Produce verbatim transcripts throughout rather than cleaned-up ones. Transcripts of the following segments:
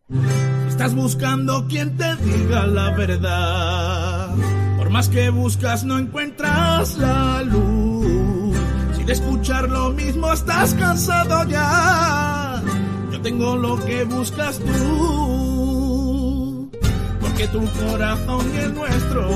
Si estás buscando quien te diga la verdad, por más que buscas no encuentras la luz. Si de escuchar lo mismo estás cansado ya, yo tengo lo que buscas tú, porque tu corazón y el nuestro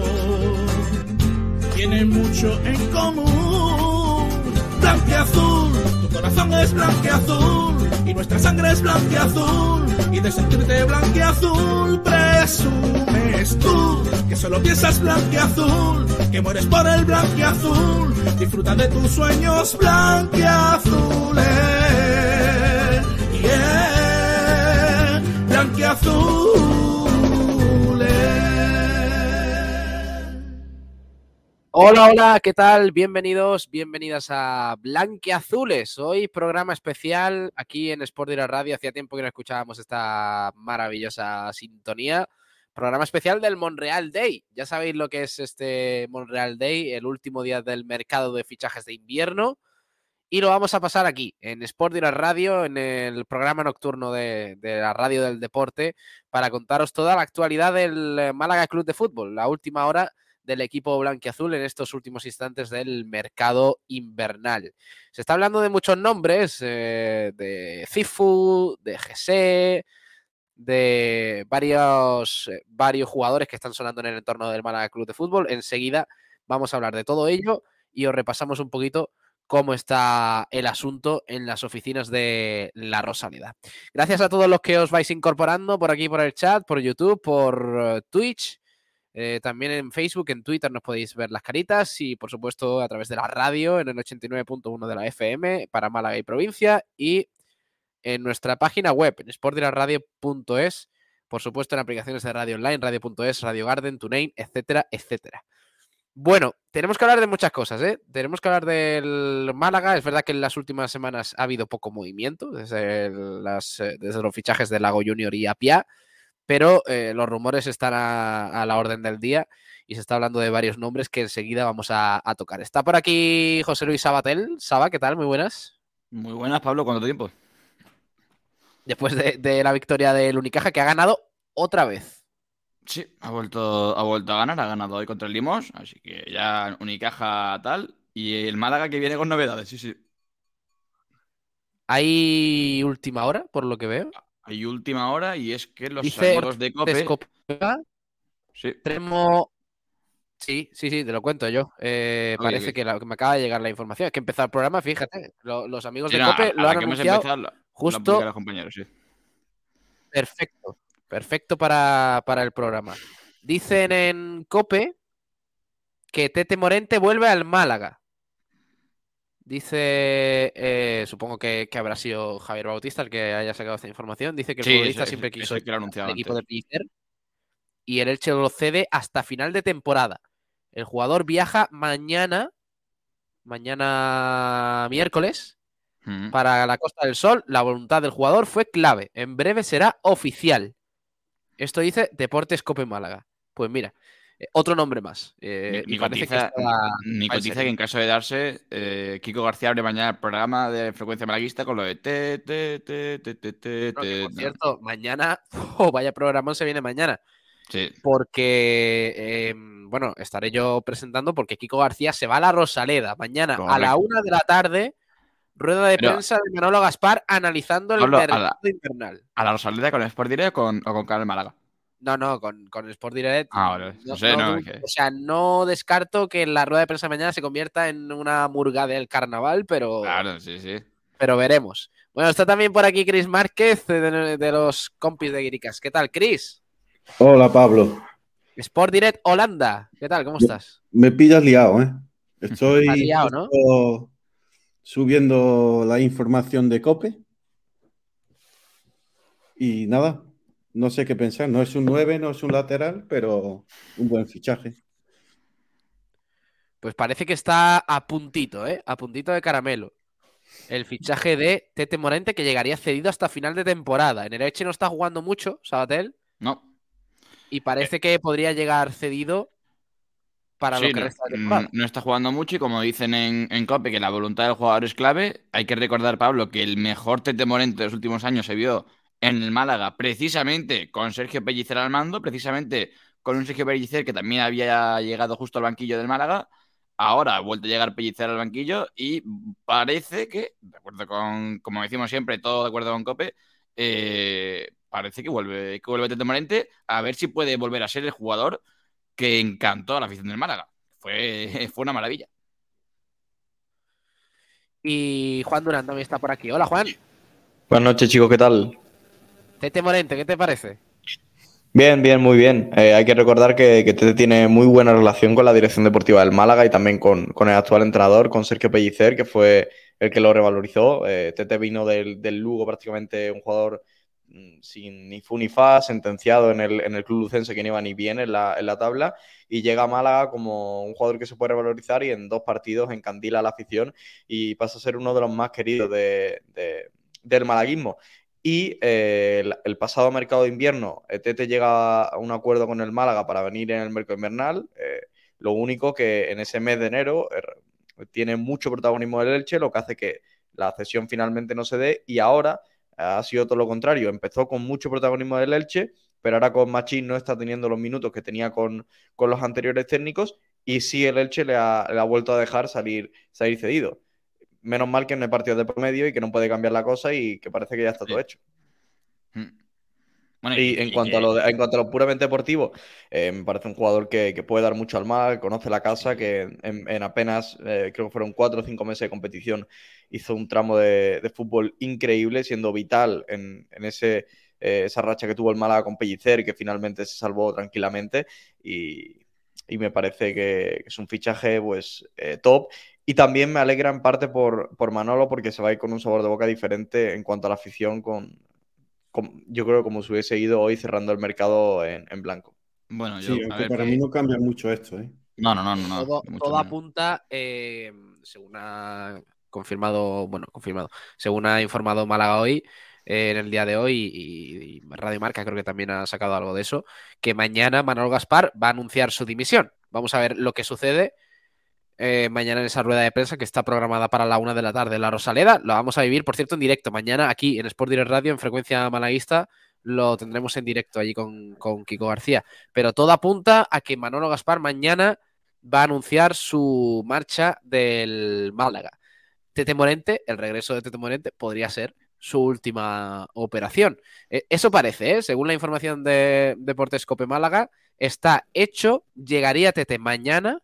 tienen mucho en común. Blanquiazul, tu corazón es blanquiazul y nuestra sangre es blanquiazul, y de sentirte blanquiazul presumes tú, que solo piensas blanquiazul, que mueres por el blanquiazul. Disfruta de tus sueños blanquiazules, yeah, blanquiazules. Hola, hola, ¿qué tal? Bienvenidos, bienvenidas a Blanquiazules. Hoy programa especial aquí en Sport Direct Radio. Hacía tiempo que no escuchábamos esta maravillosa sintonía. Programa especial del Monreal Day. Ya sabéis lo que es este Monreal Day, el último día del mercado de fichajes de invierno. Y lo vamos a pasar aquí, en Sport Direct Radio, en el programa nocturno de, de la radio del deporte, para contaros toda la actualidad del Málaga Club de Fútbol, la última hora del equipo blanquiazul en estos últimos instantes del mercado invernal. Se está hablando de muchos nombres, eh, de Cifu, de G C, de varios, eh, varios jugadores que están sonando en el entorno del Málaga Club de Fútbol. Enseguida vamos a hablar de todo ello y os repasamos un poquito cómo está el asunto en las oficinas de La Rosaleda. Gracias a todos los que os vais incorporando por aquí, por el chat, por YouTube, por uh, Twitch. Eh, también en Facebook, en Twitter nos podéis ver las caritas y por supuesto a través de la radio en el ochenta y nueve punto uno de la F M para Málaga y provincia, y en nuestra página web en sport direct radio punto es, por supuesto en aplicaciones de radio online, radio punto es, Radio Garden, TuneIn, etcétera, etcétera. Bueno, tenemos que hablar de muchas cosas, ¿eh? Tenemos que hablar del Málaga. Es verdad que en las últimas semanas ha habido poco movimiento desde, las, desde los fichajes de Lago Junior y Apia, pero eh, los rumores están a, a la orden del día y se está hablando de varios nombres que enseguida vamos a, a tocar. Está por aquí José Luis Sabatel. Saba, ¿qué tal? Muy buenas. Muy buenas, Pablo. ¿Cuánto tiempo? Después de, de la victoria del Unicaja, que ha ganado otra vez. Sí, ha vuelto, ha vuelto a ganar, ha ganado hoy contra el Limos, así que ya Unicaja tal, y el Málaga que viene con novedades, sí, sí. ¿Hay última hora, por lo que veo? Hay última hora y es que los Dice amigos de COPE... Sí. Tremo... Sí, sí, sí, te lo cuento yo. Eh, okay, parece okay. Que, la, que me acaba de llegar la información. Es que empezó el programa, fíjate, lo, los amigos sí, de no, COPE a, a lo han anunciado empezado, justo... Lo los compañeros, sí. Perfecto, perfecto para, para el programa. Dicen en COPE que Tete Morente vuelve al Málaga. Dice, eh, supongo que, que habrá sido Javier Bautista el que haya sacado esta información. Dice que el sí, futbolista ese, siempre quiso ese que lo el equipo de Pellicer y el Elche lo cede hasta final de temporada. El jugador viaja mañana, mañana miércoles, mm. para la Costa del Sol. La voluntad del jugador fue clave. En breve será oficial. Esto dice Deportes Cope Málaga. Pues mira, eh, otro nombre más. Eh, ni cotiza que, que en caso de darse, eh, Kiko García abre mañana el programa de Frecuencia Malaguista con lo de te, te, te, te, te, te, no, te por no. cierto, mañana, oh, vaya programón se viene mañana. Sí. Porque, eh, bueno, estaré yo presentando porque Kiko García se va a la Rosaleda mañana Correcto. A la una de la tarde, rueda de Pero, prensa de Manolo Gaspar analizando el Pablo, mercado a la, invernal. ¿A la Rosaleda con Sport Direct o con, o con Canal Málaga? No, no, con, con Sport Direct. Ah, vale. No, no sé, no, no, no que... O sea, no descarto que la rueda de prensa de mañana se convierta en una murga del carnaval, pero... Claro, sí, sí. Pero veremos. Bueno, está también por aquí Chris Márquez, de, de los compis de Guiricas. ¿Qué tal, Chris? Hola, Pablo. Sport Direct Holanda. ¿Qué tal? ¿Cómo estás? Me pillas liado, ¿eh? Estoy liado, ¿no? subiendo la información de COPE y nada, no sé qué pensar. No es un nueve, no es un lateral, pero un buen fichaje. Pues parece que está a puntito, ¿eh? A puntito de caramelo. El fichaje de Tete Morente, que llegaría cedido hasta final de temporada. En el Elche no está jugando mucho, Sabatel. No. Y parece eh. que podría llegar cedido para sí, lo que no, resta de temporada. No está jugando mucho y como dicen en, en COPE que la voluntad del jugador es clave, hay que recordar, Pablo, que el mejor Tete Morente de los últimos años se vio en el Málaga, precisamente con Sergio Pellicer al mando, precisamente con un Sergio Pellicer que también había llegado justo al banquillo del Málaga. Ahora ha vuelto a llegar Pellicer al banquillo y parece que, de acuerdo con, como decimos siempre, todo de acuerdo con Cope, eh, parece que vuelve, que vuelve Tete Morente, a ver si puede volver a ser el jugador que encantó a la afición del Málaga. Fue, fue una maravilla. Y Juan Durán también está por aquí. Hola, Juan. Buenas noches, chicos, ¿qué tal? Tete Morente, ¿qué te parece? Bien, bien, muy bien. Eh, hay que recordar que, que Tete tiene muy buena relación con la dirección deportiva del Málaga y también con, con el actual entrenador, con Sergio Pellicer, que fue el que lo revalorizó. Eh, Tete vino del, del Lugo, prácticamente un jugador mm, sin ni fu ni fa, sentenciado en el, en el club lucense, que no iba ni bien en la, en la tabla, y llega a Málaga como un jugador que se puede revalorizar y en dos partidos encandila a la afición y pasa a ser uno de los más queridos de, de, del malaguismo. Y eh, el, el pasado mercado de invierno, Tete llega a un acuerdo con el Málaga para venir en el mercado invernal. Eh, lo único que en ese mes de enero eh, tiene mucho protagonismo el Elche, lo que hace que la cesión finalmente no se dé. Y ahora eh, ha sido todo lo contrario. Empezó con mucho protagonismo del Elche, pero ahora con Machín no está teniendo los minutos que tenía con, con los anteriores técnicos. Y sí, el Elche le ha, le ha vuelto a dejar salir, salir cedido. Menos mal que no hay partidos de promedio y que no puede cambiar la cosa y que parece que ya está Sí. todo hecho. Bueno, y, y, en, y cuanto que... a lo de, en cuanto a lo puramente deportivo, eh, me parece un jugador que, que puede dar mucho al Málaga, que conoce la casa, Sí. que en, en apenas, eh, creo que fueron cuatro o cinco meses de competición, hizo un tramo de, de fútbol increíble, siendo vital en, en ese, eh, esa racha que tuvo el Málaga con Pellicer, que finalmente se salvó tranquilamente. Y, y me parece que es un fichaje pues eh, top. Y también me alegra en parte por, por Manolo, porque se va a ir con un sabor de boca diferente en cuanto a la afición, con, con yo creo como si hubiese ido hoy cerrando el mercado en, en blanco. Bueno, Sí, yo, a aunque ver, para mí que... no cambia mucho esto, ¿eh? No, no, no, no, no, Todo, ni mucho todo menos. apunta, eh, según ha confirmado, bueno, confirmado, según ha informado Málaga hoy, eh, en el día de hoy, y, y Radio Marca creo que también ha sacado algo de eso, que mañana Manolo Gaspar va a anunciar su dimisión. Vamos a ver lo que sucede eh, mañana en esa rueda de prensa que está programada para la una de la tarde en la Rosaleda. Lo vamos a vivir, por cierto, en directo. Mañana aquí en Sport Direct Radio, en frecuencia malaguista, lo tendremos en directo allí con, con Kiko García. Pero todo apunta a que Manolo Gaspar mañana va a anunciar su marcha del Málaga. Tete Morente, el regreso de Tete Morente, podría ser su última operación. Eh, eso parece, ¿eh? Según la información de Deportes Cope Málaga, está hecho, llegaría Tete mañana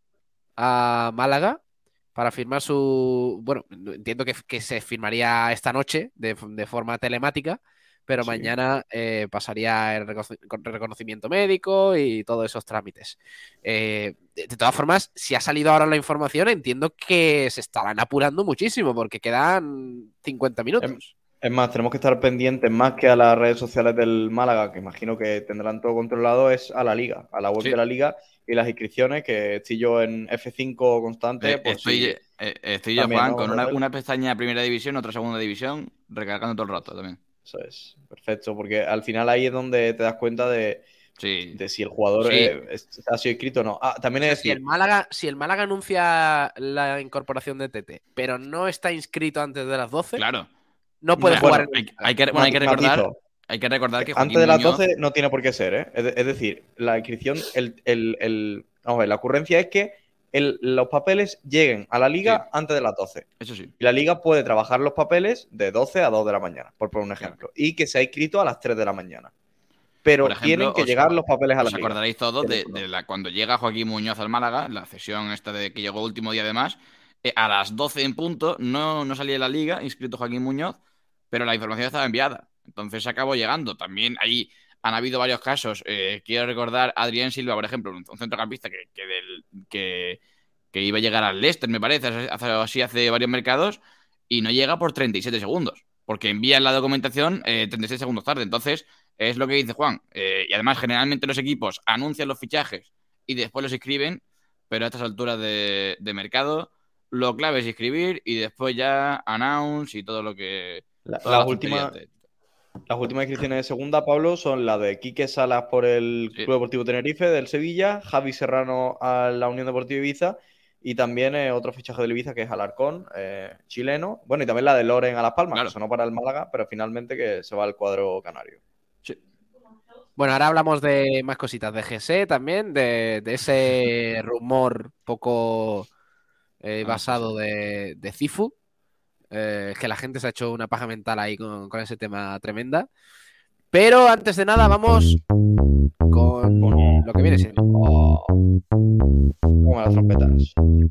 a Málaga para firmar su... Bueno, entiendo que, que se firmaría esta noche de, de forma telemática, pero Sí. mañana eh, pasaría el reconocimiento médico y todos esos trámites. Eh, de, de todas formas, si ha salido ahora la información, entiendo que se estarán apurando muchísimo porque quedan cincuenta minutos. Es más, tenemos que estar pendientes más que a las redes sociales del Málaga, que imagino que tendrán todo controlado, es a la liga, a la web Sí. de la liga y las inscripciones, que estoy yo en F cinco constante, Eh, por estoy, si... eh, estoy yo, también, Juan, ¿no? con una, Manuel? una pestaña primera división, otra segunda división, recargando todo el rato también. Eso es, perfecto, porque al final ahí es donde te das cuenta de, Sí. de si el jugador Sí. eh, es- ha sido inscrito o no. Ah, también O es sea, si el decir, Málaga, si el Málaga anuncia la incorporación de Tete, pero no está inscrito antes de las doce, Claro. no puede No, jugar bueno, en el Hay, Málaga. hay que, bueno, hay que mati- recordar, matizo. hay que recordar que antes Joaquín de las Muñoz... doce no tiene por qué ser, ¿eh? Es, de- es decir, la inscripción, el, el, el- vamos a ver, la ocurrencia es que el- los papeles lleguen a la liga Sí. antes de las doce. Eso sí. Y la liga puede trabajar los papeles de doce a dos de la mañana, por poner un Claro. ejemplo. Y que se ha inscrito a las tres de la mañana. Pero Por ejemplo, tienen que os, llegar los papeles a la os liga. acordaréis todos Que de, no- de la, cuando llega Joaquín Muñoz al Málaga, la cesión esta de que llegó último día además, eh, a las doce en punto no, no salía en la liga, inscrito Joaquín Muñoz, pero la información estaba enviada. Entonces acabó llegando. También ahí han habido varios casos. Eh, quiero recordar a Adrián Silva, por ejemplo, un, un centrocampista que, que, del, que, que iba a llegar al Leicester, me parece, hace, así hace varios mercados, y no llega por treinta y siete segundos, porque envían la documentación eh, treinta y seis segundos tarde. Entonces, es lo que dice Juan. Eh, y además, generalmente los equipos anuncian los fichajes y después los inscriben, pero a estas alturas de, de mercado, lo clave es inscribir y después ya announce y todo lo que... La- Todas las las tonterías últimas de... las últimas inscripciones de segunda, Pablo, son la de Quique Salas por el Sí. Club Deportivo Tenerife del Sevilla, Javi Serrano a la Unión Deportiva Ibiza Y también eh, otro fichaje del Ibiza que es Alarcón, eh, chileno. Bueno, y también la de Loren a Las Palmas, Claro. que sonó para el Málaga, pero finalmente que se va al cuadro canario. Sí. Bueno, ahora hablamos de más cositas, de G S también, de, de ese rumor poco eh, Ah, basado sí, de, de Cifu. Eh, que la gente se ha hecho una paja mental ahí con, con ese tema tremenda. Pero antes de nada, vamos con lo que viene siendo. Oh. Como las trompetas.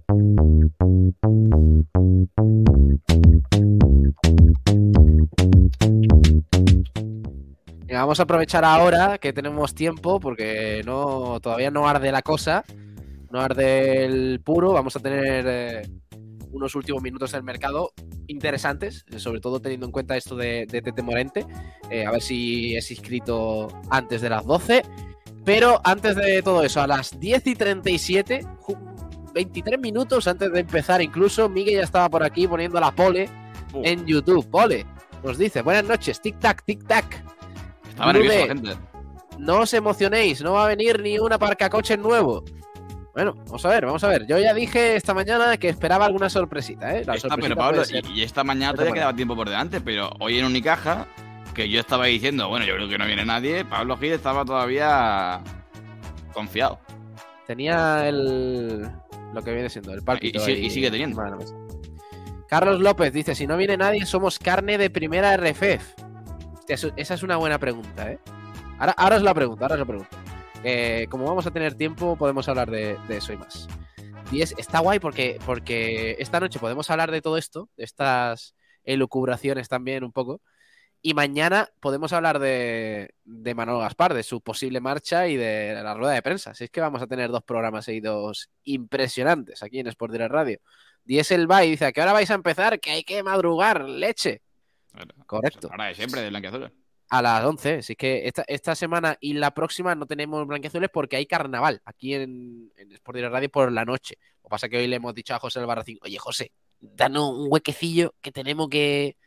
Venga, vamos a aprovechar ahora que tenemos tiempo, porque no todavía no arde la cosa, no arde el puro. Vamos a tener eh, unos últimos minutos del mercado interesantes, sobre todo teniendo en cuenta esto de, de Tete Morente. Eh, a ver si es inscrito antes de las doce. Pero antes de todo eso, a las diez y treinta y siete, veintitrés minutos antes de empezar incluso, Miguel ya estaba por aquí poniendo la pole Uh. en YouTube. Pole, nos dice, buenas noches, tic-tac, tic-tac. Estaba Blue nervioso B, la gente. no os emocionéis, no va a venir ni un aparcacoches nuevo. Bueno, vamos a ver, vamos a ver. Yo ya dije esta mañana que esperaba alguna sorpresita, ¿eh? La Esta, sorpresita pero Pablo, puede ser. y, y esta mañana Vete todavía por ahí. quedaba tiempo por delante, pero hoy en Unicaja, que yo estaba diciendo, bueno, yo creo que no viene nadie, Pablo Gil estaba todavía confiado. Tenía el... lo que viene siendo el pálpito. Y- y sigue- ahí y sigue teniendo. encima de la mesa. Carlos López dice, si no viene nadie, somos carne de primera R F F. Hostia, eso- esa es una buena pregunta, ¿eh? Ahora, ahora os la pregunto, ahora os la pregunto. Eh, como vamos a tener tiempo, podemos hablar de, de eso y más. Y es, está guay porque, porque esta noche podemos hablar de todo esto, de estas elucubraciones también un poco. Y mañana podemos hablar de, de Manolo Gaspar, de su posible marcha y de la rueda de prensa. Así es que vamos a tener dos programas seguidos impresionantes aquí en Sport Direct Radio. Diesel va y dice, ¿a qué hora vais a empezar? Que hay que madrugar, leche. Bueno, Correcto. Ahora de siempre, de Blanquiazul. A las once. Así que esta, esta semana y la próxima no tenemos blanquiazules porque hay carnaval aquí en, en Sport Direct Radio por la noche. Lo que pasa es que hoy le hemos dicho a José Albarracín, oye, José, danos un huequecillo que tenemos que...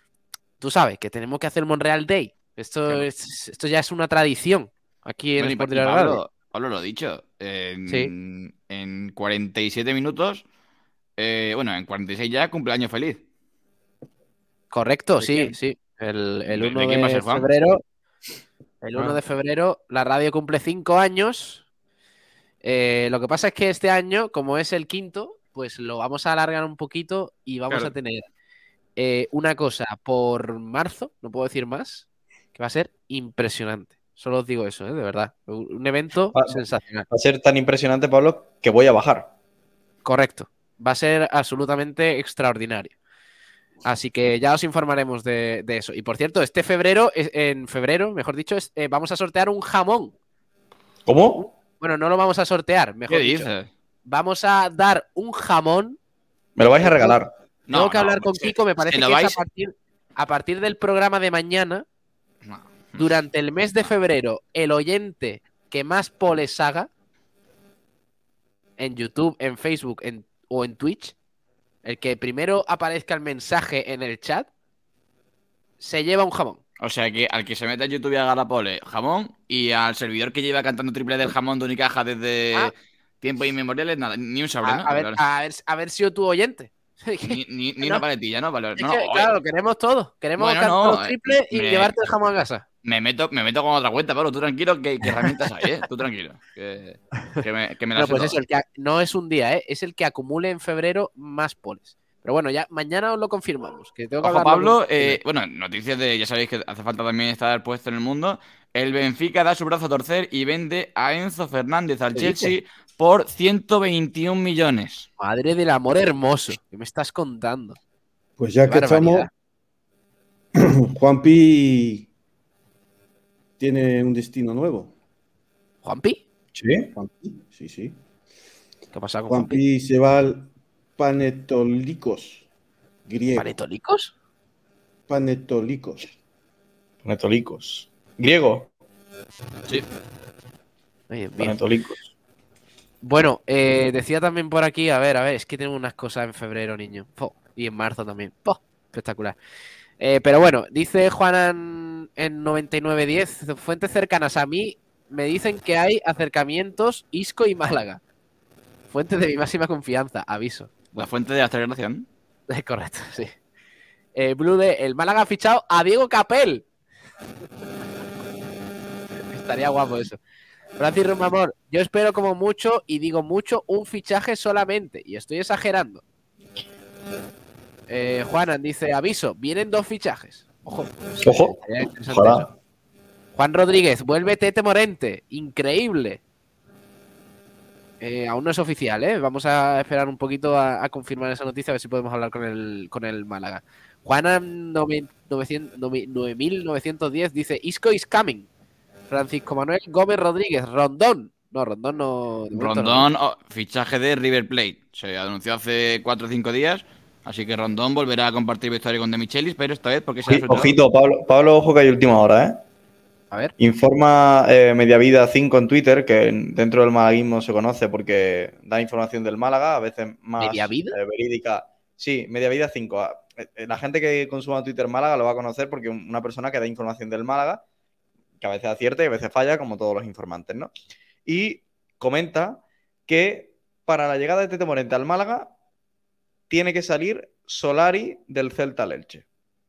Tú sabes, que tenemos que hacer Monreal Day. Esto, Claro. es, esto ya es una tradición aquí en Bueno, y Sport Pa- y Direct Radio. Pablo, Pablo lo dicho, en, Sí. en cuarenta y siete minutos, eh, bueno, en cuarenta y seis ya, cumpleaños feliz. Correcto, ¿De sí, quién? sí. El, el ¿De- uno de quién va a de ser, Juan? febrero. El uno Ah. de febrero, la radio cumple cinco años. Eh, lo que pasa es que este año, como es el quinto, pues lo vamos a alargar un poquito y vamos Claro. a tener eh, una cosa por marzo, no puedo decir más, que va a ser impresionante. Solo os digo eso, ¿eh? De verdad. Un un evento Ah, sensacional. Va a ser tan impresionante, Pablo, que voy a bajar. Correcto. Va a ser absolutamente extraordinario. Así que ya os informaremos de, de eso. Y por cierto, este febrero, es- en febrero, mejor dicho, es, eh, vamos a sortear un jamón. ¿Cómo? Bueno, no lo vamos a sortear, mejor ¿Qué dicho. dices? Vamos a dar un jamón. Me lo vais a regalar. No, Tengo que no, hablar con se- Kiko, me se parece lo que vais- es a partir, a partir del programa de mañana, No. durante el mes de febrero, el oyente que más poles haga en YouTube, en Facebook en- o en Twitch, el que primero aparezca el mensaje en el chat, se lleva un jamón. O sea que al que se meta en YouTube y haga la pole, jamón, y al servidor que lleva cantando triple del jamón de Unicaja desde Ah. tiempos inmemoriales, nada, ni un sobre, A, ¿no? a ver, Vale. a, ver, a ver si yo tu oyente. Ni, ni- ni No. una paletilla, ¿no? Vale, Es no, que, no, claro, oye, lo queremos todo. Queremos Bueno, cantar no, los triples y me- llevarte el jamón a casa. me meto, me meto con otra cuenta, Pablo. Tú tranquilo, que, que herramientas hay, ¿eh? Tú tranquilo. Que, que me, que me las No, sé pues eso, todas. el que a- no es un día, ¿eh? Es el que acumule en febrero más poles. Pero bueno, ya mañana os lo confirmamos. Que tengo que Ojo, hablarlo Pablo, con- eh, bueno, noticias de, ya sabéis que hace falta también estar puesto en el mundo. El Benfica da su brazo a torcer y vende a Enzo Fernández al ¿Qué Chelsea por ciento veintiún millones. Madre del amor hermoso. ¿Qué me estás contando? Pues ya Qué que estamos, barbaridad. Juanpi tiene un destino nuevo. ¿Juanpi? ¿Sí? Juanpi, sí, sí. ¿Qué ha pasado con Juanpi? Juanpi se va al Panetolikos, griego. ¿Panetolicos? Panetolikos. Panetolicos. Griego. Sí. Oye, bien. Panetolicos. Bueno, eh, decía también por aquí, a ver, a ver, es que tengo unas cosas en febrero, niño. Po, y en marzo también. Po, espectacular. Eh, pero bueno, dice Juanan en noventa y nueve diez, fuentes cercanas a mí me dicen que hay acercamientos Isco y Málaga. Fuente de mi máxima confianza, aviso. La fuente de la celebración. Es correcto, sí. Eh, Blue D, el Málaga ha fichado a Diego Capel. Estaría guapo eso. Francis Rumamor, yo espero como mucho, y digo mucho, un fichaje solamente. Y estoy exagerando. Eh, Juanan dice, aviso, vienen dos fichajes. Ojo. Pues, Ojo. estaría interesante Ojalá. eso. Juan Rodríguez, vuelve Tete Morente. Increíble. Eh, aún no es oficial, ¿eh? Vamos a esperar un poquito a, a confirmar esa noticia, a ver si podemos hablar con el, con el Málaga. Juanan nueve mil novecientos diez dice, Isco is coming. Francisco Manuel Gómez Rodríguez, Rondón. No, Rondón no. de momento no. Rondón, oh, fichaje de River Plate. Se anunció hace cuatro o cinco días. Así que Rondón volverá a compartir vestuario con De Michelis, pero esta vez porque se ha Sí, ojito, Pablo, Pablo, ojo que hay última hora, ¿eh? A ver. Informa eh, Mediavida cinco en Twitter, que dentro del malaguismo se conoce porque da información del Málaga, a veces más ¿Mediavida? eh, verídica. Sí, Mediavida cinco. La gente que consuma Twitter Málaga lo va a conocer porque es una persona que da información del Málaga, que a veces acierta y a veces falla, como todos los informantes, ¿no? Y comenta que para la llegada de Tete Morente al Málaga tiene que salir Solari del Celta al Elche.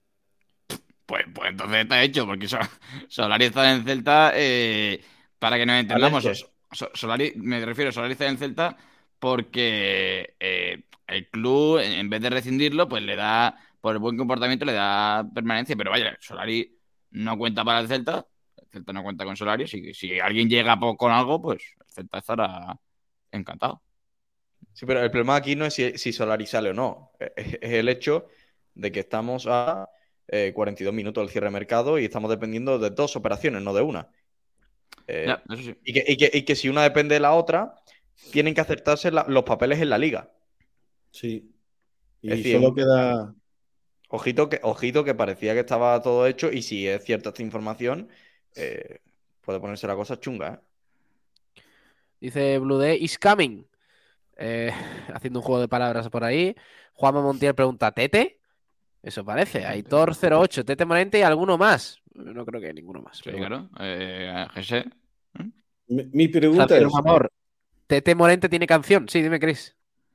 Pues, pues entonces está hecho, porque Sol- Solari está en Celta, eh, para que nos entendamos. Al Elche. So- Solari, me refiero, Solari está en Celta porque eh, el club, en en vez de rescindirlo, pues le da, por el buen comportamiento, le da permanencia. Pero vaya, Solari no cuenta para el Celta, el Celta no cuenta con Solari, así que si alguien llega po- con algo, pues el Celta estará encantado. Sí, pero el problema aquí no es si, si Solari sale o no. Es, es el hecho de que estamos a eh, cuarenta y dos minutos del cierre de mercado y estamos dependiendo de dos operaciones, no de una. Eh, Ya, eso sí. y, que, y, que, y que si una depende de la otra, tienen que acertarse la- los papeles en la liga. Sí. Y Es decir, solo queda. Ojito que, ojito que parecía que estaba todo hecho y si es cierta esta información, eh, puede ponerse la cosa chunga, ¿eh? Dice Blue D, is coming. Eh, haciendo un juego de palabras por ahí. Juanma Montiel pregunta, ¿Tete? Eso parece. Aitor cero ocho, Tete Morente y alguno más. No creo que ninguno más. Sí, pero bueno. claro. Eh, G S. Mi, mi pregunta Javier es: Amor, Tete Morente tiene canción. Sí, dime, Chris.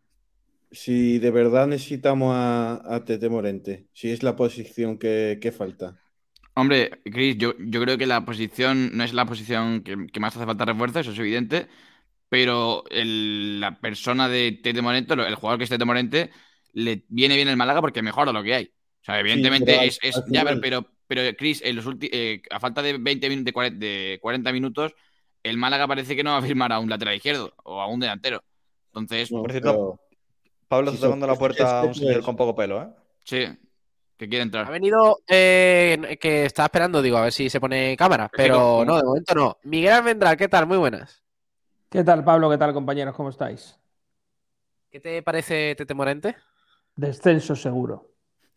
si de verdad necesitamos a, a Tete Morente, si es la posición que, que falta. Hombre, Chris, yo, yo creo que la posición no es la posición que, que más hace falta refuerzo, eso es evidente, pero el- la persona de Tete Morente, el jugador que es Tete Morente, le viene bien el Málaga porque mejora lo que hay. O sea, evidentemente pero al- es, es- al ya, pero, final- pero, pero, Chris, en los ulti- eh, a falta de veinte minutos, de cuarenta, de cuarenta minutos, el Málaga parece que no va a firmar a un lateral izquierdo o a un delantero. Entonces, No, Por cierto, pero Pablo si está tocando son- la puerta a un es- señor es- con poco pelo, ¿eh? sí, que quiere Ha entrar. venido eh, que está esperando, digo, a ver si se pone cámara. Sí, Pero como- no, de momento no. Miguel Almendral, ¿qué tal? Muy buenas. ¿Qué tal, Pablo? ¿Qué tal, compañeros? ¿Cómo estáis? ¿Qué te parece Tete Morente? Descenso seguro.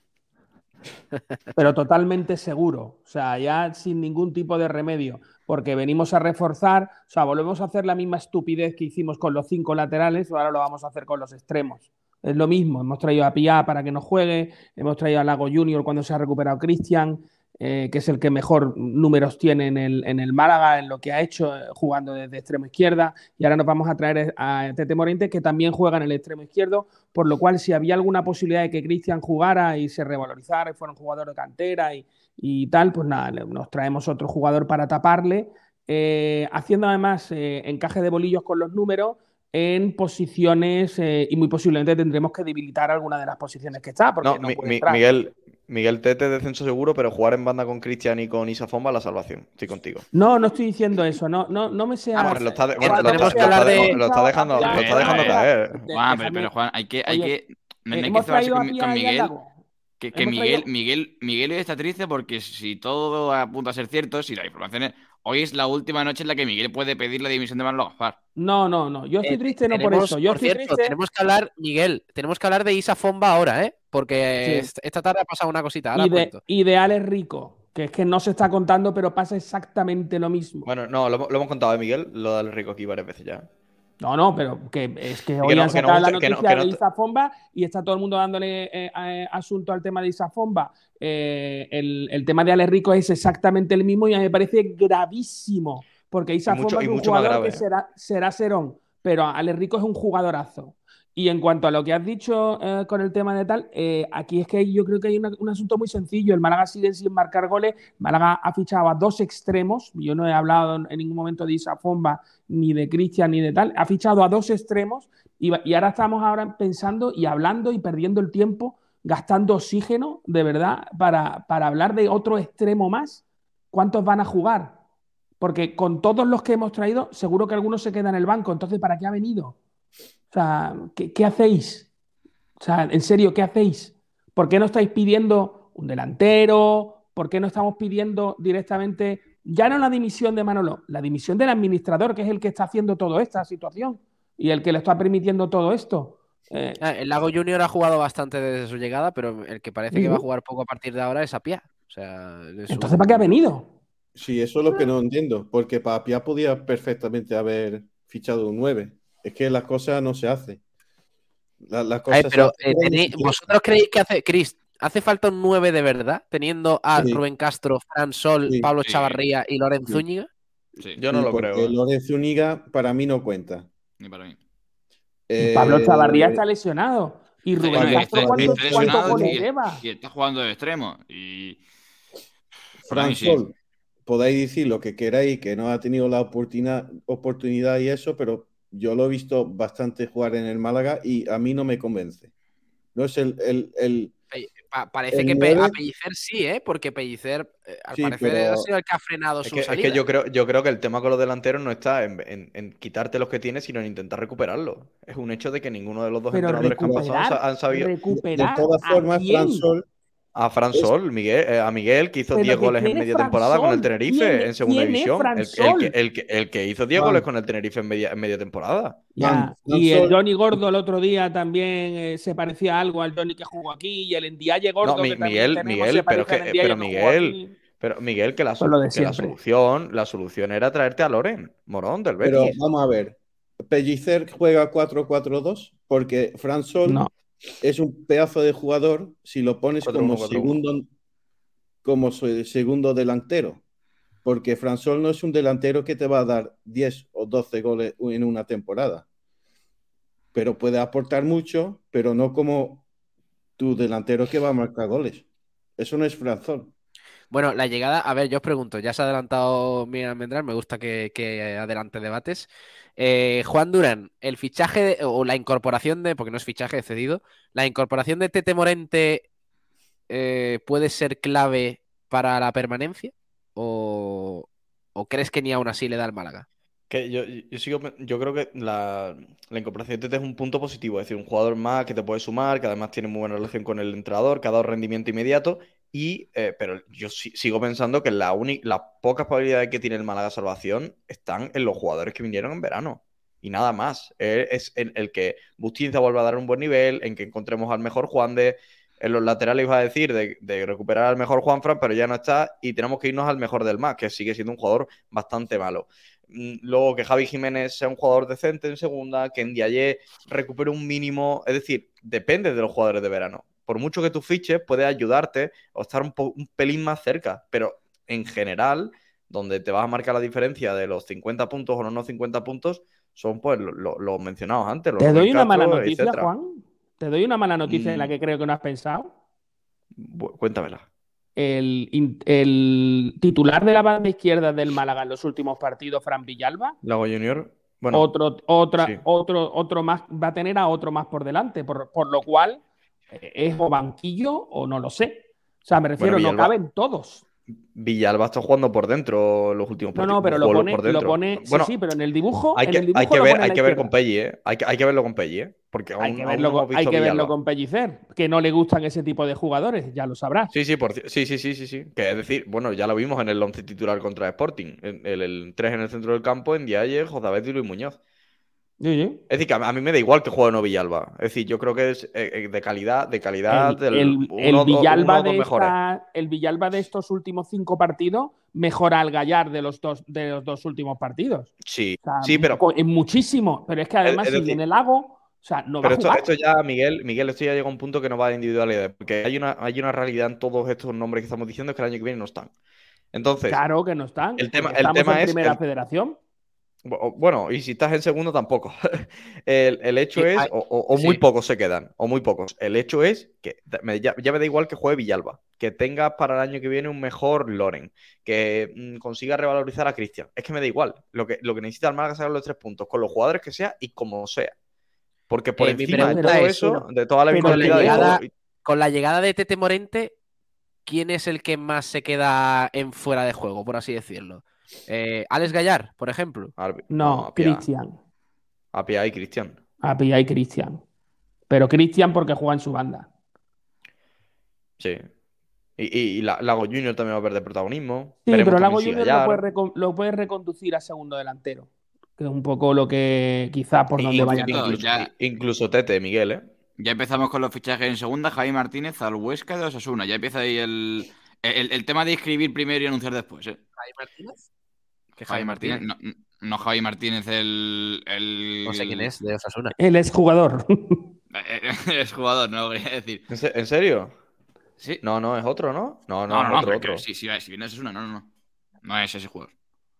Pero totalmente seguro. O sea, ya sin ningún tipo de remedio. Porque venimos a reforzar, o sea, volvemos a hacer la misma estupidez que hicimos con los cinco laterales, ahora lo vamos a hacer con los extremos. Es lo mismo. Hemos traído a Piá para que no juegue, hemos traído a Lago Junior cuando se ha recuperado Cristian, eh, que es el que mejor números tiene en el, en el Málaga, en lo que ha hecho, eh, jugando desde extremo izquierda. Y ahora nos vamos a traer a Tete Morente, que también juega en el extremo izquierdo, por lo cual si había alguna posibilidad de que Cristian jugara y se revalorizara y fuera un jugador de cantera y, y tal, pues nada, nos traemos otro jugador para taparle, eh, haciendo además eh, encaje de bolillos con los números en posiciones eh, y muy posiblemente tendremos que debilitar alguna de las posiciones que está, porque No, no, Mi- puede Mi- entrar. Miguel, Miguel Tete, descenso seguro, pero jugar en banda con Cristian y con Isa Fomba, la salvación. Estoy contigo. No, no estoy diciendo eso, no, no, no me seas... Ah, Bueno, lo está, de- eh, bueno, lo tenemos está- que lo hablar está- de- lo está dejando, A lo ver, está a dejando ver. caer. Juan, pero, Déjame- pero, Juan, hay que, hay Oye, que, no hay que hemos cebarse traído con, a Piá con y a Miguel. Lago. Que, que Hemos Miguel, traído- Miguel, Miguel hoy está triste porque si todo apunta a ser cierto, si la información es... Hoy es la última noche en la que Miguel puede pedir la dimisión de Manolo Gaspar. No, no, no, yo estoy Eh, triste no por tenemos, eso, yo por estoy cierto, triste... tenemos que hablar, Miguel, tenemos que hablar de Isa Fomba ahora, ¿eh? Porque Sí. est- esta tarde ha pasado una cosita. Ahora y de, cuento. y de Alex Rico, que es que no se está contando, pero pasa exactamente lo mismo. Bueno, no, lo, hemos- lo hemos contado, ¿eh, Miguel? Lo del rico aquí varias veces ya. No, no, pero que es que que hoy no- han que no sacado la gusta- que no- noticia que no de te- Isa Fomba y está todo el mundo dándole eh, eh, asunto al tema de Isa Fomba. Eh, el, el tema de Alex Rico es exactamente el mismo y a mí me parece gravísimo, porque Isa Y mucho- Fomba y es un mucho más jugador grave, que ¿eh? será, será serón, pero Alex Rico es un jugadorazo. Y en cuanto a lo que has dicho eh, con el tema de tal, eh, aquí es que yo creo que hay una, un asunto muy sencillo. El Málaga sigue sin marcar goles. Málaga ha fichado a dos extremos. Yo no he hablado en ningún momento de Isa Fomba, ni de Cristian, ni de tal. Ha fichado a dos extremos y, y ahora estamos ahora pensando y hablando y perdiendo el tiempo, gastando oxígeno, de verdad, para, para hablar de otro extremo más. ¿Cuántos van a jugar? Porque con todos los que hemos traído, seguro que algunos se quedan en el banco. Entonces, ¿para qué ha venido? O sea, ¿qué, qué hacéis? O sea, en serio, ¿qué hacéis? ¿Por qué no estáis pidiendo un delantero? ¿Por qué no estamos pidiendo directamente, ya no la dimisión de Manolo, la dimisión del administrador, que es el que está haciendo toda esta situación y el que le está permitiendo todo esto? Eh, Ah, el Lago Junior ha jugado bastante desde su llegada, pero el que parece Sí, que va a sí. jugar poco a partir de ahora es Apia. O sea, es Entonces, un- ¿para qué ha venido? Sí, eso es lo que no entiendo, porque Papia podía perfectamente haber fichado un nueve. Es que las cosas no se hacen. La- las A ver, cosas se pero hacen eh, cuando tenéis- se tiene. ¿vosotros creéis que hace, Chris, hace falta un nueve de verdad, teniendo a Sí, Rubén Castro, Fran Sol, sí, Pablo Sí, Chavarría y Loren sí. Zúñiga? sí, Yo no Sí, lo porque creo, ¿eh? Lorenzo Uniga para mí no cuenta. ni para mí. Y Pablo Chavarría Eh, está lesionado. ¿Y Está, Rubén no, y Pablo Castro está, Chavarría cuántos, está está cuántos lesionado goles y, lesionado. lleva? y está jugando de extremo. Y para Fran mí sí. Sol, podéis decir lo que queráis, que no ha tenido la oportunidad, oportunidad y eso, pero yo lo he visto bastante jugar en el Málaga y a mí no me convence. No es el, el, el, Pe- pa- parece el que Pe- a nueve, Pellicer sí, ¿eh? Porque Pellicer, eh, al sí, parecer, ha pero sido el que ha frenado Es su que, es salida. que yo creo, yo creo que el tema con los delanteros no está en, en- en quitarte los que tienes, sino en intentar recuperarlos. Es un hecho de que ninguno de los dos Pero entrenadores que han pasado han, sa- recuperar, han sabido. de, de recuperar todas ¿a formas, Fran quién? Sol A Fran es, Sol, Miguel, eh, a Miguel, que hizo Pero diez que goles en quién es media Fran temporada con el Sol, Tenerife ¿quién, en segunda quién es división. Fran El, el que, Sol? el, que, el que hizo diez Juan, goles con el Tenerife en media, en media temporada. Juan, Ya, Fran y el Sol, Johnny Gordo el otro día también eh, se parecía algo al Johnny que jugó aquí, y el Ndiaye No, Gordo Mi- que también Miguel, tenemos se Miguel, pero es parece al que, Ndiaye pero que jugó Miguel, aquí. pero Miguel, que la, Pues lo de sol- que la siempre. solución, la solución era traerte a Loren Morón del pero Betis. vamos a ver, Pellicer juega cuatro cuatro dos porque Fran Sol No, es un pedazo de jugador si lo pones cuatro como uno cuatro uno. segundo, como su- segundo delantero. Porque Fran Sol no es un delantero que te va a dar diez o doce goles en una temporada. Pero puede aportar mucho, pero no como tu delantero que va a marcar goles. Eso no es Fran Sol. Bueno, la llegada, a ver, yo os pregunto, ya se ha adelantado Miguel Almendral, me gusta que, que adelante debates. Eh, Juan Durán, el fichaje de- o la incorporación de, porque no es fichaje, es cedido, la incorporación de Tete Morente eh, puede ser clave para la permanencia o, o crees que ni aún así le da al Málaga? Que yo, yo sigo, pe- yo creo que la, la incorporación de Tete es un punto positivo, es decir, un jugador más que te puede sumar, que además tiene muy buena relación con el entrenador, que ha dado rendimiento inmediato, y, eh, pero yo si- sigo pensando que la uni- las pocas probabilidades que tiene el Málaga salvación están en los jugadores que vinieron en verano. Y nada más. Él es el, el que Bustinza vuelva a dar un buen nivel, en que encontremos al mejor Juan de. En los laterales iba a decir de, de recuperar al mejor Juanfran, pero ya no está, y tenemos que irnos al mejor del más, que sigue siendo un jugador bastante malo. Mm, Luego que Javi Jiménez sea un jugador decente en segunda, que Ndiaye recupere un mínimo, es decir, depende de los jugadores de verano. Por mucho que tú fiches, puede ayudarte o estar un, po- un pelín más cerca, pero en general, donde te vas a marcar la diferencia de los cincuenta puntos o no, no cincuenta puntos, son pues los lo, lo mencionados antes, los ¿te doy Rubén una mala Castro, noticia, etcétera. Juan? ¿Te doy una mala noticia en la Mm, que creo que no has pensado? bu- cuéntamela. El, in- el titular de la banda izquierda del Málaga en los últimos partidos, Fran Villalba, Lago Junior, bueno, otro, otra, sí. otro, otro más, va a tener a otro más por delante, por, por lo cual eh, es o banquillo o no lo sé. O sea, me refiero, Bueno, no Villalba, caben todos. Villalba está jugando por dentro los últimos No, partidos. no, pero lo Jugó pone, por lo dentro. pone, sí, Bueno, sí, pero en el dibujo, hay en el que, dibujo hay que lo ver, pone a hay la que ver con izquierda. Pelli, ¿eh? Hay que, hay que verlo con Pelli, ¿eh? Porque Hay aún, que aún verlo, no hemos con, hay visto que verlo Villalba. con Pellicer, que no le gustan ese tipo de jugadores, ya lo sabrás. Sí, sí, por ci- sí, sí, sí, sí, sí. Que es decir, bueno, ya lo vimos en el once titular contra Sporting. En- El, el tres en el centro del campo, en Ndiaye, Jozabet y Luis Muñoz. Sí, sí. Es decir, que a, a mí me da igual que juegue o no Villalba. Es decir, yo creo que es eh, eh, de calidad, de calidad El, del el- uno, el o- uno Villalba o dos de mejores. esta, el Villalba de estos últimos cinco partidos mejora al Gallar de los dos, de los dos últimos partidos. Sí, O sea, sí, pero, co- es muchísimo. Pero es que es, además, es si decir, viene Lago, o sea, no va pero a esto, jugar. esto ya, Miguel, Miguel, esto ya llega a un punto que no va de individualidad. Porque hay una, hay una realidad en todos estos nombres que estamos diciendo, es que el año que viene no están. Entonces, Claro que no están, el tema, porque el estamos tema en es primera el, federación. Bueno, y si estás en segundo tampoco. El, el hecho Sí, es, hay- o, o- o muy sí. pocos se quedan, o muy pocos. El hecho es que me- ya, ya me da igual que juegue Villalba, que tengas para el año que viene un mejor Loren, que mm, consiga revalorizar a Cristian. Es que me da igual. Lo que, lo que necesita el Málaga es sacar los tres puntos, con los jugadores que sea y como sea. Porque por Eh, mi encima de pregunta todo es, eso, pero- de toda la pero con la bipolaridad y todo, llegada, con la llegada de Tete Morente, ¿quién es el que más se queda en fuera de juego, por así decirlo? Eh, Alex Gallar, por ejemplo. Arbi- no, No, Apia, Cristian. Apia y Cristian. Apia y Cristian. Pero Cristian porque juega en su banda. Sí. Y, y, y la- Lago Junior también va a perder protagonismo. Sí, Veremos pero también Lago si Junior lo Gallar. puede, recon- lo puede reconducir a segundo delantero. Que es un poco lo que quizás por donde por vaya. cierto, todo. Incluso, ya- incluso Tete, Miguel, ¿eh? Ya empezamos con los fichajes en segunda. Javi Martínez al Huesca de Osasuna. Ya empieza ahí el, el, el tema de escribir primero y anunciar después, ¿eh? ¿Javi Martínez? ¿Qué Javi Javi Martínez. Martínez? No, no Javi Martínez, el. el No sé quién es, de Osasuna. Él es jugador. Es jugador, no lo quería decir. ¿En se- en serio? Sí. No, no, es otro, ¿no? No, no, No, es no, no, otro, pero otro. que sí, sí, si viene de Osasuna, no, no, no. No es ese jugador.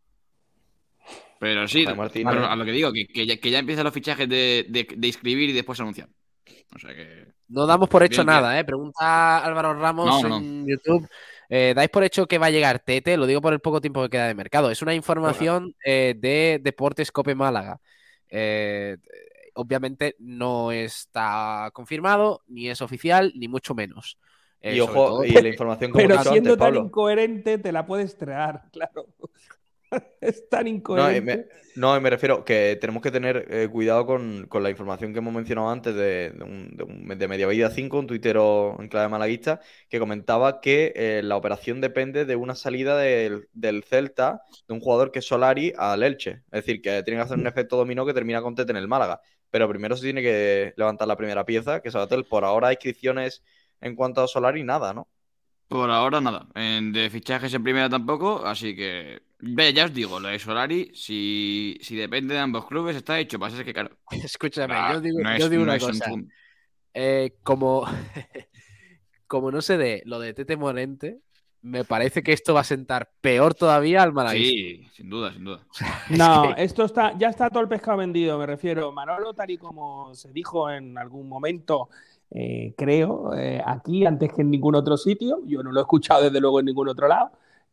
Pero sí, Javi Martínez. a, a lo que digo, que, que, ya, que ya empiezan los fichajes de, de, de inscribir y después anunciar. O sea que. No damos por hecho Bien, bien. nada, ¿eh? Pregunta Álvaro Ramos No, no, no. en YouTube. Eh, ¿Dais por hecho que va a llegar Tete? Lo digo por el poco tiempo que queda de mercado. Es una información eh, de Deportes Cope Málaga. Eh, obviamente no está confirmado, ni es oficial, ni mucho menos. Eh, Y sobre ojo, todo- y la información que hemos Pero dicho siendo antes, tan Pablo. incoherente, te la puedes traer, claro. Es tan No, y incoherente. me, no, y me refiero que tenemos que tener eh, cuidado con, con la información que hemos mencionado antes de, de, un, de, un- de Media Vida cinco, un tuitero en clave malaguista, que comentaba que eh, la operación depende de una salida del, del Celta, de un jugador que es Solari, al Elche. Es decir, que tiene que hacer un efecto dominó que termina con Tete en el Málaga. Pero primero se tiene que levantar la primera pieza, que es Abatel. Por ahora, inscripciones en cuanto a Solari, nada, ¿no? Por ahora nada. En, de fichajes en primera tampoco, así que. Ve, ya os digo, lo de Solari, si, si depende de ambos clubes, está hecho. Pasa es que, claro. Escúchame, ah, yo digo, no yo es, digo no una es un cosa. fun- Eh, como, como no se dé lo de Tete Morente, me parece que esto va a sentar peor todavía al malaguista. Sí, sin duda, sin duda. No, esto está, ya está todo el pescado vendido, me refiero. Manolo, tal y como se dijo en algún momento, eh, creo, eh, aquí antes que en ningún otro sitio, yo no lo he escuchado desde luego en ningún otro lado,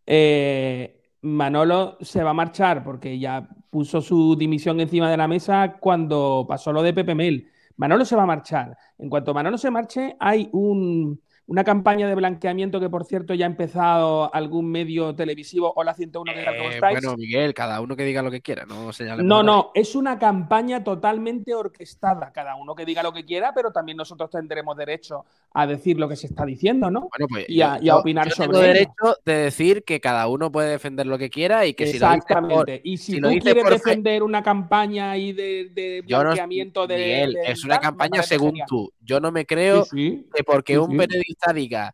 eh, Manolo se va a marchar porque ya puso su dimisión encima de la mesa cuando pasó lo de Pepe Mel. Manolo se va a marchar. En cuanto Manolo se marche, hay un, una campaña de blanqueamiento que, por cierto, ya ha empezado algún medio televisivo. Hola, ciento uno, ¿qué tal? ¿Cómo Eh, estáis? bueno, Miguel, cada uno que diga lo que quiera, no señalemos No, a nadie. no, es una campaña totalmente orquestada. Cada uno que diga lo que quiera, pero también nosotros tendremos derecho a decir lo que se está diciendo, ¿no? Bueno, pues Y a, yo, y a yo- opinar yo sobre tengo ello. derecho de decir que cada uno puede defender lo que quiera y que si lo dice por, Exactamente. Y si, si lo tú dice quieres por fe- defender una campaña ahí de, de yo no, blanqueamiento de, Miguel, de es una tal, me campaña parece según genial. tú. Yo no me creo Sí, sí. que porque Sí, un sí. periodista diga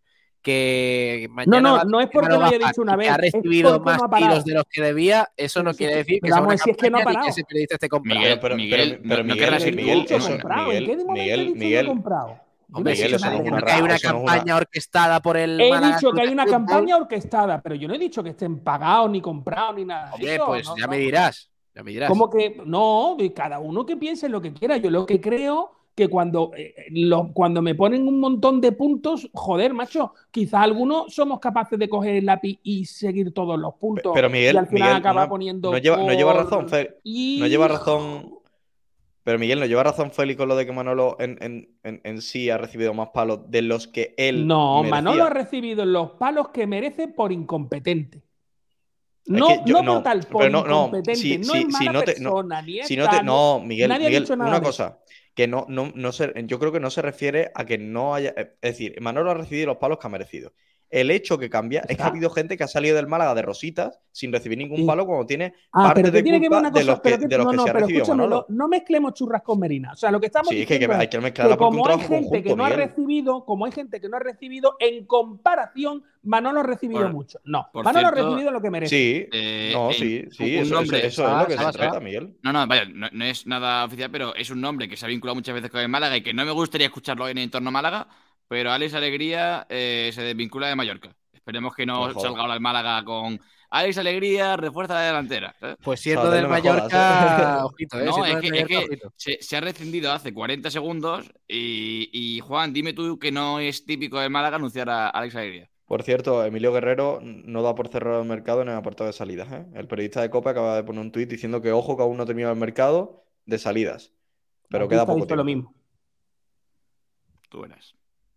que No, mañana no, va a no es decir porque Manolo lo haya Gafas dicho una y que vez, ha es recibido porque más no ha parado. tiros de los que debía, eso Pero no si quiere es que- decir que pero sea una vamos, si es que no ha campaña ni parado. que ese periodista esté comprado. Miguel, Pero, pero, Miguel, pero, no- pero no Miguel, querrás ¿Qué he decir- Miguel, dicho? eso, comprado? ¿En qué Miguel, momento Miguel, he dicho Miguel, yo comprado? Yo Hombre, no he si Miguel, dicho eso eso no nada no es de una significa que hay ra- una eso no es campaña una- orquestada por el He Málaga dicho Club que hay de una Fútbol. campaña orquestada, pero yo no he dicho que estén pagados ni comprados ni nada de Hombre, eso. pues No, ya no. me dirás, ya me dirás. Como que no, de cada uno que piense lo que quiera. Yo lo que creo que cuando, eh, lo- cuando me ponen un montón de puntos, joder, macho, quizás algunos somos capaces de coger el lápiz y seguir todos los puntos. Pero y Miguel, al final Miguel, acaba una- poniendo. no lleva, no lleva razón, por- Fe- y- no lleva razón. Pero Miguel, ¿no lleva razón Félix con lo de que Manolo en, en- en- en sí ha recibido más palos de los que él No, merecía? Manolo ha recibido los palos que merece por incompetente. Es No, que yo- no no, por tal, por pero no, no, incompetente. si- no si- es si mala no te- no- persona, ni es Si no te, tal, no, Miguel, nadie ha Miguel, dicho nada una de cosa, que no, no, no se, yo creo que no se refiere a que no haya, es decir, Manolo ha recibido los palos que ha merecido. El hecho que cambia es que Está. ha habido gente que ha salido del Málaga de rositas sin recibir ningún Sí. palo cuando tiene Ah, parte pero que de tiene que ver culpa una de cosa. los que, pero que- de los no, que no, se ha pero recibido escúchame, Manolo. no, no mezclemos churras con merinas. O sea, lo que estamos Sí, es que hay diciendo que, hay es que mezclarla que porque un como hay trabajo gente conjunto, que no ha Miguel. recibido, como hay gente que no ha recibido, en comparación, Manolo ha recibido Por- mucho. No, por Manolo cierto, ha recibido lo que merece. Sí, Eh, no, en- sí, sí, un eso, eso- nombre- eso es lo que Saba, se Saba. trata, Miguel. No, no, vaya, no, no es nada oficial, pero es un nombre que se ha vinculado muchas veces con el Málaga y que no me gustaría escucharlo en el entorno Málaga, pero Alex Alegría eh, se desvincula de Mallorca. Esperemos que no Ojo. salga ahora el Málaga con Alex Alegría refuerza la delantera. ¿sabes? Pues siendo Sabater, del no me jodas, Mallorca, ¿eh? ojito, ¿eh? No, Siendo es del que, es Mallorca, que ojito. se, se ha rescindido hace cuarenta segundos y, y, Juan, dime tú que no es típico del Málaga anunciar a Alex Alegría. Por cierto, Emilio Guerrero no da por cerrado el mercado en el apartado de salidas, ¿eh? El periodista de Copa acaba de poner un tuit diciendo que ojo que aún no ha terminado el mercado de salidas, pero queda Bautista poco dice lo tiempo. mismo. Tú verás.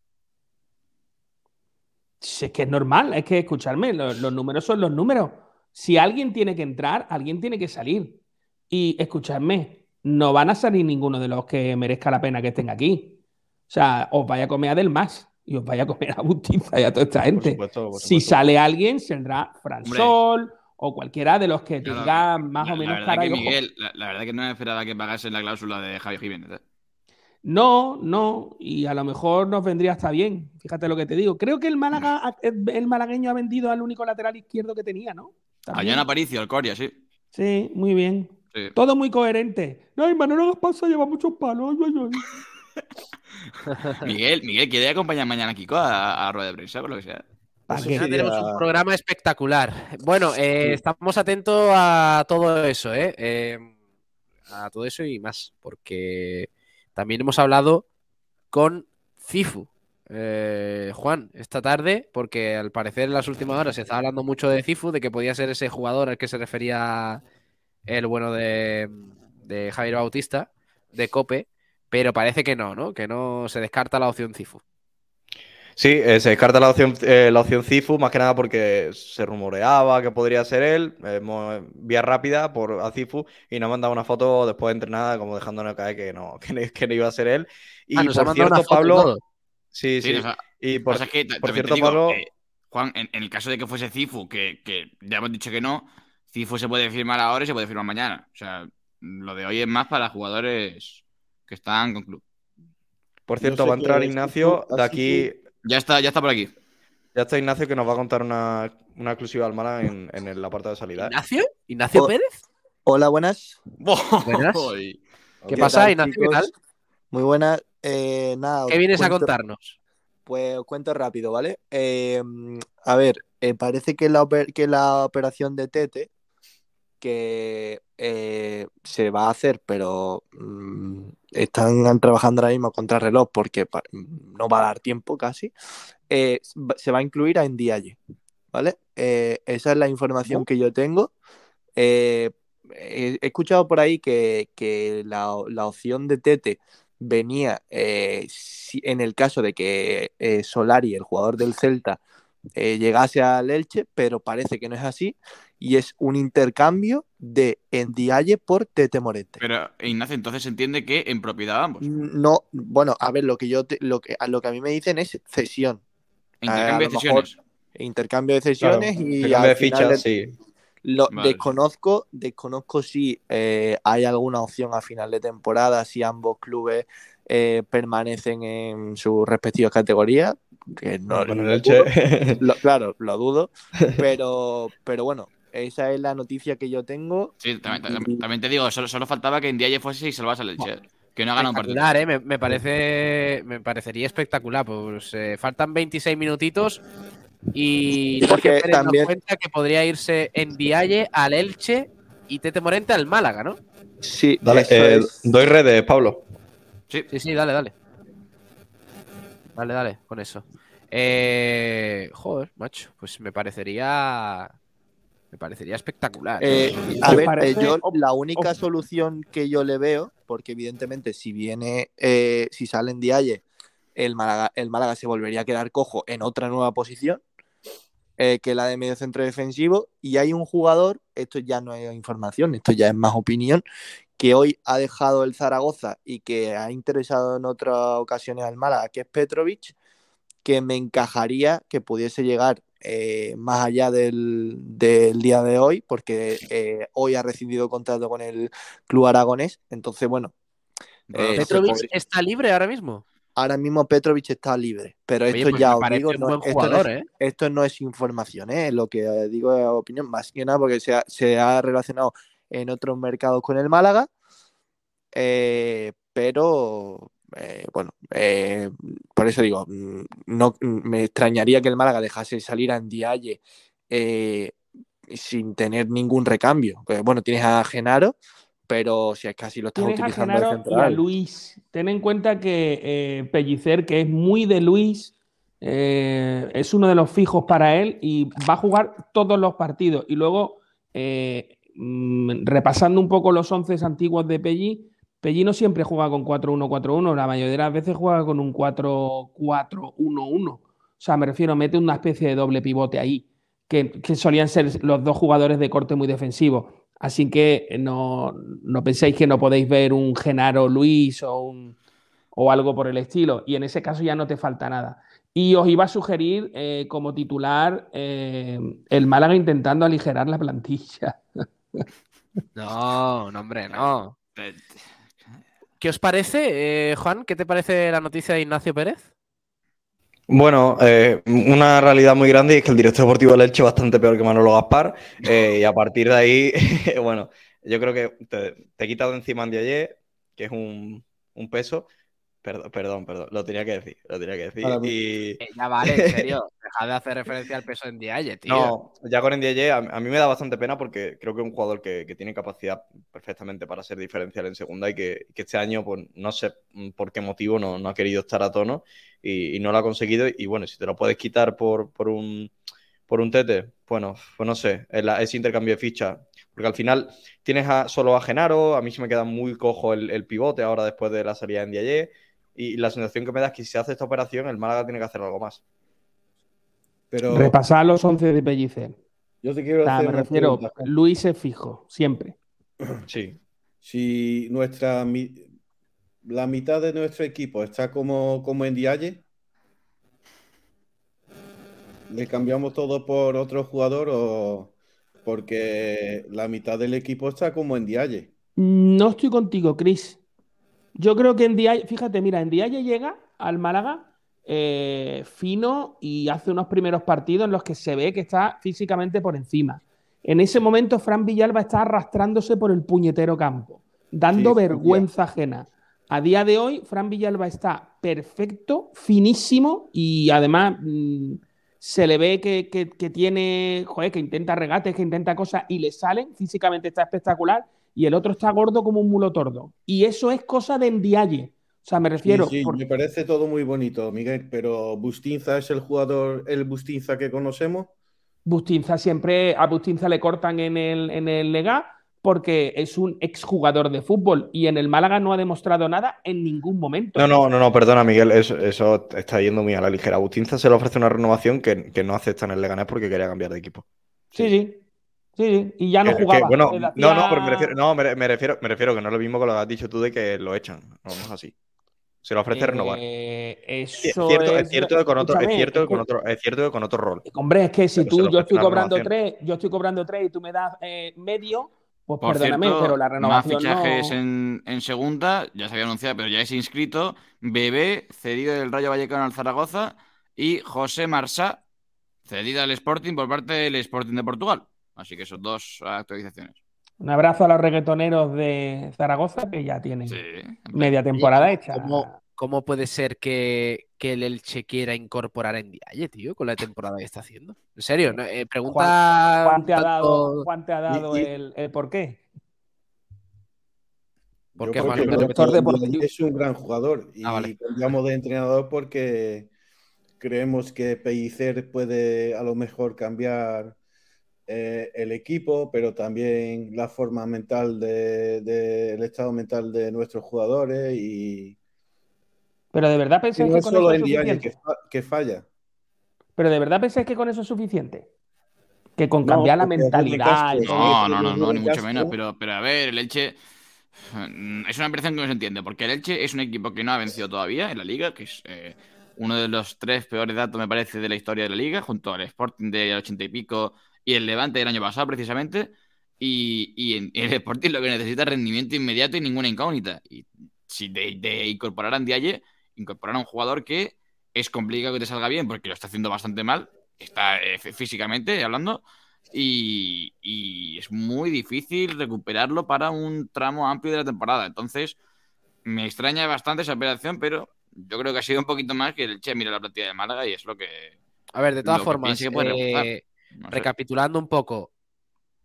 Si es que es normal, es que escucharme, los, los números son los números. Si alguien tiene que entrar, alguien tiene que salir. Y escuchadme, no van a salir ninguno de los que merezca la pena que estén aquí. O sea, os vaya a comer a Del Mas y os vaya a comer a Bautista y a toda esta Por gente. supuesto, por Si supuesto. sale alguien, saldrá Fran Hombre. Sol o cualquiera de los que Claro, tenga más la, o menos la verdad cara que y ojo. Miguel, la, la verdad que no me esperaba que pagase la cláusula de Javi Jiménez. ¿eh? No, no, y a lo mejor nos vendría hasta bien. Fíjate lo que te digo. Creo que el Málaga, el malagueño ha vendido al único lateral izquierdo que tenía, ¿no? También. Allá en Aparicio, el Coria, sí. Sí, muy bien. sí. Todo muy coherente. No, y Manolo Gaspar lleva muchos palos. Ay, ay, ay. Miguel, Miguel, ¿quiere acompañar mañana a Kiko a, a la rueda de prensa, por lo que sea? ¿Para Eso qué? Mañana tenemos un sería- programa espectacular. Bueno, eh, estamos atentos a todo eso, ¿eh? Eh, A todo eso y más, porque también hemos hablado con Cifu. Eh, Juan, esta tarde, porque al parecer en las últimas horas se estaba hablando mucho de Cifu, de que podía ser ese jugador al que se refería el bueno de, de Javier Bautista, de Cope, pero parece que no, ¿no? Que no se descarta la opción Cifu. Sí, eh, se descarta la opción, eh, la opción Cifu, más que nada porque se rumoreaba que podría ser él. Hemos vía rápida por a Cifu y nos ha mandado una foto después de entrenada, como dejándonos caer que no, que no, que no iba a ser él. Y Ah, nos ha por mandado cierto, una foto y Pablo. todo. Sí, Sí, sí. o sea, Y por, pasa es que, ta- por también te cierto, digo, Pablo. eh, Juan, en, en el caso de que fuese Cifu, que, que ya hemos dicho que no, Cifu se puede firmar ahora y se puede firmar mañana. O sea, lo de hoy es más para jugadores que están con club. Por Yo cierto, sé va a entrar que Ignacio. Cifu- De a aquí. Ya está, ya está por aquí. Ya está Ignacio que nos va a contar una, una exclusiva al Málaga en, en el apartado de salida. ¿eh? ¿Ignacio? ¿Ignacio Oh. Pérez? Hola, buenas. Buenas. Voy. ¿Qué ¿Qué pasa, tal, Ignacio? ¿Qué chicos? tal? Muy buenas. Eh, nada, ¿Qué os vienes a cuento- contarnos? Pues os cuento rápido, ¿vale? Eh, a ver, eh, parece que la, oper- que la operación de Tete, que eh, se va a hacer, pero mm, están trabajando ahora mismo contra reloj porque pa- no va a dar tiempo casi, eh, va- se va a incluir a Ndiaye, ¿vale? Eh, esa es la información ¿Cómo? que yo tengo. Eh, he, he escuchado por ahí que, que la, la opción de Tete venía eh, si- en el caso de que eh, Solari, el jugador del Celta, eh, llegase al Elche, pero parece que no es así y es un intercambio de Ndiaye por Tete Morente. Pero, Ignacio, entonces se entiende que en propiedad ambos. No, bueno, a ver, lo que yo te- lo que, a lo que a mí me dicen es cesión. Intercambio a de lo mejor- sesiones. Intercambio de Claro, sesiones y intercambio al de final fichas, del- sí. Lo Vale. desconozco, desconozco si eh, hay alguna opción a final de temporada, si ambos clubes eh, permanecen en sus respectivas categorías, que no, Bueno, el lo Elche. dudo. Lo- claro, lo dudo, pero, pero bueno, esa es la noticia que yo tengo. Sí, también, Y- también- también te digo, solo, solo faltaba que Ndiaye fuese y salvase al Elche. Que no ha ganado un partido. Espectacular, ¿eh? Me, me parece, me parecería espectacular. Pues eh, faltan veintiséis minutitos y Porque Ignacio Pérez también- nos cuenta que podría irse en Ndiaye al Elche y Tete Morente al Málaga, ¿no? Sí, Dale, eso eh, es- doy redes, Pablo. Sí. Sí, sí, dale, dale. Dale, dale, con eso. Eh, joder, macho, pues me parecería. Me parecería espectacular. Eh, ¿eh? a ¿Os ver, parece- eh, yo os- la única os- solución que yo le veo, porque evidentemente si viene, eh, si sale en Ndiaye, el Málaga, el Málaga se volvería a quedar cojo en otra nueva posición, eh, que la de medio centro defensivo, y hay un jugador, esto ya no es información, esto ya es más opinión, que hoy ha dejado el Zaragoza y que ha interesado en otras ocasiones al Málaga, que es Petrovic, que me encajaría que pudiese llegar eh, más allá del, del día de hoy, porque eh, hoy ha rescindido contrato con el club aragonés. Entonces, bueno, eh, se ¿Petrovic podría- está libre ahora mismo? ahora mismo Petrovic está libre, pero Oye, esto pues ya me os parece digo, un no, buen esto, no jugador, es, ¿eh? esto no es información, ¿eh? Lo que eh, digo es opinión, más que nada porque se ha, se ha relacionado en otros mercados con el Málaga, eh, pero eh, bueno, eh, por eso digo, mm, no me extrañaría que el Málaga dejase salir a Ndiaye eh, sin tener ningún recambio. Pues, bueno, tienes a Genaro, pero si es que así lo estás Tienes a utilizando de Genaro y a central. Luis. Ten en cuenta que eh, Pellicer, que es muy de Luis, eh, es uno de los fijos para él y va a jugar todos los partidos. Y luego, eh, mm, repasando un poco los once antiguos de Pelli, Pelli no siempre juega con cuatro uno cuatro uno, la mayoría de las veces juega con un cuatro cuatro uno uno. O sea, me refiero, mete una especie de doble pivote ahí, que, que solían ser los dos jugadores de corte muy defensivo. Así que no, no penséis que no podéis ver un Genaro Luis o, un, o algo por el estilo. Y en ese caso ya no te falta nada. Y os iba a sugerir eh, como titular eh, el Málaga intentando aligerar la plantilla. No, no, hombre, no. ¿Qué os parece, eh, Juan? ¿Qué te parece la noticia de Ignacio Pérez? Bueno, eh, una realidad muy grande y es que el director deportivo del Elche es bastante peor que Manolo Gaspar. Eh, y a partir de ahí, bueno, yo creo que te, te he quitado encima a Ndiaye, que es un, un peso. Perdón, perdón, perdón, lo tenía que decir, lo tenía que decir. Para mí. Y... Eh, ya vale, en serio. Deja de hacer referencia al peso en Ndiaye, tío. No, ya con Ndiaye a, a mí me da bastante pena porque creo que es un jugador que, que tiene capacidad perfectamente para ser diferencial en segunda y que, que este año, pues no sé por qué motivo, no, no ha querido estar a tono y, y no lo ha conseguido. Y bueno, si te lo puedes quitar por, por un por un Tete, bueno, pues no sé, ese intercambio de fichas. Porque al final tienes a, solo a Genaro, a mí se me queda muy cojo el, el pivote ahora después de la salida de Ndiaye. Y la sensación que me da es que si se hace esta operación, el Málaga tiene que hacer algo más. Pero Repasar los once de Pellicer. yo te quiero O sea, hacer me una refiero, pregunta. Luis es fijo, siempre. Sí. Si nuestra mi- la mitad de nuestro equipo está como, como en Ndiaye, ¿le cambiamos todo por otro jugador o porque la mitad del equipo está como en Ndiaye? No estoy contigo, Chris. Yo creo que Ndiaye, fíjate, mira, Ndiaye llega al Málaga eh, fino y hace unos primeros partidos en los que se ve que está físicamente por encima. En ese momento, Fran Villalba está arrastrándose por el puñetero campo, dando Sí, vergüenza ajena. A día de hoy, Fran Villalba está perfecto, finísimo y además mmm, se le ve que, que, que tiene, joder, que intenta regates, que intenta cosas y le salen. Físicamente está espectacular. Y el otro está gordo como un mulo tordo. Y eso es cosa de Ndiaye. O sea, me Sí, refiero... sí, por... me parece todo muy bonito, Miguel, pero ¿Bustinza es el jugador, el Bustinza que conocemos? Bustinza siempre... A Bustinza le cortan en el, en el Lega porque es un exjugador de fútbol y en el Málaga no ha demostrado nada en ningún momento. No, no, no, no, perdona, Miguel, eso, eso está yendo muy a la ligera. Bustinza se le ofrece una renovación que, que no acepta en el Leganés porque quería cambiar de equipo. Sí, sí. Sí, sí. Y ya no Que, jugaba. que, bueno, Él no, hacía... no, pero me refiero, no, me, me refiero, me refiero que no es lo mismo que lo has dicho tú de que lo echan. No, no es así. Se le ofrece eh, renovar. Eso Es cierto, es... es cierto que con otro, es Escúchame, cierto es que con que... otro, es cierto que con otro rol. Hombre, es que si Pero se tú, le yo ofrece estoy una cobrando renovación. tres, yo estoy cobrando tres y tú me das eh, medio, pues Por perdóname, cierto, pero la más renovación fichajes no... en, en segunda, ya se había anunciado, pero ya es inscrito. Bebé, cedido del Rayo Vallecano al Zaragoza, y José Marsá, cedido al Sporting por parte del Sporting de Portugal. Así que son dos actualizaciones. Un abrazo a los reggaetoneros de Zaragoza que ya tienen Sí, hombre. media temporada Oye, hecha. ¿Cómo, cómo puede ser que, que el Elche quiera incorporar a Ndiaye, tío, con la temporada que está haciendo? En serio, ¿no? Eh, pregunta Juan, Juan un te ha dado, tanto... Juan te ha dado Y- y- el, el por qué. ¿Por Yo qué, creo Juan? que El No te- director Ndiaye deportivo. es un gran jugador y Ah, vale. cambiamos de entrenador porque creemos que Pellicer puede a lo mejor cambiar eh, el equipo, pero también la forma mental de, de- el estado mental de nuestros jugadores y, Pero de verdad y pensáis no que es con solo eso es Ndiaye que, suficiente. fa- que falla. Pero de verdad pensáis que con eso es suficiente. Que con No, cambiar la porque Rubén mentalidad Castro, y todo No, eso. no, no, no, ni Rubén mucho menos. Castro, Pero, pero a ver, el Elche mm, es una impresión que no se entiende, porque el Elche es un equipo que no ha vencido todavía en la Liga, que es eh, uno de los tres peores datos, me parece, de la historia de la Liga, junto al Sporting del ochenta y pico y el Levante del año pasado, precisamente. Y, y en, el Sporting lo que necesita es rendimiento inmediato y ninguna incógnita. Y si de, de incorporar a Ndiaye, incorporar a un jugador que es complicado que te salga bien, porque lo está haciendo bastante mal, está eh, físicamente hablando. Y, y es muy difícil recuperarlo para un tramo amplio de la temporada. Entonces, me extraña bastante esa operación, pero yo creo que ha sido un poquito más que el Che mira la plantilla de Málaga y es lo que, A ver, de todas lo que formas, piense que puede reforzar. eh, No sé. recapitulando un poco,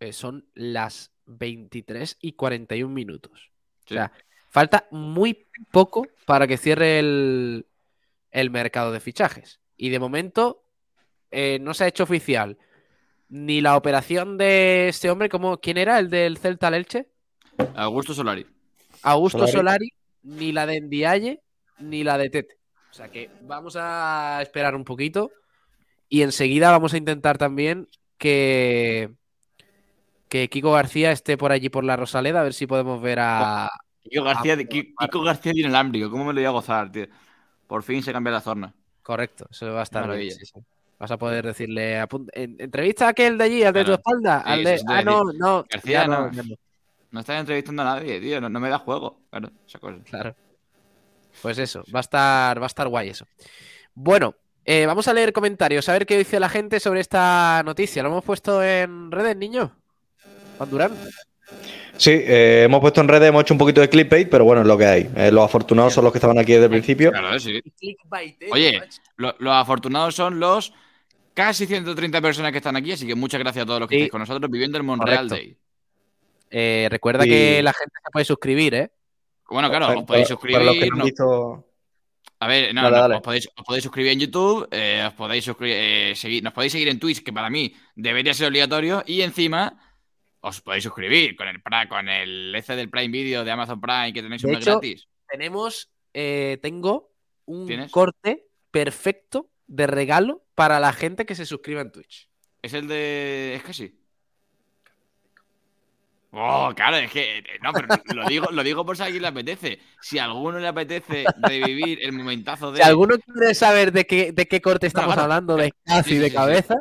eh, son las veintitrés y cuarenta y un minutos. Sí. O sea, falta muy poco para que cierre el, el mercado de fichajes. Y de momento eh, no se ha hecho oficial ni la operación de este hombre, como, ¿quién era? ¿El del Celta al Elche? Augusto Solari. Augusto Solari. Solari, ni la de Ndiaye, ni la de Tete. O sea que vamos a esperar un poquito y enseguida vamos a intentar también que, que Kiko García esté por allí por la Rosaleda, a ver si podemos ver a... Kiko García, de- Ki- Kiko García tiene el ámbrico. ¿Cómo me lo voy a gozar, tío? Por fin se cambia la zona. Correcto, eso va a estar bien. Maravilla. Sí, sí. Vas a poder decirle, apun- en- entrevista a aquel de allí, al de tu Claro. espalda, Sí, al eso de... sí te voy Ah, a no, decir. no, García, ya no, no. ya no. No estás entrevistando a nadie, tío. No, no me da juego. Claro, esa cosa. Claro. Pues eso, va a estar, va a estar guay eso. Bueno, eh, vamos a leer comentarios, a ver qué dice la gente sobre esta noticia. ¿Lo hemos puesto en redes, niño? Juan Durán. Sí, eh, hemos puesto en redes, hemos hecho un poquito de clickbait, pero bueno, es lo que hay. Eh, los afortunados son los que estaban aquí desde el principio. Claro, sí. Clickbaitero, Oye, macho. lo- los afortunados son los casi ciento treinta personas que están aquí, así que muchas gracias a todos los que Sí. estáis con nosotros viviendo el Monreal Correcto. Day. Eh, recuerda Y- que la gente se puede suscribir, ¿eh? Bueno, claro, Para- os podéis para- Para los que suscribir. no han no- visto. A ver, no, Dale, no, dale. Os, podéis, os podéis suscribir en YouTube, eh, os podéis suscribir, eh, seguir, nos podéis seguir en Twitch, que para mí debería ser obligatorio, y encima os podéis suscribir con el pra- con el ese del Prime Video de Amazon Prime que tenéis De un mes hecho, gratis. Tenemos, eh, tengo un ¿Tienes? corte perfecto de regalo para la gente que se suscriba en Twitch. Es el de. Es que sí. Oh, claro, es que. eh, No, pero lo digo, lo digo por si a alguien le apetece. Si a alguno le apetece revivir el momentazo de. Si alguno quiere saber de qué, de qué corte estamos claro. hablando, de casi Sí, sí, de sí, sí. cabeza,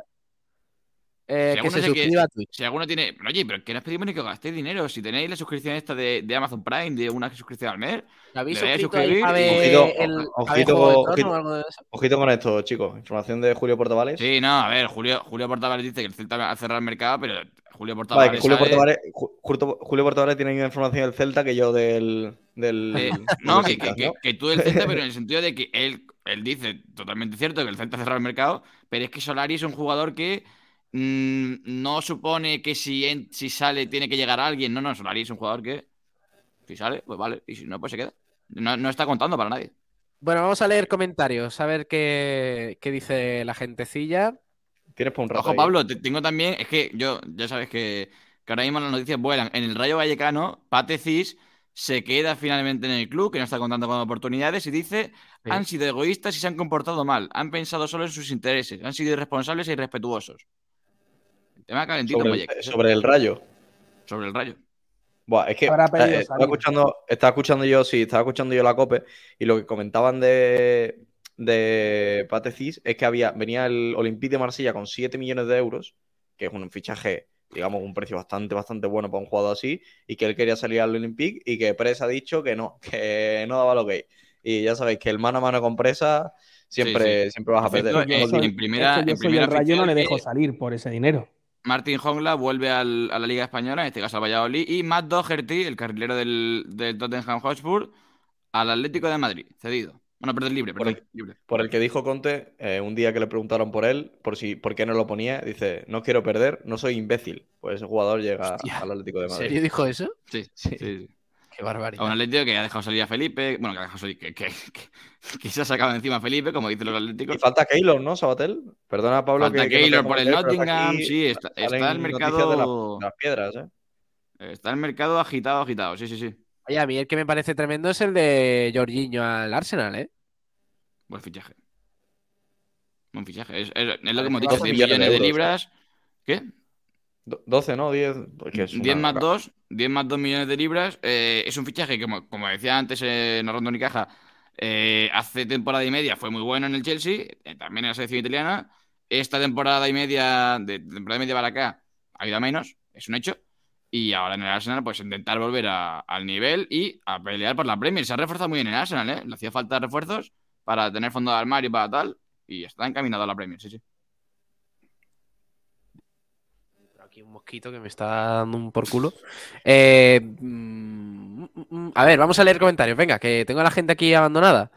eh, Si que alguno se sé que- suscriba a Twitch. Si alguno tiene. Pero, oye, pero que no os pedimos ni que os gastéis dinero. Si tenéis la suscripción esta de, de Amazon Prime, de una suscripción al mes, ¿Me habéis le dais a suscrito ahí suscribir a y- ver Ojito, el ojito a ver Juego de con- Tronos ojito. o algo de eso? Ojito con esto, chicos. Información de Julio Portavales. Sí, no, a ver, Julio, Julio Portavales dice que el Celta va a cerrar el mercado, pero Julio Vale, Portavales. que Julio sabe- Portavales, Ju- Julio, Julio Portavales tiene más información del Celta que yo del. del Eh, del no, que, Besiktas, que- ¿no? que tú del Celta, pero en el sentido de que él, él dice totalmente cierto que el Celta ha cerrado el mercado, pero es que Solari es un jugador que mm, no supone que si, en- si sale tiene que llegar a alguien. No, no, Solari es un jugador que si sale, pues vale, y si no, pues se queda. No, no está contando para nadie. Bueno, vamos a leer comentarios, a ver qué, qué dice la gentecilla. Tienes por un rato. Ojo, ahí. Pablo, te tengo también, es que yo, ya sabes que, que ahora mismo las noticias vuelan. En el Rayo Vallecano, Pate Cis se queda finalmente en el club, que no está contando con oportunidades, y dice, Sí. han sido egoístas y se han comportado mal, han pensado solo en sus intereses, han sido irresponsables e irrespetuosos. El tema calentito en Sobre el, Vallecas, ¿eh? sobre el Rayo. Sobre el Rayo. Buah, es que Habrá pedido eh, estaba salir. escuchando, estaba escuchando yo, sí, estaba escuchando yo la COPE y lo que comentaban de, de Pate Cis es que había, venía el Olympique de Marsella con siete millones de euros, que es un fichaje, digamos, un precio bastante, bastante bueno para un jugador así, y que él quería salir al Olympique y que Presa ha dicho que no, que no daba lo que hay. Y ya sabéis que el mano a mano con Presa siempre, Sí, siempre vas a Por cierto, perder. que Yo soy- en primera, es que yo en soy primera el Rayo, no oficial le que dejo salir por ese dinero. Martin Hongla vuelve al- a la Liga Española, en este caso al Valladolid, y Matt Doherty, el carrilero del, del Tottenham Hotspur, al Atlético de Madrid, cedido. Bueno, perdón, libre, Por perdón, libre. Por el que dijo Conte, eh, un día que le preguntaron por él, por si, por qué no lo ponía, dice, no quiero perder, no soy imbécil. Pues ese jugador llega Hostia, al Atlético de ¿En Madrid. serio dijo eso? Sí, Sí. sí, sí. Qué barbaridad. A un Atlético que ha dejado salir a Felipe, bueno, que ha dejado salir, que, que, que, que se ha sacado encima a Felipe, como dicen los Atléticos. Y falta Keylor, ¿no, Sabatel? Perdona, Pablo. Falta que, que no Keylor te por el conté, pero Nottingham, aquí sí, está- salen está el noticias mercado- de, la- de las piedras, ¿eh? Está el mercado agitado, agitado, sí, sí, sí. Oye, a mí el que me parece tremendo es el de Jorginho al Arsenal, ¿eh? Buen fichaje. Buen fichaje. Es, es- es lo que hemos doce dicho, diez millones millones de de euros, libras. ¿Qué? Do- doce, ¿no? diez. Porque es diez una- más dos, diez más dos millones de libras. Eh, es un fichaje que, como, como decía antes, eh, Narrando Unicaja, eh, hace temporada y media fue muy bueno en el Chelsea, eh, también en la selección italiana. Esta temporada y media, de de temporada y media para acá, ha ido a menos, es un hecho. Y ahora en el Arsenal, pues intentar volver a- al nivel y a pelear por la Premier. Se ha reforzado muy bien en el Arsenal, ¿eh? Le hacía falta refuerzos para tener fondo de armario y para tal. Y está encaminado a la Premier, sí, sí. Aquí un mosquito que me está dando un por culo. Eh, mm, mm, mm, a ver, vamos a leer comentarios. Venga, que tengo a la gente aquí abandonada.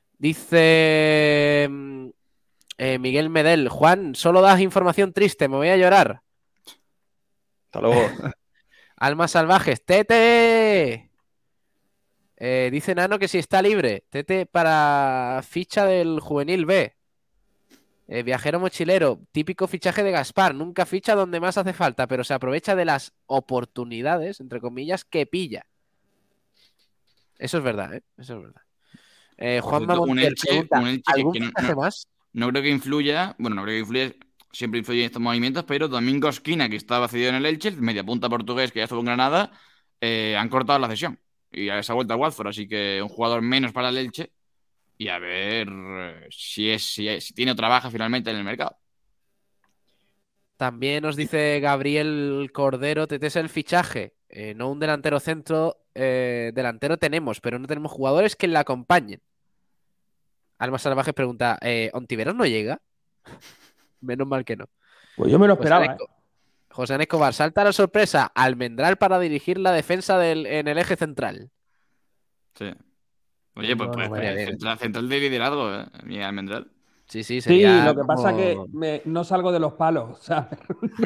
Dice mm, eh, Miguel Medel, Juan, solo das información triste, me voy a llorar. Hasta luego. Almas salvajes, Tete. Eh, dice Nano que si está libre. Tete para ficha del juvenil B. Eh, viajero mochilero, típico fichaje de Gaspar. Nunca ficha donde más hace falta, pero se aprovecha de las oportunidades, entre comillas, que pilla. Eso es verdad, ¿eh? Eso es verdad. Eh, Por Juanma cierto, un Montiel Elche, pregunta, un Elche que- ¿algún que no- fichaje no- más? No creo que influya, bueno, no creo que influya, siempre influye en estos movimientos, pero Domingo Esquina, que estaba cedido en el Elche, el mediapunta portugués que ya estuvo en Granada, eh, han cortado la cesión y a esa vuelta al Watford, así que un jugador menos para el Elche y a ver eh, si, es, si, es- si tiene otra baja finalmente en el mercado. También nos dice Gabriel Cordero, Tete es el fichaje, eh, no un delantero centro. Eh, delantero tenemos, pero no tenemos jugadores que le acompañen. Almas Salvajes pregunta, eh, ¿Ontiveros no llega? Menos mal que no. Pues yo me lo José esperaba, ¿eh? Esco- José Ana Escobar, salta la sorpresa, Almendral para dirigir la defensa del, en el eje central. Sí. Oye, pues, No, pues, no, pues, vaya bien. central, central de liderazgo, ¿eh? Miguel Almendral. Sí, sí, Sí, sería lo que como- pasa que me- no salgo de los palos, ¿sabes?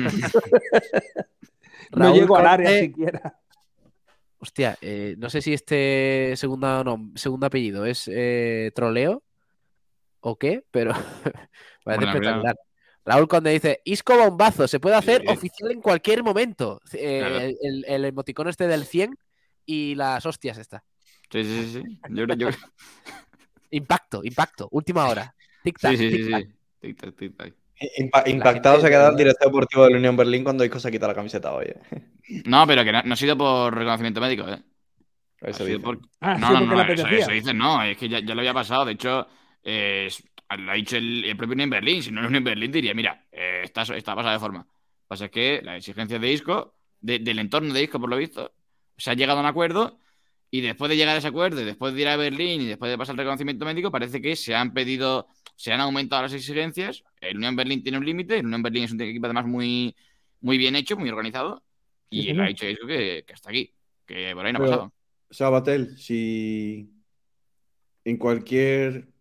No Raúl llego al área Conde- siquiera. Hostia, eh, no sé si este segundo, nom- segundo apellido es eh, troleo o qué, pero parece Bueno, espectacular. Raúl Conde dice, Isco bombazo, se puede hacer Sí. oficial en cualquier momento. Eh, Claro. el, el- el emoticón este del cien y las hostias está. Sí, sí, sí, sí. Yo creo, yo creo- Impacto, impacto, última hora. Tic-tac, Sí, sí, sí, tic-tac. sí. Tic-tac, tic-tac. Impa- impactado gente se queda de el director deportivo del Unión Berlín cuando Isco se quita la camiseta hoy. ¿eh? No, pero que no, no ha sido por reconocimiento médico, ¿eh? Ha Eso sido dice. por- Ah, No, sí, no, porque no, le eso, apetecía. eso dicen, no, es que ya, ya lo había pasado. De hecho, eh, es- lo ha dicho el, el propio Unión Berlín. Si no el Unión Berlín diría, mira, eh, está, está pasada de forma. Lo que pasa es que las exigencias de Isco, de- del entorno de Isco, por lo visto, se ha llegado a un acuerdo y después de llegar a ese acuerdo y después de ir a Berlín y después de pasar el reconocimiento médico, parece que se han pedido, se han aumentado las exigencias. El Unión Berlín tiene un límite, el Unión Berlín es un equipo además muy, muy bien hecho, muy organizado y Sí, le señor. ha dicho Isco que, que hasta aquí, que por ahí no ha Pero, pasado. Sabatel, si en cualquier,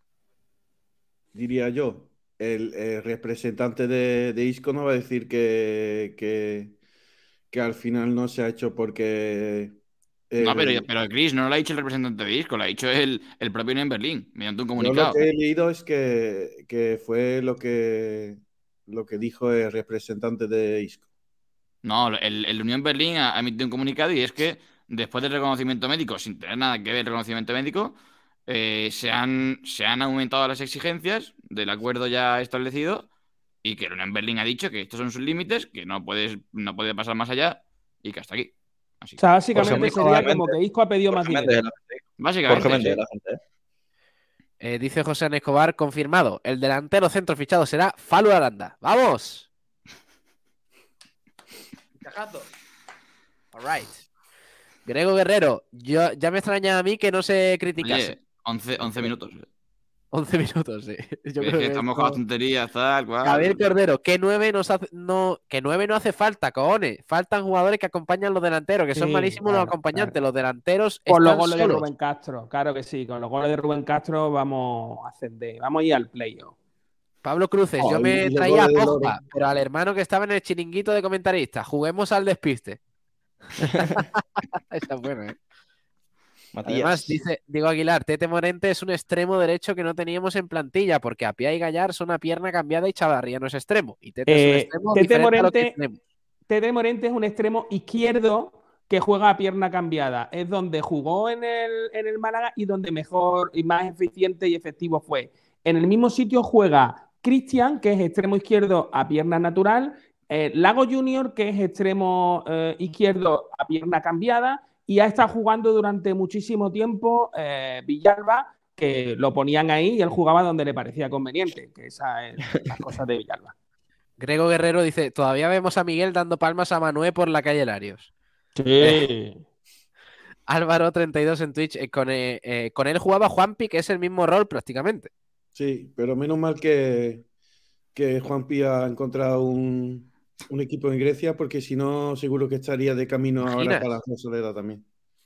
diría yo, el, el representante de, de Isco no va a decir que, que, que al final no se ha hecho porque No, el- pero, pero Chris, no lo ha dicho el representante de Isco, lo ha dicho el, el propio Unión Berlín, mediante un yo lo comunicado. que he leído es que, que fue lo que, lo que dijo el representante de Isco. No, el, el Unión Berlín ha, ha emitido un comunicado y es que después del reconocimiento médico, sin tener nada que ver el reconocimiento médico, eh, se han, se han aumentado las exigencias del acuerdo ya establecido y que el Unión Berlin ha dicho que estos son sus límites, que no puedes, no puede pasar más allá y que hasta aquí. Así O que, sea, básicamente Jorge sería Méndez. como que Isco ha pedido más Jorge dinero. Méndez, la gente. básicamente, Jorge Méndez, sí. la gente. ¿eh? Eh, dice José Ana Escobar, confirmado. El delantero centro fichado será Falu Aranda. ¡Vamos! Fichajazo. All right. Grego Guerrero, yo, ya me extraña a mí que no se criticase. Oye, once, once minutos. once minutos, sí. Yo Es creo que que estamos esto- con las tonterías, tal, cual. Javier Cordero, que nueve nos hace, no, que nueve no hace falta, cojones. Faltan jugadores que acompañan los delanteros, que son Sí, malísimos claro, los acompañantes. claro. Los delanteros Por los están goles de solos. Rubén Castro, claro que sí. Con los goles de Rubén Castro vamos a ascender, vamos a ir al playoff. Pablo Cruces, Oh, yo y- me y los traía a goles de Loro. Pogba, pero al hermano que estaba en el chiringuito de comentarista. Juguemos al despiste. Esa es buena, ¿eh? Matías. Además, dice Diego Aguilar, Tete Morente es un extremo derecho que no teníamos en plantilla, porque Apia y Gallar son a pierna cambiada y Chavarría no es extremo. Y Tete es un Eh, extremo Tete diferente a lo que Morente- tenemos. Tete Morente es un extremo izquierdo que juega a pierna cambiada. Es donde jugó en el, en el Málaga y donde mejor y más eficiente y efectivo fue. En el mismo sitio juega Cristian, que es extremo izquierdo a pierna natural, eh, Lago Junior, que es extremo eh, izquierdo a pierna cambiada, y ha estado jugando durante muchísimo tiempo eh, Villalba, que lo ponían ahí y él jugaba donde le parecía conveniente, que esa es las cosas de Villalba. Grego Guerrero dice, todavía vemos a Miguel dando palmas a Manuel por la calle Larios. Sí. Álvaro treinta y dos en Twitch, eh, con, eh, eh, con él jugaba Juanpi, que es el mismo rol prácticamente. Sí, pero menos mal que, que Juanpi ha encontrado un, un equipo en Grecia, porque si no, seguro que estaría de camino ¿Imaginas? ahora para la Soledad también.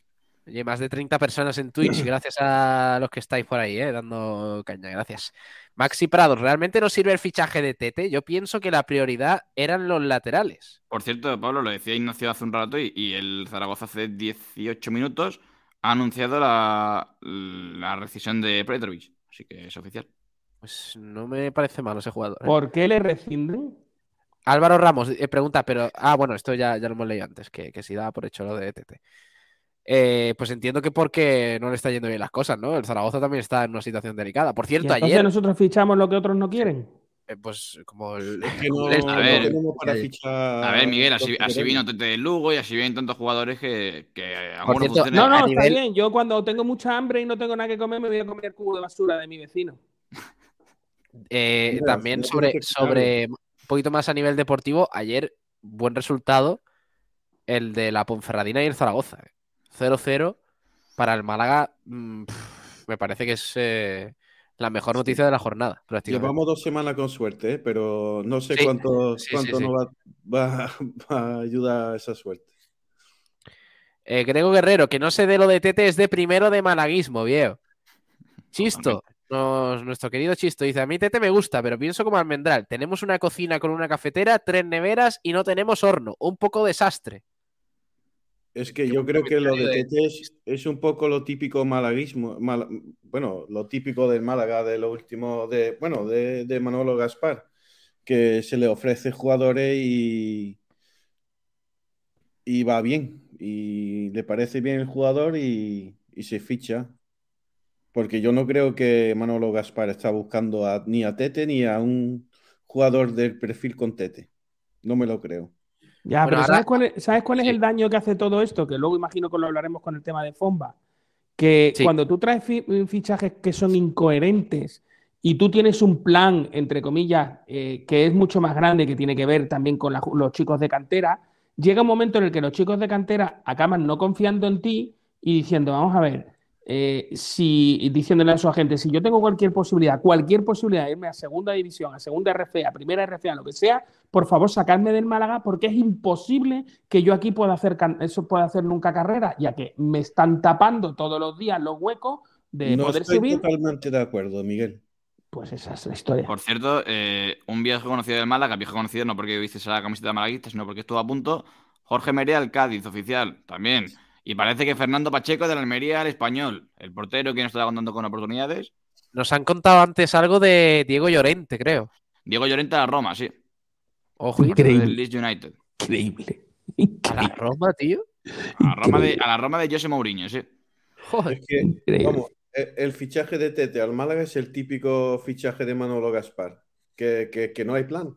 Oye, más de treinta personas en Twitch, gracias a los que estáis por ahí, ¿eh? Dando caña, gracias. Maxi Prados, ¿realmente no sirve el fichaje de Tete? Yo pienso que la prioridad eran los laterales. Por cierto, Pablo, lo decía Ignacio hace un rato y, y el Zaragoza hace dieciocho minutos ha anunciado la, la rescisión de Petrovic. Así que es oficial. Pues no me parece malo ese jugador, ¿eh? ¿Por qué le rescinden? Álvaro Ramos eh, pregunta, pero... Ah, bueno, esto ya, ya lo hemos leído antes, que, que si daba por hecho lo de Tete. Eh, pues entiendo que porque no le está yendo bien las cosas, ¿no? El Zaragoza también está en una situación delicada. Por ¿Y cierto, entonces ayer, nosotros fichamos lo que otros no quieren? eh, pues como el... Es que como no, el- A no ver. tenemos para ayer. fichar. A ver, Miguel, así, los que así queremos. vino Tete del Lugo y así vienen tantos jugadores que, que a Por algunos cierto, funcionan. No, a no, está nivel- bien. Yo cuando tengo mucha hambre y no tengo nada que comer, me voy a comer el cubo de basura de mi vecino. Eh, Mira, también no sobre, tiene que quitarlo. sobre un poquito más a nivel deportivo, ayer buen resultado el de la Ponferradina y el Zaragoza. eh. cero cero para el Málaga. mm, pf, me parece que es eh, la mejor noticia de la jornada, prácticamente. Llevamos dos semanas con suerte, ¿eh? Pero no sé Sí, cuánto, sí, sí, cuánto sí. nos va, va- va a ayudar esa suerte. Eh, Grego Guerrero, que no sé de lo de Tete, es de primero de malaguismo, viejo. Chisto, nos- nuestro querido Chisto dice, a mí Tete me gusta, pero pienso como Almendral. Tenemos una cocina con una cafetera, tres neveras y no tenemos horno. Un poco desastre. Es que Qué yo buen creo que lo de comentario de- Tete es, es un poco lo típico malaguismo, mal- bueno, lo típico del Málaga de lo último de, bueno, de, de Manolo Gaspar, que se le ofrece jugadores y, y va bien, y le parece bien el jugador y, y se ficha. Porque yo no creo que Manolo Gaspar está buscando a- ni a Tete ni a un jugador del perfil con Tete. No me lo creo. Ya, Bueno, pero ahora... ¿sabes cuál es, ¿sabes cuál es Sí, el daño que hace todo esto? Que luego imagino que lo hablaremos con el tema de Fomba. Que sí. cuando tú traes fi- fichajes que son incoherentes y tú tienes un plan, entre comillas, eh, que es mucho más grande, que tiene que ver también con la ju- los chicos de cantera, llega un momento en el que los chicos de cantera acaban no confiando en ti y diciendo, vamos a ver, eh, si, y diciéndole a su agente, si yo tengo cualquier posibilidad, cualquier posibilidad de irme a segunda división, a segunda R F A, a primera R F A, lo que sea, por favor, sacadme del Málaga porque es imposible que yo aquí pueda hacer, can- eso pueda hacer nunca carrera, ya que me están tapando todos los días los huecos de No poder estoy subir. totalmente de acuerdo, Miguel. Pues esa es la historia. Por cierto, eh, un viejo conocido del Málaga, viejo conocido no porque viste la camiseta malaguista, sino porque estuvo a punto. Jorge Merea, el Cádiz, oficial, también. Y parece que Fernando Pacheco de la Almería, el Español, el portero que nos está contando con oportunidades. Nos han contado antes algo de Diego Llorente, creo. Diego Llorente a la Roma, sí. Ojito. Increíble. Del Leeds United. Increíble. A la Roma, tío. A la Roma de, a la Roma de José Mourinho, sí. Joder. Es que, Increíble. vamos, el, el fichaje de Tete al Málaga es el típico fichaje de Manolo Gaspar, que, que, que no hay plan.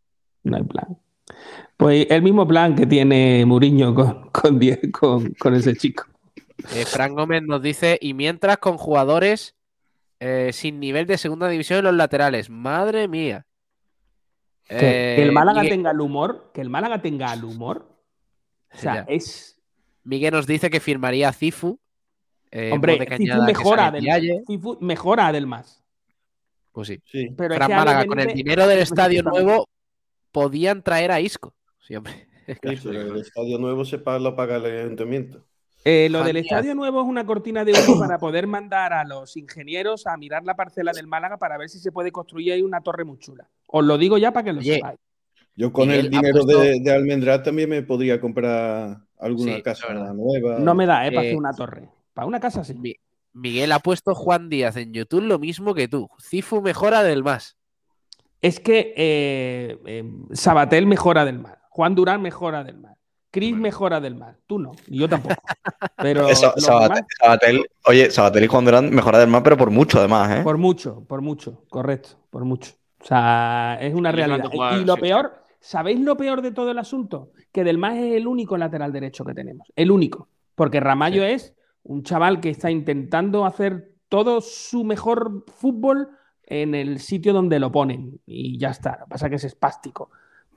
No hay plan. Pues el mismo plan que tiene Mourinho con, con, Die- con, con ese chico. Eh, Fran Gómez nos dice, y mientras con jugadores eh, sin nivel de segunda división en los laterales. Madre mía. Que, que el Eh, Málaga Miguel, tenga el humor, que el Málaga tenga el humor. O sea, Ya. es. Miguel nos dice que firmaría a Cifu. eh, Hombre, Mo de Cifu Cañada, que mejora sale del Dialle. Cifu mejora del más. Pues sí. Sí. Pero es Fran que Alex Málaga, con el Benítez- dinero del Alex estadio Benítez nuevo, podían traer a Isco. Sí, hombre. Sí, Claro. pero el estadio nuevo se paga, lo paga el ayuntamiento. Eh, lo Juan del Díaz. estadio nuevo es una cortina de humo para poder mandar a los ingenieros a mirar la parcela del Málaga para ver si se puede construir ahí una torre muy chula. Os lo digo ya para que lo Oye, sepáis. Yo con Miguel el ha dinero puesto- de, de Almendral también me podría comprar alguna Sí, casa es verdad. nueva. No me da, ¿eh? Para Eh, hacer una torre. Para una casa sí. Mi- Miguel ha puesto Juan Díaz en YouTube lo mismo que tú. Cifu mejora del más. Es que eh, eh, Sabatel mejora del mar. Juan Durán mejora del mar. Chris Bueno. mejora del mar. Tú no, y yo tampoco. Pero Eso, los Sabatel, demás, Sabatel- oye, Sabatel y Juan Durán mejora del más, pero por mucho además, ¿eh? por mucho, por mucho, correcto, por mucho. O sea, es una Ellos realidad. van a jugar, Y lo sí. peor, ¿sabéis lo peor de todo el asunto? Que del más es el único lateral derecho que tenemos. El único. Porque Ramallo es un chaval que está intentando hacer todo su mejor fútbol en el sitio donde lo ponen. Y ya está. Lo que pasa es que es espástico.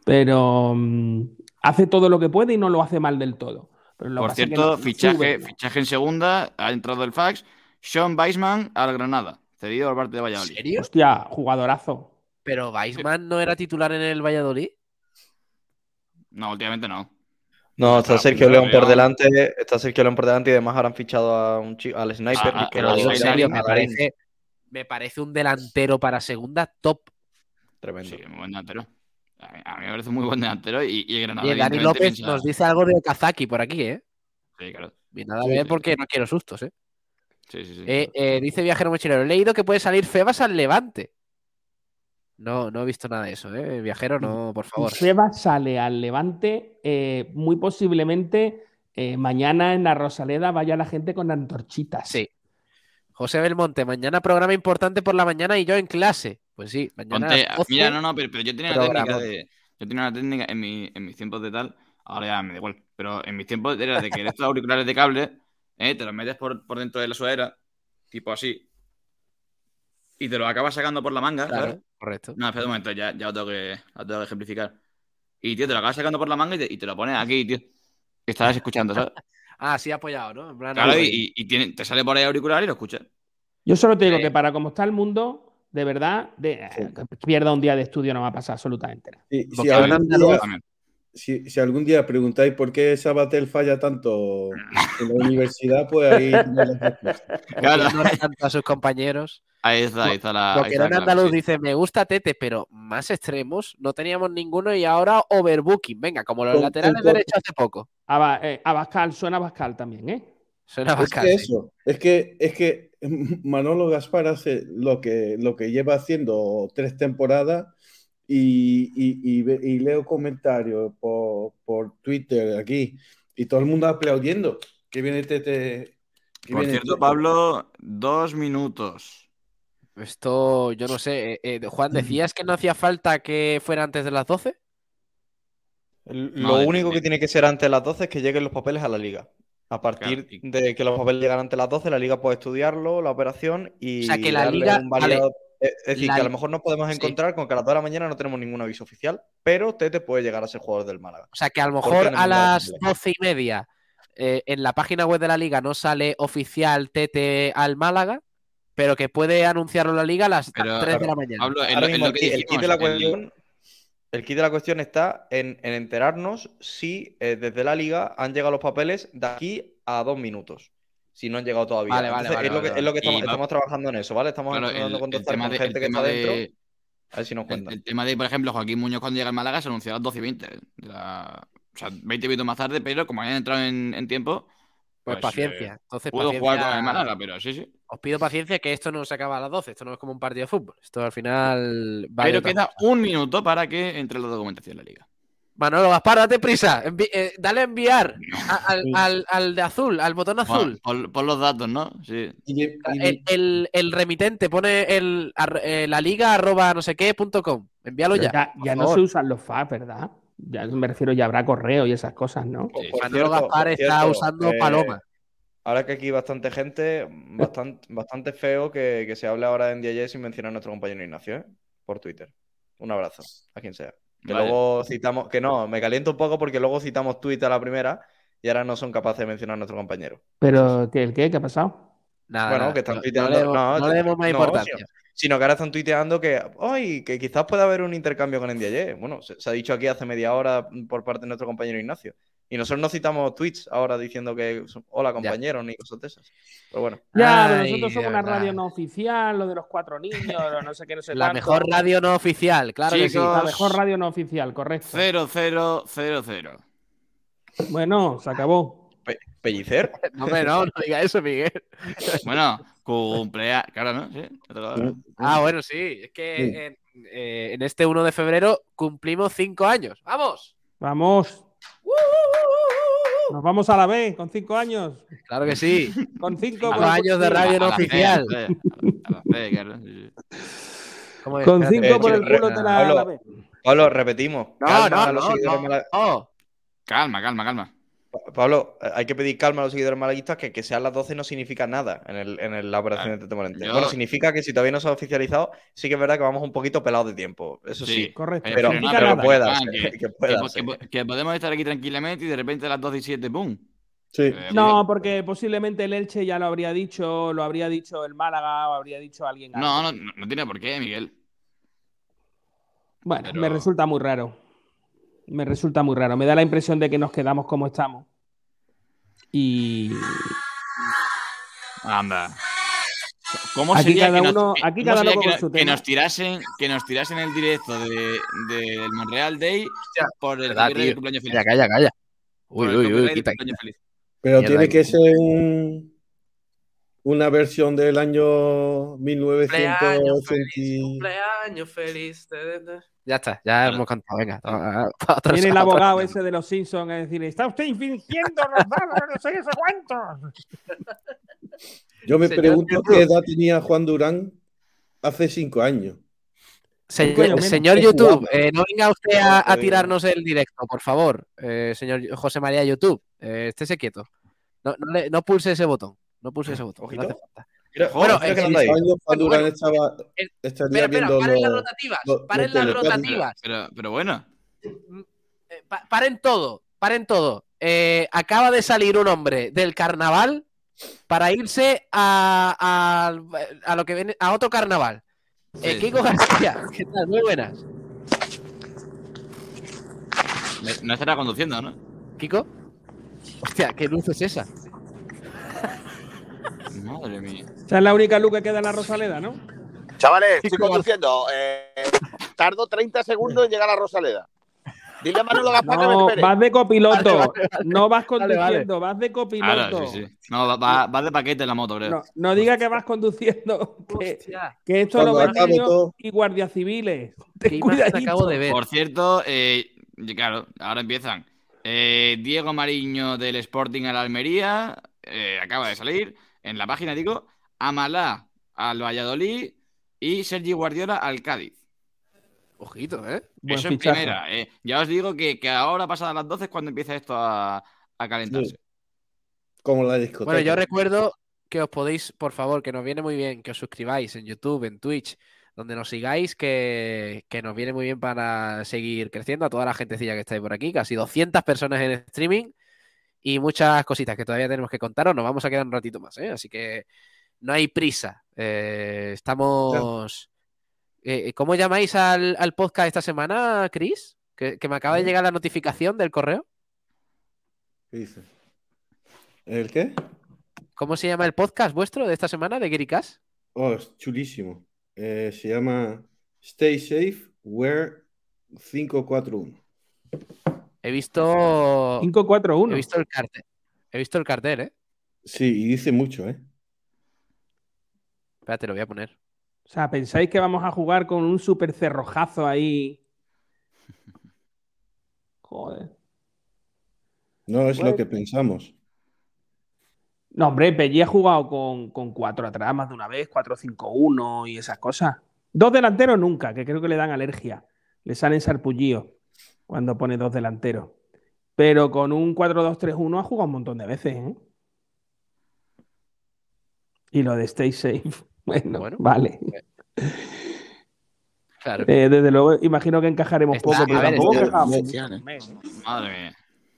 Pero mm, hace todo lo que puede y no lo hace mal del todo. Pero lo que Por pasa es que cierto, no- no fichaje, sube, ¿no? fichaje en segunda, ha entrado el fax. Sean Weisman al Granada, cedido por parte de ¿En Valladolid. serio? Hostia, jugadorazo. ¿Pero Weisman no era titular en el Valladolid? No, últimamente no. No, está Para Sergio apuntar, León por digamos. delante, está Sergio León por delante y además ahora han fichado a un chico, al sniper. Ah, que Te lo digo en Darín, serio, me a Darín. parece, me parece un delantero para segunda top. Tremendo. Sí, muy buen delantero. A mí, a mí me parece muy buen delantero y, y el Granada, Oye, Dani evidentemente, López piensa- nos dice algo de Okazaki por aquí, ¿eh? Sí, claro. Y nada, Sí, ver sí, porque no quiero sustos, ¿eh? Sí, sí, sí. Eh, eh, dice Viajero Mochilero, he leído que puede salir Febas al Levante. No, no he visto nada de eso, ¿eh? Viajero, no, por Y favor. Febas sale al Levante, eh, muy posiblemente eh, mañana en la Rosaleda vaya la gente con antorchitas. Sí. José Belmonte, mañana programa importante por la mañana y yo en clase. Pues sí, mañana Ponte, a las doce, mira, no, no, pero, pero yo tenía una técnica programón. de. Yo tenía una técnica en, mi, en mis tiempos de tal. Ahora ya me da igual. Pero en mis tiempos era de que estos auriculares de cable, eh, te los metes por, por dentro de la sudadera, tipo así. Y te los acabas sacando por la manga, Claro, ¿sabes? correcto. No, espera un momento, ya, ya lo tengo que, lo tengo que ejemplificar. Y, tío, te lo acabas sacando por la manga y te, y te lo pones aquí, tío. Y estarás escuchando, ¿sabes? Ah, sí, apoyado, ¿no? En plan, Claro, ahí. y, y tiene- te sale por ahí auricular y lo escuchas. Yo solo te digo Sí. que para como está el mundo, de verdad, de, Sí. que pierda un día de estudio no va a pasar absolutamente nada. Si, si Boquerón algún andaluz. día, También. si, si algún día preguntáis por qué Sabatel falla tanto en la universidad, pues ahí tenéis las respuestas. Claro. Copiando tanto a sus compañeros. Ahí está, ahí está la. Ahí está la Boquerón clave, Andaluz sí. dice, me gusta Tete, pero más extremos no teníamos ninguno y ahora overbooking. Venga, como los Con- laterales con- derechos hace poco. Aba- eh, Abascal, suena Abascal también, ¿eh? Suena Es bacán, que sí. eso, es que, es que Manolo Gaspar hace lo que, lo que lleva haciendo tres temporadas y, y- y ve- y leo comentarios por, por Twitter aquí y todo el mundo aplaudiendo que viene Tete. que Por viene cierto, Tete. Pablo, dos minutos. Esto, yo no sé. eh, eh, Juan, ¿decías que no hacía falta que fuera antes de las doce? El- No, Lo de- único de- que tiene que ser antes de las doce es que lleguen los papeles a la liga. A partir Claro, y- de que los papeles llegan antes de las doce, la liga puede estudiarlo, la operación y O sea, que la darle liga- un validado. Es es decir, la- que a lo mejor nos podemos sí. encontrar con que a las dos de la mañana no tenemos ningún aviso oficial, pero Tete puede llegar a ser jugador del Málaga. O sea, que a lo Porque mejor han a enmendado las los doce y media eh, en la página web de la liga no sale oficial Tete al Málaga, pero que puede anunciarlo la liga a las Pero, tres de claro, la mañana. Pablo, es Ahora lo, es mismo lo el, que ki- el dijimos. kit de la el- cuestión, el kit de la cuestión está en, en enterarnos si eh, desde la liga han llegado los papeles de aquí a dos minutos. Si no han llegado todavía. Vale, vale, Entonces, vale, es, lo vale, que, es lo que vale. estamos, Y va- estamos trabajando en eso, ¿vale? Estamos claro, intentando el, el contactar tema con de, gente el que tema está dentro. de, A ver si nos el, cuentan. el tema de, por ejemplo, Joaquín Muñoz cuando llega al Málaga se anunció a las doce y veinte. de la- o sea, veinte minutos más tarde, pero como habían entrado en, en tiempo, Pues, pues, paciencia. eh, Entonces, pudo paciencia. jugar con el Málaga, pero sí, sí. Os pido paciencia que esto no se acaba a las doce. Esto no es como un partido de fútbol. Esto al final va de Pero otras queda cosas. un minuto para que entre la documentación de la liga. Manolo Gaspar, date prisa. Envi- eh, dale a enviar No. a- al, al- al de azul, al botón azul. Pon, pon- pon los datos, ¿no? Sí. Y- y- El, el- el remitente pone el, ar- eh, la liga arroba no sé qué punto com. Envíalo Pero ya. ya, por ya no favor. se usan los F A Q, ¿verdad? Ya me refiero, ya habrá correo y esas cosas, ¿no? Sí. Por Manolo cierto, Gaspar por está cierto, usando eh, Paloma. Ahora que aquí hay bastante gente, bastante, bastante feo que, que se hable ahora en Día sin mencionar a nuestro compañero Ignacio, ¿eh? Por Twitter. Un abrazo, a quien sea. Que Vaya. luego citamos, que no, me caliento un poco porque luego citamos Twitter a la primera y ahora no son capaces de mencionar a nuestro compañero. Pero, ¿qué, el qué? ¿Qué ha pasado? Nada, Bueno, nada. que están No- no, tuiteando. le demos, no, no le demos más no, importancia. sino, sino que ahora están tuiteando que, ¡ay! Que quizás pueda haber un intercambio con Ndiaye. Bueno, se, se ha dicho aquí hace media hora por parte de nuestro compañero Ignacio. Y nosotros no citamos tweets ahora diciendo que hola compañeros ni cosas de esas. Pero bueno. Ya, pero Ay, nosotros somos de una verdad. radio no oficial, lo de los cuatro niños, lo no sé qué, no sé La cuánto. mejor radio no oficial, claro que sí. Chicos, La mejor radio no oficial, correcto. Cero, cero, cero, cero. Bueno, se acabó. Pe- Pellicer. No, hombre, no, no diga eso, Miguel. Bueno, cumpleaños. Claro, ¿no? Sí. te toca. Ah, bueno, sí. Es que en, eh, en este uno de febrero cumplimos cinco años. ¡Vamos! Vamos. Nos vamos a la B con cinco años. Claro que sí. Con cinco Cinco por el años de culo. radio no A la C, oficial. a la C, a la C, claro, sí, sí. ¿Cómo es? Con Espérate, cinco Eh, por el chicos, culo re- de la, Pablo, la B. Pablo, repetimos. No, calma no, a los no, seguidores no. mala- Oh, Calma, calma, calma. Pa- Pablo, eh, hay que pedir calma a los seguidores malaguistas que que sean las doce no significa nada en, el, en el- la operación de Tete Morente. Yo- Bueno, significa que si todavía no se ha oficializado, sí que es verdad que vamos un poquito pelados de tiempo. Eso sí. Correcto. Eh, Pero, no no, significa pero nada. puede Ah, darse, que- que puede Que, darse. que- que podemos estar aquí tranquilamente y de repente a las doce y siete, ¡pum! Sí. Eh, No, porque posiblemente el Elche ya lo habría dicho, lo habría dicho el Málaga o habría dicho alguien. No, algo. no, no, no tiene por qué, Miguel. Bueno, pero- me resulta muy raro. Me resulta muy raro. Me da la impresión de que nos quedamos como estamos. Y Anda. ¿Cómo aquí sería cada que nos, uno, que- aquí cómo cada sería loco que, con no- su que tema. nos tirasen, que nos tirasen el directo de, del Montreal Day por el ¿Verdad, copyright del tío? cumpleaños feliz? Calla, calla, calla. Por Uy, el uy, uy, copyright del quita, cumpleaños quita. feliz. Pero Mierda, tiene que quita. ser un, una versión del año mil novecientos Cumpleaños ochenta. feliz, cumpleaños feliz. Ya está, ya Claro. hemos cantado. Venga, a- a- otros- Viene el otros- abogado ese de los Simpsons a decir, está usted infringiendo los datos de no sé qué sé cuántos. Yo me Señor pregunto YouTube. qué edad tenía Juan Durán hace cinco años. Se- Coño, menos. señor Qué YouTube, guapo. eh, no venga usted a, a Joder. tirarnos el directo, por favor. Eh, señor José María YouTube, eh, estése quieto. No, no, le- no pulse ese botón. No pulse ese botón. que no hace falta. Mira, Bueno, mira eh, que sí, anda ahí. Cinco años Juan Bueno, Durán bueno. estaba, Eh, estaría Espera, espera, viendo paren las los, rotativas. los- Paren los las telecádiz. rotativas. Pero, pero bueno. Eh, pa- paren todo, paren todo. Eh, acaba de salir un hombre del carnaval para irse a, a, a lo que viene a otro carnaval. Eh, Sí. Kiko García, ¿qué tal? Muy buenas. No estará conduciendo, ¿no? Kiko, hostia, ¿qué luz es esa? Madre mía. Esa es la única luz que queda en la Rosaleda, ¿no? Chavales, estoy Chico, conduciendo. Eh, tardo treinta segundos en llegar a la Rosaleda. Dile a Manolo Gaspar que me No, espere. vas de copiloto. Vale, vale, No vas Vale, vale. conduciendo, vas de copiloto. Claro, sí, sí. No, va, va- va de paquete la moto, creo. No, no diga que vas conduciendo. Que, Hostia, que esto Cuando lo ven acabe niños todo. y guardias civiles. qué Ten imagen cuidadito. acabo de ver. Por cierto, eh, y claro, ahora empiezan. Eh, Diego Mariño del Sporting a la Almería, eh, acaba de salir en la página, digo, Amalá al Valladolid y Sergi Guardiola al Cádiz. Ojito, ¿eh? Buen Eso en fichaje. primera. eh. Ya os digo que, que ahora, pasadas las doce, es cuando empieza esto a, a calentarse. Sí. Como la discoteca. Bueno, yo recuerdo que os podéis, por favor, que nos viene muy bien que os suscribáis en YouTube, en Twitch, donde nos sigáis, que, que nos viene muy bien para seguir creciendo. A toda la gentecilla que estáis por aquí, casi doscientas personas en streaming y muchas cositas que todavía tenemos que contaros. Nos vamos a quedar un ratito más, ¿eh? Así que no hay prisa. Eh, estamos... Eh, ¿Cómo llamáis al, al podcast esta semana, Chris? Que, que me acaba de ¿Eh? llegar la notificación del correo. ¿Qué dices? ¿El qué? ¿Cómo se llama el podcast vuestro de esta semana, de Gericas? Oh, es chulísimo. Eh, se llama Stay Safe, Wear cinco cuatro uno. He visto... cinco cuatro uno. He visto el cartel. He visto el cartel, ¿eh? Sí, y dice mucho, ¿eh? Espérate, lo voy a poner. O sea, ¿pensáis que vamos a jugar con un super cerrojazo ahí? Joder. No es Bueno. lo que pensamos. No, hombre, Pelli ha jugado con, con cuatro atrás más de una vez, cuatro cinco uno y esas cosas. Dos delanteros nunca, que creo que le dan alergia. Le salen sarpullidos cuando pone dos delanteros. Pero con un cuatro dos tres uno ha jugado un montón de veces, ¿eh? Y lo de Stay Safe. Bueno, Bueno. vale. Claro. Eh, desde luego, imagino que encajaremos Está- poco, pero a ver, tampoco está- encajamos oficial, mucho, ¿eh? un mes, ¿eh? Madre mía.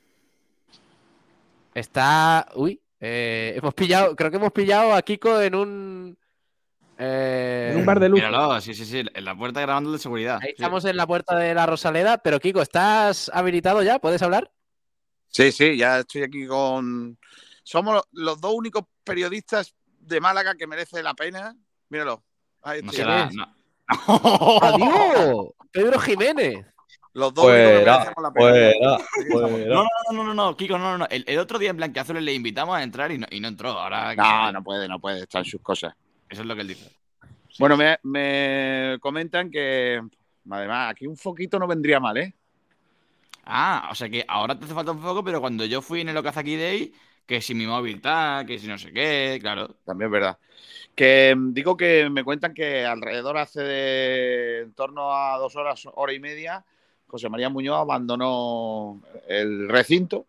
Está... Uy. eh, hemos pillado... Creo que hemos pillado a Kiko en un... eh, En un bar de lujo. Míralo, sí, sí, sí. En la puerta grabando de seguridad. Ahí Sí. estamos en la puerta de la Rosaleda. Pero Kiko, ¿estás habilitado ya? ¿Puedes hablar? Sí, sí, ya estoy aquí con... Somos los- los dos únicos periodistas de Málaga que merece la pena. Míralo. Ahí No estoy. será. es? No. ¡Adiós! Pedro Jiménez. Los dos únicos que Fuera, merecemos la pena. fuera, Aquí estamos. fuera. No, no, no, no, no, no, Kiko, no, no, no. El, el otro día en Blanquiazules le invitamos a entrar y no, y no entró. Ahora, No, no puede, no puede estar en sus cosas. Eso es lo que él dice. Bueno, me, me comentan que, además, aquí un foquito no vendría mal, ¿eh? Ah, o sea que ahora te hace falta un foco, pero cuando yo fui en el Okazaki Day, que si mi móvil está, que si no sé qué, claro. También es verdad. Que mm, digo que me cuentan que alrededor hace de en torno a dos horas, hora y media, José María Muñoz abandonó el recinto.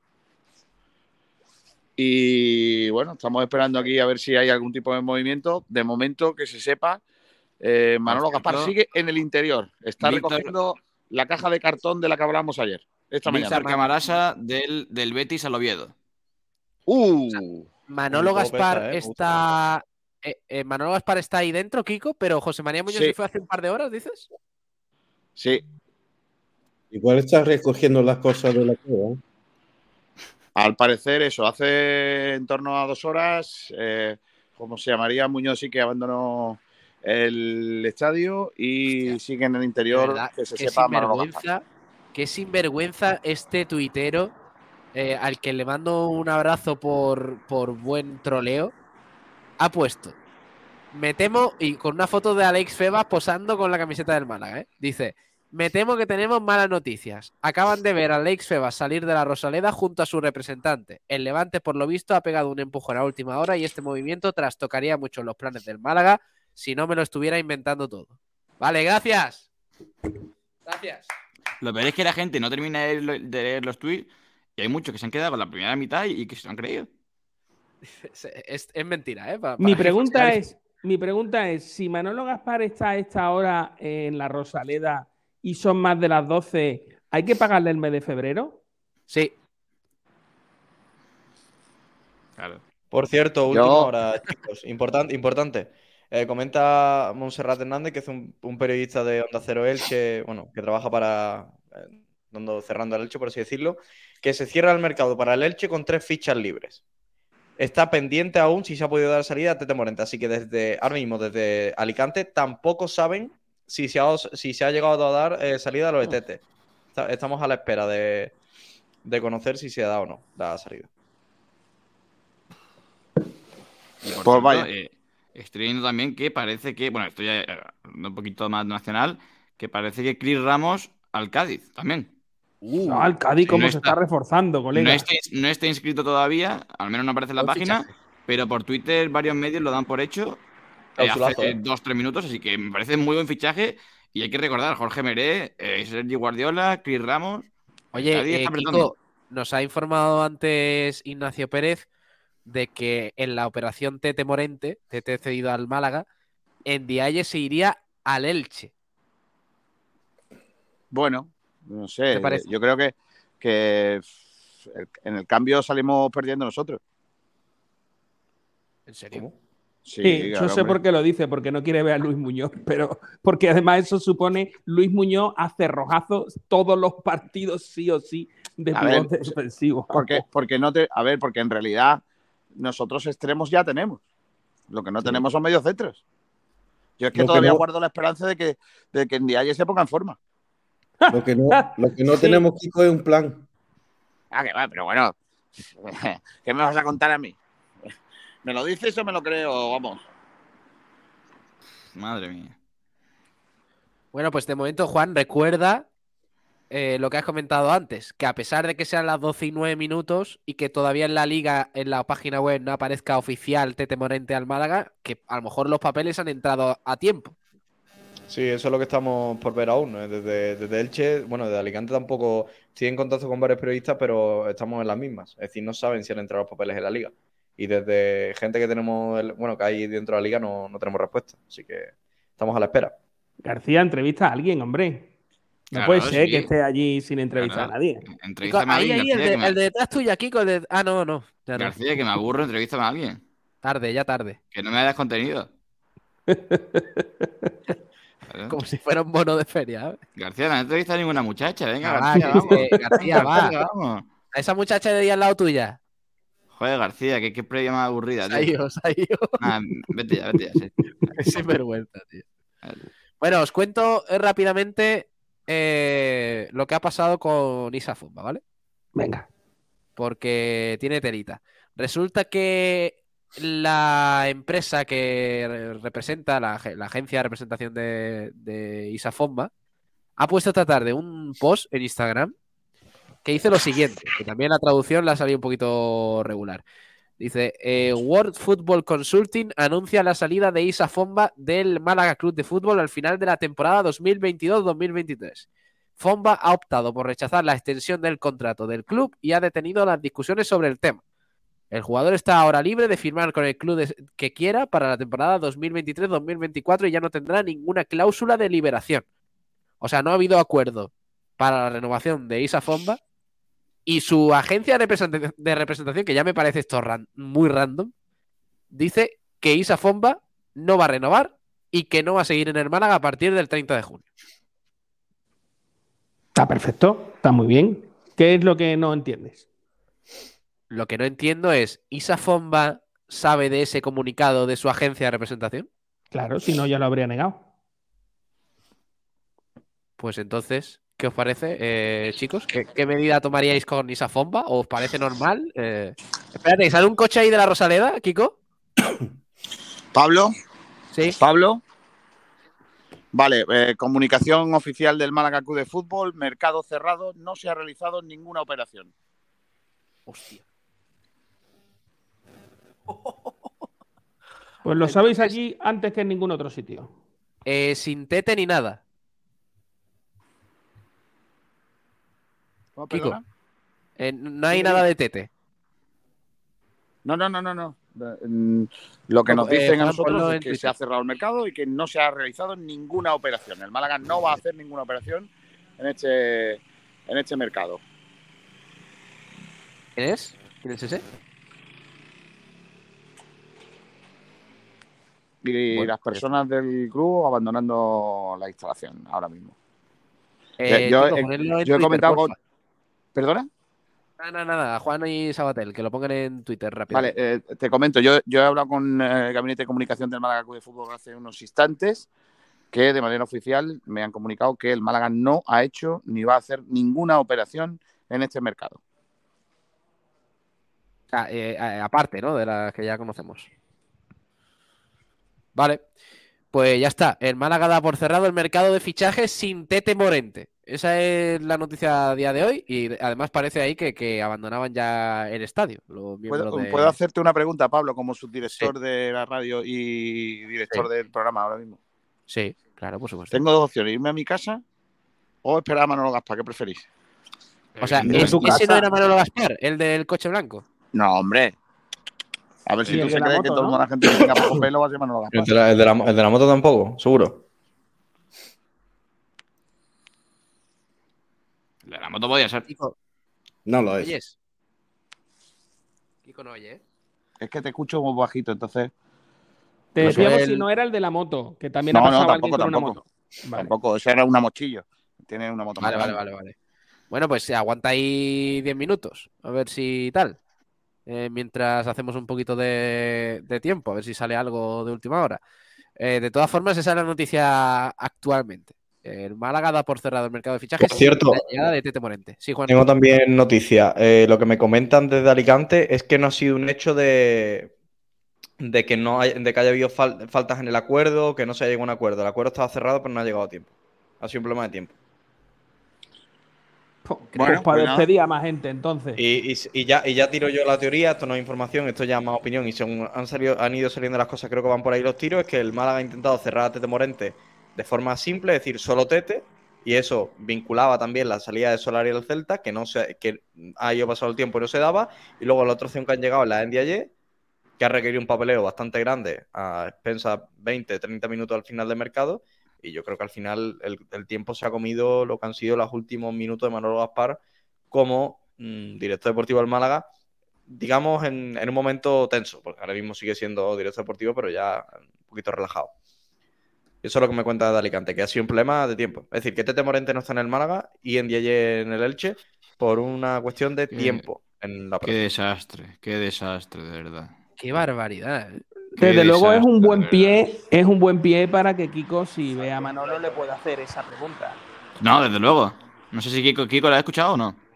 Y bueno, estamos esperando aquí a ver si hay algún tipo de movimiento. De momento, que se sepa, eh, Manolo Por cierto, Gaspar sigue en el interior. Está Víctor- recogiendo la caja de cartón de la que hablamos ayer. Esta Víctor mañana. Camarasa del, del Betis al Oviedo. ¡Uh! Manolo Muy poco Gaspar pesa, ¿eh? Me está... eh, eh, Manolo Gaspar está ahí dentro, Kiko, pero José María Muñoz Sí. se fue hace un par de horas, ¿dices? Sí. Igual está recogiendo las cosas de la cueva. Al parecer, eso, hace en torno a dos horas, eh, como se llamaría, Muñoz sí que abandonó el estadio y Hostia, sigue en el De interior, verdad, que se qué sepa, Manolo Gaspar. sinvergüenza, qué sinvergüenza este tuitero, eh, al que le mando un abrazo por, por buen troleo, ha puesto, me temo, y con una foto de Alex Febas posando con la camiseta del Málaga, ¿eh? Dice, me temo que tenemos malas noticias. Acaban de ver a Alex Febas salir de la Rosaleda junto a su representante. El Levante, por lo visto, ha pegado un empujón a última hora y este movimiento trastocaría mucho los planes del Málaga si no me lo estuviera inventando todo. Vale, gracias. Gracias. Lo peor es que la gente no termina de leer, de leer los tweets y hay muchos que se han quedado con la primera mitad y, y que se lo han creído. Es, es, es mentira, ¿eh? Pa, Mi pa- pregunta es, mi pregunta es, si Manolo Gaspar está a esta hora en la Rosaleda y son más de las doce, ¿hay que pagarle el mes de febrero? Sí. Claro. Por cierto, Yo- última hora, chicos. Importante, importante. Eh, comenta Montserrat Hernández, que es un, un periodista de Onda Cero Elche, bueno, que trabaja para eh, dando, cerrando el Elche, por así decirlo, que se cierra el mercado para el Elche con tres fichas libres. Está pendiente aún si se ha podido dar salida a Tete Morente, así que desde ahora mismo, desde Alicante, tampoco saben si se ha, si se ha llegado a dar eh, salida a lo de Tete. Está- Estamos a la espera de, de conocer si se ha dado o no la salida. Y por Pues cierto, vaya. eh, estoy viendo también que parece que, bueno, estoy eh, hablando un poquito más nacional, que parece que Chris Ramos al Cádiz también. Uh, No, el Cádiz, sí, cómo no se está- está reforzando, colega. No está, no está inscrito todavía, al menos no aparece en la Buen página, fichaje. pero por Twitter varios medios lo dan por hecho eh, Clausulazo, hace ¿eh? dos, tres minutos, así que me parece muy buen fichaje y hay que recordar, Jorge Meré, eh, Sergi Guardiola, Chris Ramos, el Oye, Cádiz eh, está apretando. Kiko, nos ha informado antes Ignacio Pérez de que en la operación Tete Morente, Tete cedido al Málaga, en Dialle se iría al Elche. Bueno, no sé, ¿Te parece? yo creo que, que en el cambio salimos perdiendo nosotros. ¿En serio? ¿Cómo? Sí, Sí, yo claro, sé hombre. por qué lo dice, porque no quiere ver a Luis Muñoz, pero porque además eso supone Luis Muñoz hace rojazos todos los partidos sí o sí de A ver, pivote defensivo. Porque, porque no te, a ver, porque en realidad nosotros extremos ya tenemos. Lo que no Sí. tenemos son mediocentros. Yo es que Lo que todavía no- guardo la esperanza de que, de que Ndiaye se ponga en forma. Lo que no, lo que no Sí. tenemos, Kiko, es un plan. Ah, que va, pero bueno, ¿qué me vas a contar a mí? ¿Me lo dices o me lo creo? Vamos. Madre mía. Bueno, pues de momento, Juan, recuerda eh, lo que has comentado antes, que a pesar de que sean las doce y nueve minutos y que todavía en la liga, en la página web, no aparezca oficial Tete Morente al Málaga, que a lo mejor los papeles han entrado a tiempo. Sí, eso es lo que estamos por ver aún, ¿no? Desde, desde Elche, bueno, desde Alicante tampoco estoy en contacto con varios periodistas, pero estamos en las mismas. Es decir, no saben si han entrado los papeles en la liga. Y desde gente que tenemos, el- bueno, que hay dentro de la liga no, no tenemos respuesta. Así que estamos a la espera. García, entrevista a alguien, hombre. No Claro, puede ser sí. que esté allí sin entrevistar Claro. a nadie. Kiko, Entrevístame a ahí, alguien, ahí, el García, de, que me, el de detrás tuya, Kiko. el de- Ah, no, no. Ya no. García, que me aburro, entrevístame a alguien. Tarde, ya tarde. Que no me hagas contenido. Claro. Como si fuera un bono de feria. ¿eh? García, no entrevista a ninguna muchacha. Venga, Ah, García, que vamos. dice, García, va. García, vamos. A esa muchacha de ahí al lado tuya. Joder, García, que qué previa más aburrida, Se ha tío. ido, se ha ido. Ah, vete ya, vete ya. Sí. Qué sinvergüenza, tío. Bueno, os cuento eh, rápidamente eh, lo que ha pasado con Isa Fumba, ¿vale? Venga. Porque tiene telita. Resulta que la empresa que re- representa, la, ag- la agencia de representación de, de Isa Fomba, ha puesto esta tarde un post en Instagram que dice lo siguiente, que también la traducción la ha salido un poquito regular. Dice, eh, World Football Consulting anuncia la salida de Isa Fomba del Málaga Club de Fútbol al final de la temporada dos mil veintidós dos mil veintitrés. Fomba ha optado por rechazar la extensión del contrato del club y ha detenido las discusiones sobre el tema. El jugador está ahora libre de firmar con el club de- que quiera para la temporada dos mil veintitrés dos mil veinticuatro y ya no tendrá ninguna cláusula de liberación. O sea, no ha habido acuerdo para la renovación de Isa Fomba y su agencia de represent- de representación, que ya me parece esto ran- muy random, dice que Isa Fomba no va a renovar y que no va a seguir en el Málaga a partir del treinta de junio. Está perfecto, está muy bien. ¿Qué es lo que no entiendes? Lo que no entiendo es, ¿Isa Fomba sabe de ese comunicado de su agencia de representación? Claro, si no ya lo habría negado. Pues entonces, ¿qué os parece, eh, chicos? ¿Qué, qué medida tomaríais con Isa Fomba? ¿O os parece normal? Eh, espérate, ¿sale un coche ahí de la Rosaleda, Kiko? Pablo, Sí. Pablo. Vale, eh, comunicación oficial del Málaga Club de Fútbol, mercado cerrado, no se ha realizado ninguna operación. Hostia. Pues lo sabéis Entonces, aquí antes que en ningún otro sitio. eh, sin tete ni nada. ¿Cómo, Kiko, perdona? eh, no hay Dime, nada dime. de tete. No, no, no, no, no. Mm, Lo que nos Eh, dicen a Juan, nosotros ponlo es en que se Twitter. ha cerrado el mercado y que no se ha realizado ninguna operación. El Málaga no va a hacer ninguna operación en este, en este mercado. ¿Quién es? ¿Quién es ese? Y Bueno, las personas del club abandonando la instalación ahora mismo. Eh, yo, Kiko, he, ponedlo en yo he Twitter, comentado con... porfa. ¿Perdona? Nada, nada, nada. Juan y Sabatel, que lo pongan en Twitter rápido. Vale, eh, te comento. Yo, yo he hablado con eh, el Gabinete de Comunicación del Málaga Club de Fútbol hace unos instantes, que de manera oficial me han comunicado que el Málaga no ha hecho ni va a hacer ninguna operación en este mercado. O sea, eh, eh, aparte, ¿no? De las que ya conocemos. Vale. Pues ya está. El Málaga da por cerrado el mercado de fichajes sin Tete Morente. Esa es la noticia a día de hoy. Y además parece ahí que, que abandonaban ya el estadio. Los miembros ¿Puedo, de... ¿Puedo hacerte una pregunta, Pablo, como subdirector Sí. de la radio y director Sí. del programa ahora mismo? Sí, claro, por supuesto. Tengo dos opciones: irme a mi casa o esperar a Manolo Gaspar. ¿Qué preferís? O sea, Irme a ¿es- tu ¿ese no casa. era Manolo Gaspar, el del coche blanco? No, hombre. A ver Sí, si tú el se de la cree moto, que toda ¿no? la gente que tenga poco pelo va a ser Manolo Gaspar. El de, la, el de la- el de la moto tampoco, seguro. El de la moto podía ser. Kiko, No lo es. ¿oyes? Kiko no oye, ¿eh? Es que te escucho muy bajito, entonces. Te No, decíamos el- si no era el de la moto, que también No, ha no, pasado alguien tampoco, con una tampoco. moto. Vale. Tampoco, eso era una mochillo. Tiene una moto Vale, más vale, grande. vale, vale. Bueno, pues aguanta ahí diez minutos. A ver si tal. Eh, mientras hacemos un poquito de, de tiempo, a ver si sale algo de última hora. Eh, de todas formas, esa es la noticia actualmente. El Málaga da por cerrado el mercado de fichajes Por sin cierto, la llegada de Tete Morente. Sí, Juan. tengo también noticia. Eh, lo que me comentan desde Alicante es que no ha sido un hecho de, de que no hay- de que haya habido fal- faltas en el acuerdo, que no se haya llegado a un acuerdo. El acuerdo estaba cerrado, pero no ha llegado a tiempo. Ha sido un problema de tiempo. Pues, Bueno, pues para pues nada. despedir a más gente, entonces. Y, y- y ya, y ya tiro yo la teoría, esto no es información, esto ya es más opinión. Y según han, salido, han ido saliendo las cosas, creo que van por ahí los tiros, es que el Málaga ha intentado cerrar a Tete Morente de forma simple, es decir, solo Tete, y eso vinculaba también la salida de Solari al Celta, que no se, que ha ido pasado el tiempo y no se daba, y luego la otra opción que han llegado es la N D I, que ha requerido un papeleo bastante grande a expensas veinte, treinta minutos al final del mercado, y yo creo que al final el, el tiempo se ha comido lo que han sido los últimos minutos de Manolo Gaspar como mmm, director deportivo del Málaga, digamos en, en un momento tenso, porque ahora mismo sigue siendo director deportivo, pero ya un poquito relajado. Eso es lo que me cuenta de Alicante, que ha sido un problema de tiempo. Es decir, que Tete Morente no está en el Málaga y en Dieye en el Elche por una cuestión de Qué- tiempo en la Qué operación. desastre, qué desastre, de verdad. Qué barbaridad. ¿eh? Qué Desde luego es un desastre, buen de pie, es un buen pie para que Kiko, si ve a Manolo, le pueda hacer esa pregunta. No, desde luego. No sé si Kiko, Kiko lo ha escuchado o no.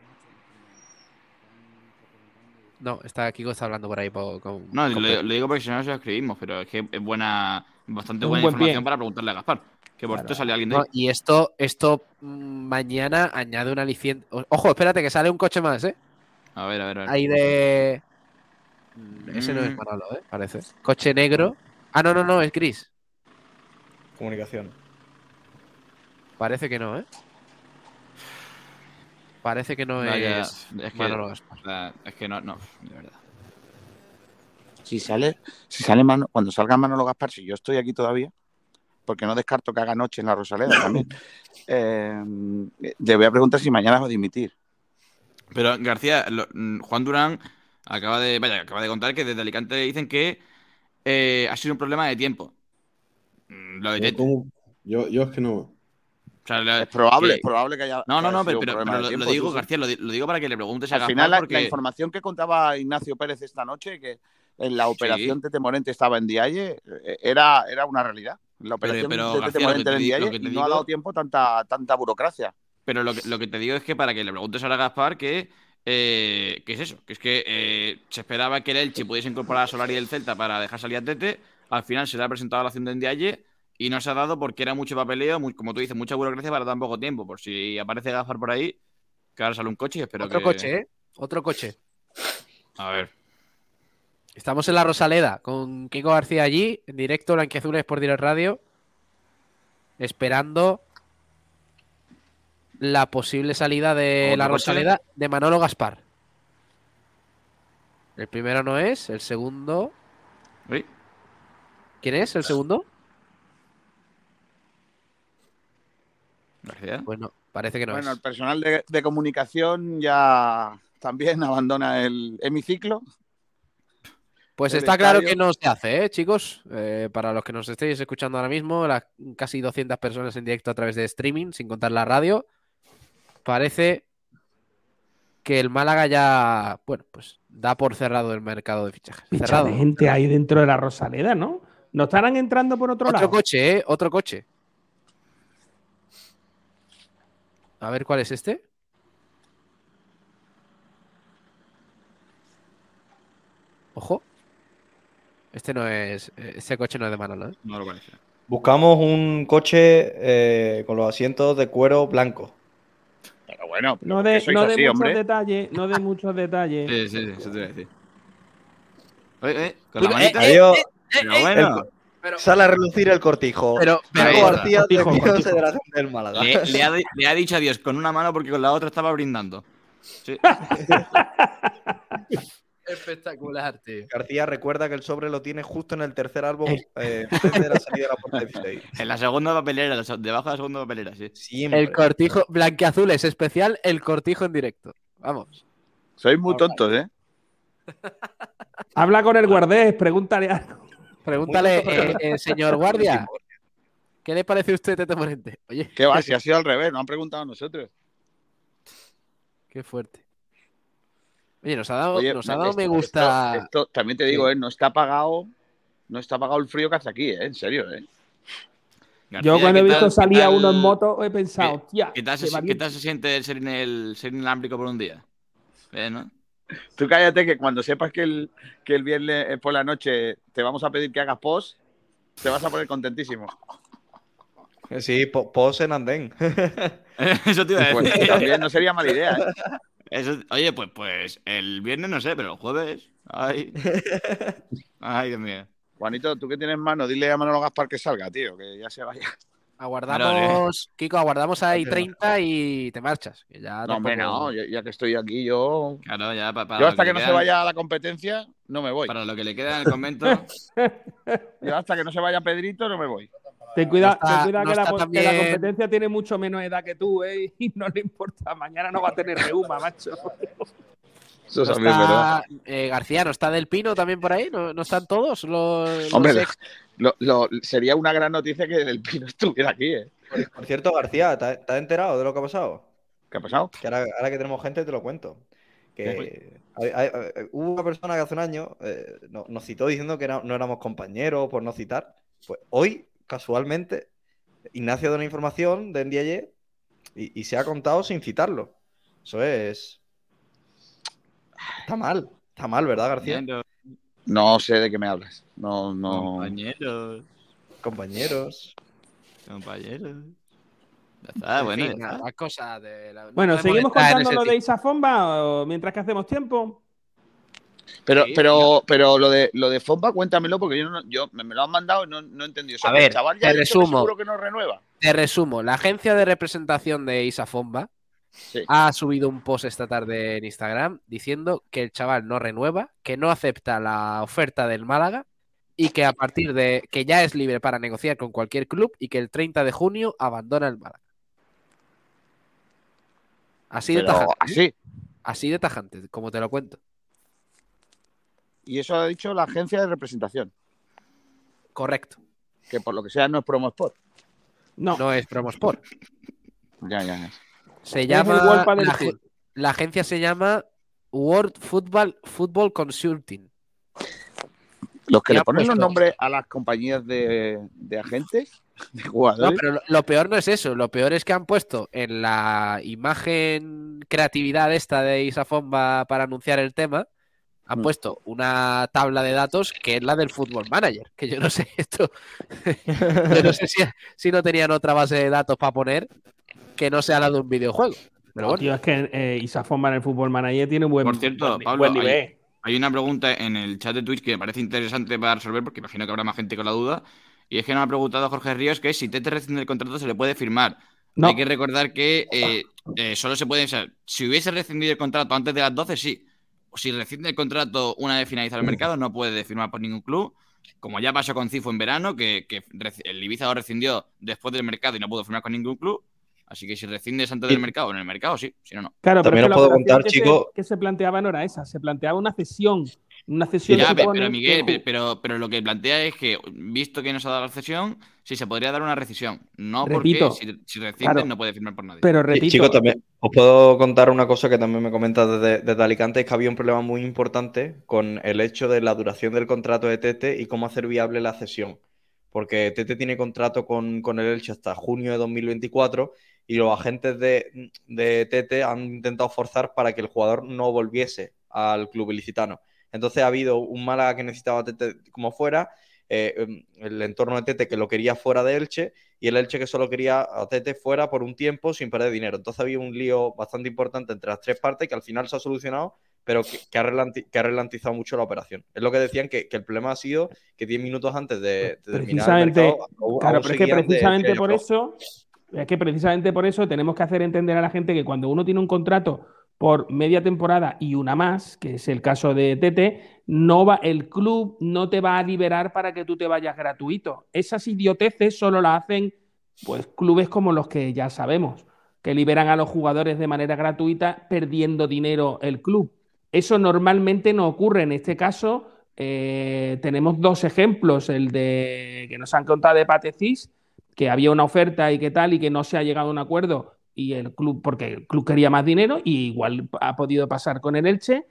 No, está Kiko está hablando por ahí po- con, No, con lo, Pepe. lo digo porque si no, se lo escribimos, pero es que es buena, bastante Es un buena buen información pie. para preguntarle a Gaspar. Que por Claro. cierto sale alguien de No, ahí. y esto, esto mm, mañana añade un aliciente. O- Ojo, espérate, que sale un coche más, ¿eh? A ver, a ver, a ver. Ahí de. Mm, Ese no es Mm. Manolo, ¿eh? Parece. Coche negro. Ah, no, no, no, es gris. Comunicación. Parece que no, ¿eh? Parece que no Vaya, es, es que, Manolo Gaspar. o sea, es que no, no, de verdad. Si sale, si sale Mano, cuando salga Manolo Gaspar, si yo estoy aquí todavía, porque no descarto que haga noche en la Rosaleda también, eh, le voy a preguntar si mañana va a dimitir. Pero García, lo- mm, Juan Durán acaba de, vaya, acaba de contar que desde Alicante dicen que eh, ha sido un problema de tiempo. Mm, Lo de Yo, Tete. como- yo, yo es que no. sea, lo, Es probable, que... es probable que haya. No, no, no, haya pero, sido pero, un pero problema lo, de tiempo, lo digo, sí, sí. García, lo, lo digo para que le preguntes a Al Gaspar final, la, porque... la información que contaba Ignacio Pérez esta noche, que en la operación Sí. Tete Morente estaba en Dialle, eh, era, era una realidad. La Pero, operación pero de Tete García, lo que Morente te, era en di- lo Dialle que te y digo... no ha dado tiempo tanta, tanta burocracia. Pero lo que, lo que te digo es que para que le preguntes ahora a Gaspar que, eh, ¿qué es eso? Que es que eh, se esperaba que el Elche pudiese incorporar a Solari del Celta para dejar salir a Tete. Al final se le ha presentado la acción de Ndiaye y no se ha dado porque era mucho papeleo, muy- como tú dices, mucha burocracia para tan poco tiempo. Por si aparece Gaspar por ahí, que ahora sale un coche y espero Otro que... coche, ¿eh? Otro coche. A ver. Estamos en la Rosaleda con Kiko García allí, en directo, Blanquiazules por Direct Radio, esperando la posible salida de la ¿Otro coche? Rosaleda de Manolo Gaspar. El primero no es, el segundo... Uy. ¿Quién es el segundo? García. Bueno, parece que no Bueno, es. el personal de, de comunicación ya también abandona el hemiciclo. Pues el está claro estadio. que no se hace, ¿eh, chicos? Eh, para los que nos estéis escuchando ahora mismo, las casi doscientas personas en directo a través de streaming, sin contar la radio, parece que el Málaga ya, bueno, pues da por cerrado el mercado de fichajes. Picha Cerrado. de gente ahí dentro de la Rosaleda, ¿no? ¿No estarán entrando por otro, Otro lado? coche, ¿eh? Otro coche. A ver cuál es este. Ojo. Este no es. Este coche no es de Manolo, ¿eh? No lo parece. Buscamos un coche eh, con los asientos de cuero blanco. Pero bueno, pero No ¿por qué de, sois no de así, muchos hombre? detalles, no de muchos detalles. Sí, sí, sí, eso te iba a decir. Oye, eh, con Uy, la eh, manita. eh, Adiós. Pero eh, bueno. El- Pero, Sale a relucir el cortijo. pero, pero, Kiko Ahí García, Cortijo, técnico cortijo. de la del Málaga. Le, le ha, di- le ha dicho adiós con una mano porque con la otra estaba brindando. Sí. espectacular, tío. García recuerda que el sobre lo tiene justo en el tercer árbol eh, antes de la salida de la puerta dieciséis. En la segunda papelera, debajo de la segunda papelera, sí. Siempre. El cortijo blanquiazul es especial, el cortijo en directo. Vamos. Sois muy tontos, ¿eh? Habla con el guardés, pregúntale algo. Pregúntale, Muy tonto, eh, eh, señor guardia, ¿qué le parece a usted Tete Morente? Oye, ¿Qué va? Si ha sido al revés, nos han preguntado a nosotros. qué fuerte. Oye, nos ha dado, Oye, nos ha dado esto- me gusta. Esto, esto también te digo, ¿eh? No está pagado. No está pagado el frío que hace aquí, ¿eh? En serio, ¿eh? García, Yo cuando he ¿qué visto tal- salir qué a tal- uno en moto he pensado, ¿Qué, tía, qué tal, qué se, ¿Qué valiente. tal se siente el ser, in- el ser inalámbrico por un día? ¿Eh, no? Tú cállate que cuando sepas que el, que el viernes eh, por la noche te vamos a pedir que hagas post, te vas a poner contentísimo. Sí, po- pos en andén. Eso te iba a Pues decir. también no sería mala idea, ¿eh? Eso- oye, pues, pues el viernes no sé, pero el jueves. Ay. Ay, Dios mío. Juanito, tú que tienes mano, dile a Manolo Gaspar que salga, tío, que ya se vaya. Aguardamos, Kiko, aguardamos ahí treinta y te marchas. Que ya No, hombre, tampoco- no, ya, ya que estoy aquí, yo. Claro, ya pa- para Yo lo hasta que le no se queda- vaya a la competencia, no me voy. Para lo que le queda en el convento. Yo hasta que no se vaya Pedrito, no me voy. Ten cuidado, No está- ten cuidado no que, la, está que también- la competencia tiene mucho menos edad que tú, ¿eh? Y no le importa. Mañana no va a tener reuma, macho. Eso No también es verdad. está, eh, García, ¿no está Del Pino también por ahí? ¿No, no están todos los, Hombre, los ex? lo- lo- sería una gran noticia que el Pino estuviera aquí, ¿eh? Por cierto, García, ¿te has te has enterado de lo que ha pasado? ¿Qué ha pasado? Que ahora, ahora que tenemos gente te lo cuento. Que hay- hay- hay- hubo una persona que hace un año eh, no- nos citó diciendo que era- no éramos compañeros, por no citar. Pues hoy, casualmente, Ignacio da una información de Ndiaye y, y se ha contado sin citarlo. Eso es... Está mal, está mal, ¿verdad, García? Compañeros, No sé de qué me hablas. No, no. compañeros, Compañeros. compañeros. Ya está, En bueno, fin, ya está. las cosas de la- no Bueno, podemos ¿seguimos entrar en contando ese lo tipo. de Isafomba o mientras que hacemos tiempo? Pero, Sí, pero, pero lo de lo de Fomba, cuéntamelo, porque yo, no, yo me, me lo han mandado y no, no he entendido. O sea, A que el ver, chaval ya te ha dicho que resumo. seguro que no renueva. Te resumo, la agencia de representación de Isafomba Sí. ha subido un post esta tarde en Instagram diciendo que el chaval no renueva, que no acepta la oferta del Málaga y que a partir de que ya es libre para negociar con cualquier club y que el treinta de junio abandona el Málaga. Así de Pero tajante. ¿eh? así. Así de tajante, como te lo cuento. Y eso ha dicho la agencia de representación, Correcto. que por lo que sea no es Promo Sport. No. No es Promosport. Ya, ya, ya. Se Es llama. el World Padel La, Tour. ag- la agencia se llama World Football, Football Consulting. Los que Y le han ponen los puesto- nombres a las compañías de, de agentes, de No, jugadores. pero lo, lo peor no es eso. Lo peor es que han puesto en la imagen creatividad esta de Isafomba para anunciar el tema, han Mm. puesto una tabla de datos que es la del Football Manager. Que yo no sé esto. Yo no sé si, si no tenían otra base de datos para poner que no sea la de un videojuego. Pero No, bueno, tío, es que eh, Isafomba en el Fútbol Manager tiene buen, Por cierto, buen, Pablo, buen nivel. Hay una pregunta en el chat de Twitch que me parece interesante para resolver, porque imagino que habrá más gente con la duda. Y es que nos ha preguntado Jorge Ríos que si Tete rescinde el contrato se le puede firmar. No. Hay que recordar que eh, eh, solo se puede... O sea, si hubiese rescindido el contrato antes de las doce, sí. O si rescinde el contrato una vez finalizado el mercado, no puede firmar por ningún club. Como ya pasó con Cifo en verano, que, que el Ibiza lo rescindió después del mercado y no pudo firmar con ningún club. Así que si rescindes antes del mercado, en el mercado sí, si no, no. Claro, También pero es os que la puedo operación contar, que, chicos- se, que se planteaba no era esa, se planteaba una cesión. Una cesión Ya, pe- supone pero Miguel, que- pe- pero, pero lo que plantea es que, visto que no se ha dado la cesión, sí se podría dar una rescisión. No Repito, porque si, si rescinden claro, no puede firmar por nadie. Pero Sí, repito, chicos, también os puedo contar una cosa que también me comentas desde, desde Alicante, es que había un problema muy importante con el hecho de la duración del contrato de Tete y cómo hacer viable la cesión. Porque Tete tiene contrato con, con el Elche hasta junio de dos mil veinticuatro y los agentes de, de Tete han intentado forzar para que el jugador no volviese al club ilicitano. Entonces ha habido un Málaga que necesitaba a Tete como fuera, eh, el entorno de Tete que lo quería fuera de Elche, y el Elche que solo quería a Tete fuera por un tiempo sin perder dinero. Entonces había un lío bastante importante entre las tres partes que al final se ha solucionado, pero que, que, ha, relanti que ha ralentizado mucho la operación. Es lo que decían, que, que el problema ha sido que diez minutos antes de, de terminar el precisamente, Oh, mercado, aún, claro, aún pero es que seguían de precisamente estrella por floja. eso, es que precisamente por eso tenemos que hacer entender a la gente que cuando uno tiene un contrato por media temporada y una más, que es el caso de Tete, no va, el club no te va a liberar para que tú te vayas gratuito. Esas idioteces solo las hacen pues clubes como los que ya sabemos, que liberan a los jugadores de manera gratuita perdiendo dinero el club. Eso normalmente no ocurre. En este caso, eh, tenemos dos ejemplos, el de que nos han contado de Patecís, que había una oferta y que tal, y que no se ha llegado a un acuerdo, y el club, porque el club quería más dinero, y igual ha podido pasar con el Elche,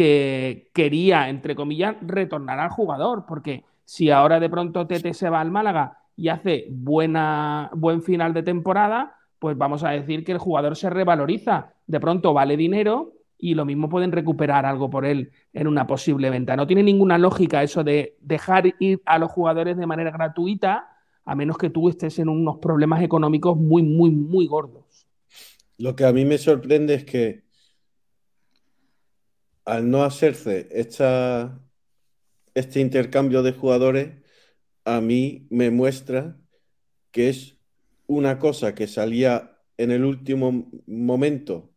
que quería, entre comillas, retornar al jugador, porque si ahora de pronto Tete se va al Málaga y hace buena, buen final de temporada, pues vamos a decir que el jugador se revaloriza, de pronto vale dinero y lo mismo pueden recuperar algo por él en una posible venta. No tiene ninguna lógica eso de dejar ir a los jugadores de manera gratuita, a menos que tú estés en unos problemas económicos muy, muy, muy gordos. Lo que a mí me sorprende es que al no hacerse esta, este intercambio de jugadores, a mí me muestra que es una cosa que salía en el último momento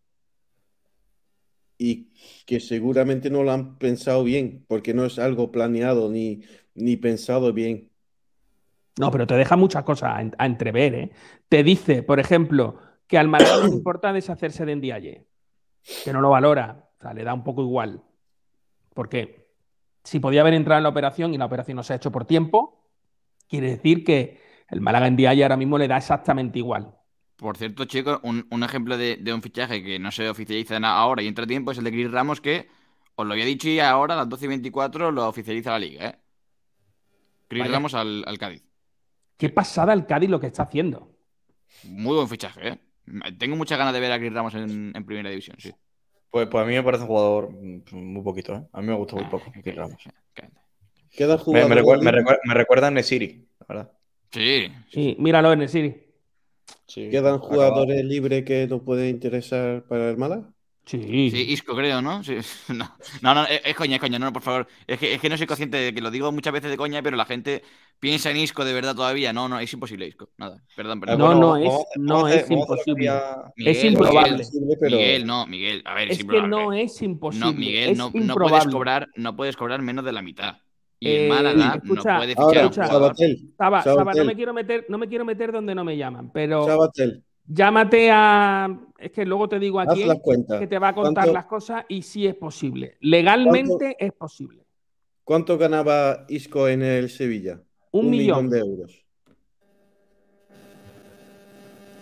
y que seguramente no lo han pensado bien, porque no es algo planeado ni, ni pensado bien. No, pero te deja muchas cosas a, a entrever, ¿eh? Te dice, por ejemplo, que al Málaga no le importa deshacerse de Ndiaye, que no lo valora, o sea, le da un poco igual. Porque si podía haber entrado en la operación y la operación no se ha hecho por tiempo, quiere decir que el Málaga Ndiaye ahora mismo le da exactamente igual. Por cierto, chicos, un, un ejemplo de, de un fichaje que no se oficializa ahora y entra tiempo es el de Chris Ramos, que os lo había dicho y ahora a las doce y veinticuatro lo oficializa la liga, ¿eh? Chris Vaya. Ramos al, al Cádiz. Qué pasada el Cádiz lo que está haciendo. Muy buen fichaje, ¿eh? Tengo muchas ganas de ver a Chris Ramos en, en primera división, sí. Pues, pues a mí me parece un jugador mm, muy poquito, ¿eh? A mí me gusta muy poco, Chris Ramos. Queda Me, jugador me, recuer- me, libre, recuer- me recuerda a Nesiri, la verdad. Sí, sí, Y míralo en el City. Sí, quedan acabado. jugadores libres que nos pueden interesar para el Málaga. Sí. Sí, Isco, creo, ¿no? Sí. No, no, no, es, es coña, es coña, no, por favor. Es que, es que no soy consciente de que lo digo muchas veces de coña, pero la gente piensa en Isco de verdad todavía. No, no, es imposible, Isco. Nada, perdón, Eh, perdón. No, bueno, no vamos es- a hacer- no vamos a hacer- es vamos a hacer imposible. una- Miguel, es improbable. Miguel, Posible, pero- Miguel, no, Miguel. A ver, Es es que improbable. no es imposible. No, Miguel, es no, no improbable. puedes cobrar, no puedes cobrar menos de la mitad. Y el Eh, Málaga escucha, no puede fichar Ahora, a un escucha, jugador. Sabatel, Saba, Saba, no Sabatel, me quiero meter, no me quiero meter donde no me llaman, pero Sabatel, llámate a. Es que luego te digo a haz quién las cuentas. que te va a contar ¿Cuánto- las cosas y sí es posible. Legalmente es posible. ¿Cuánto ganaba Isco en el Sevilla? Un millón. de euros.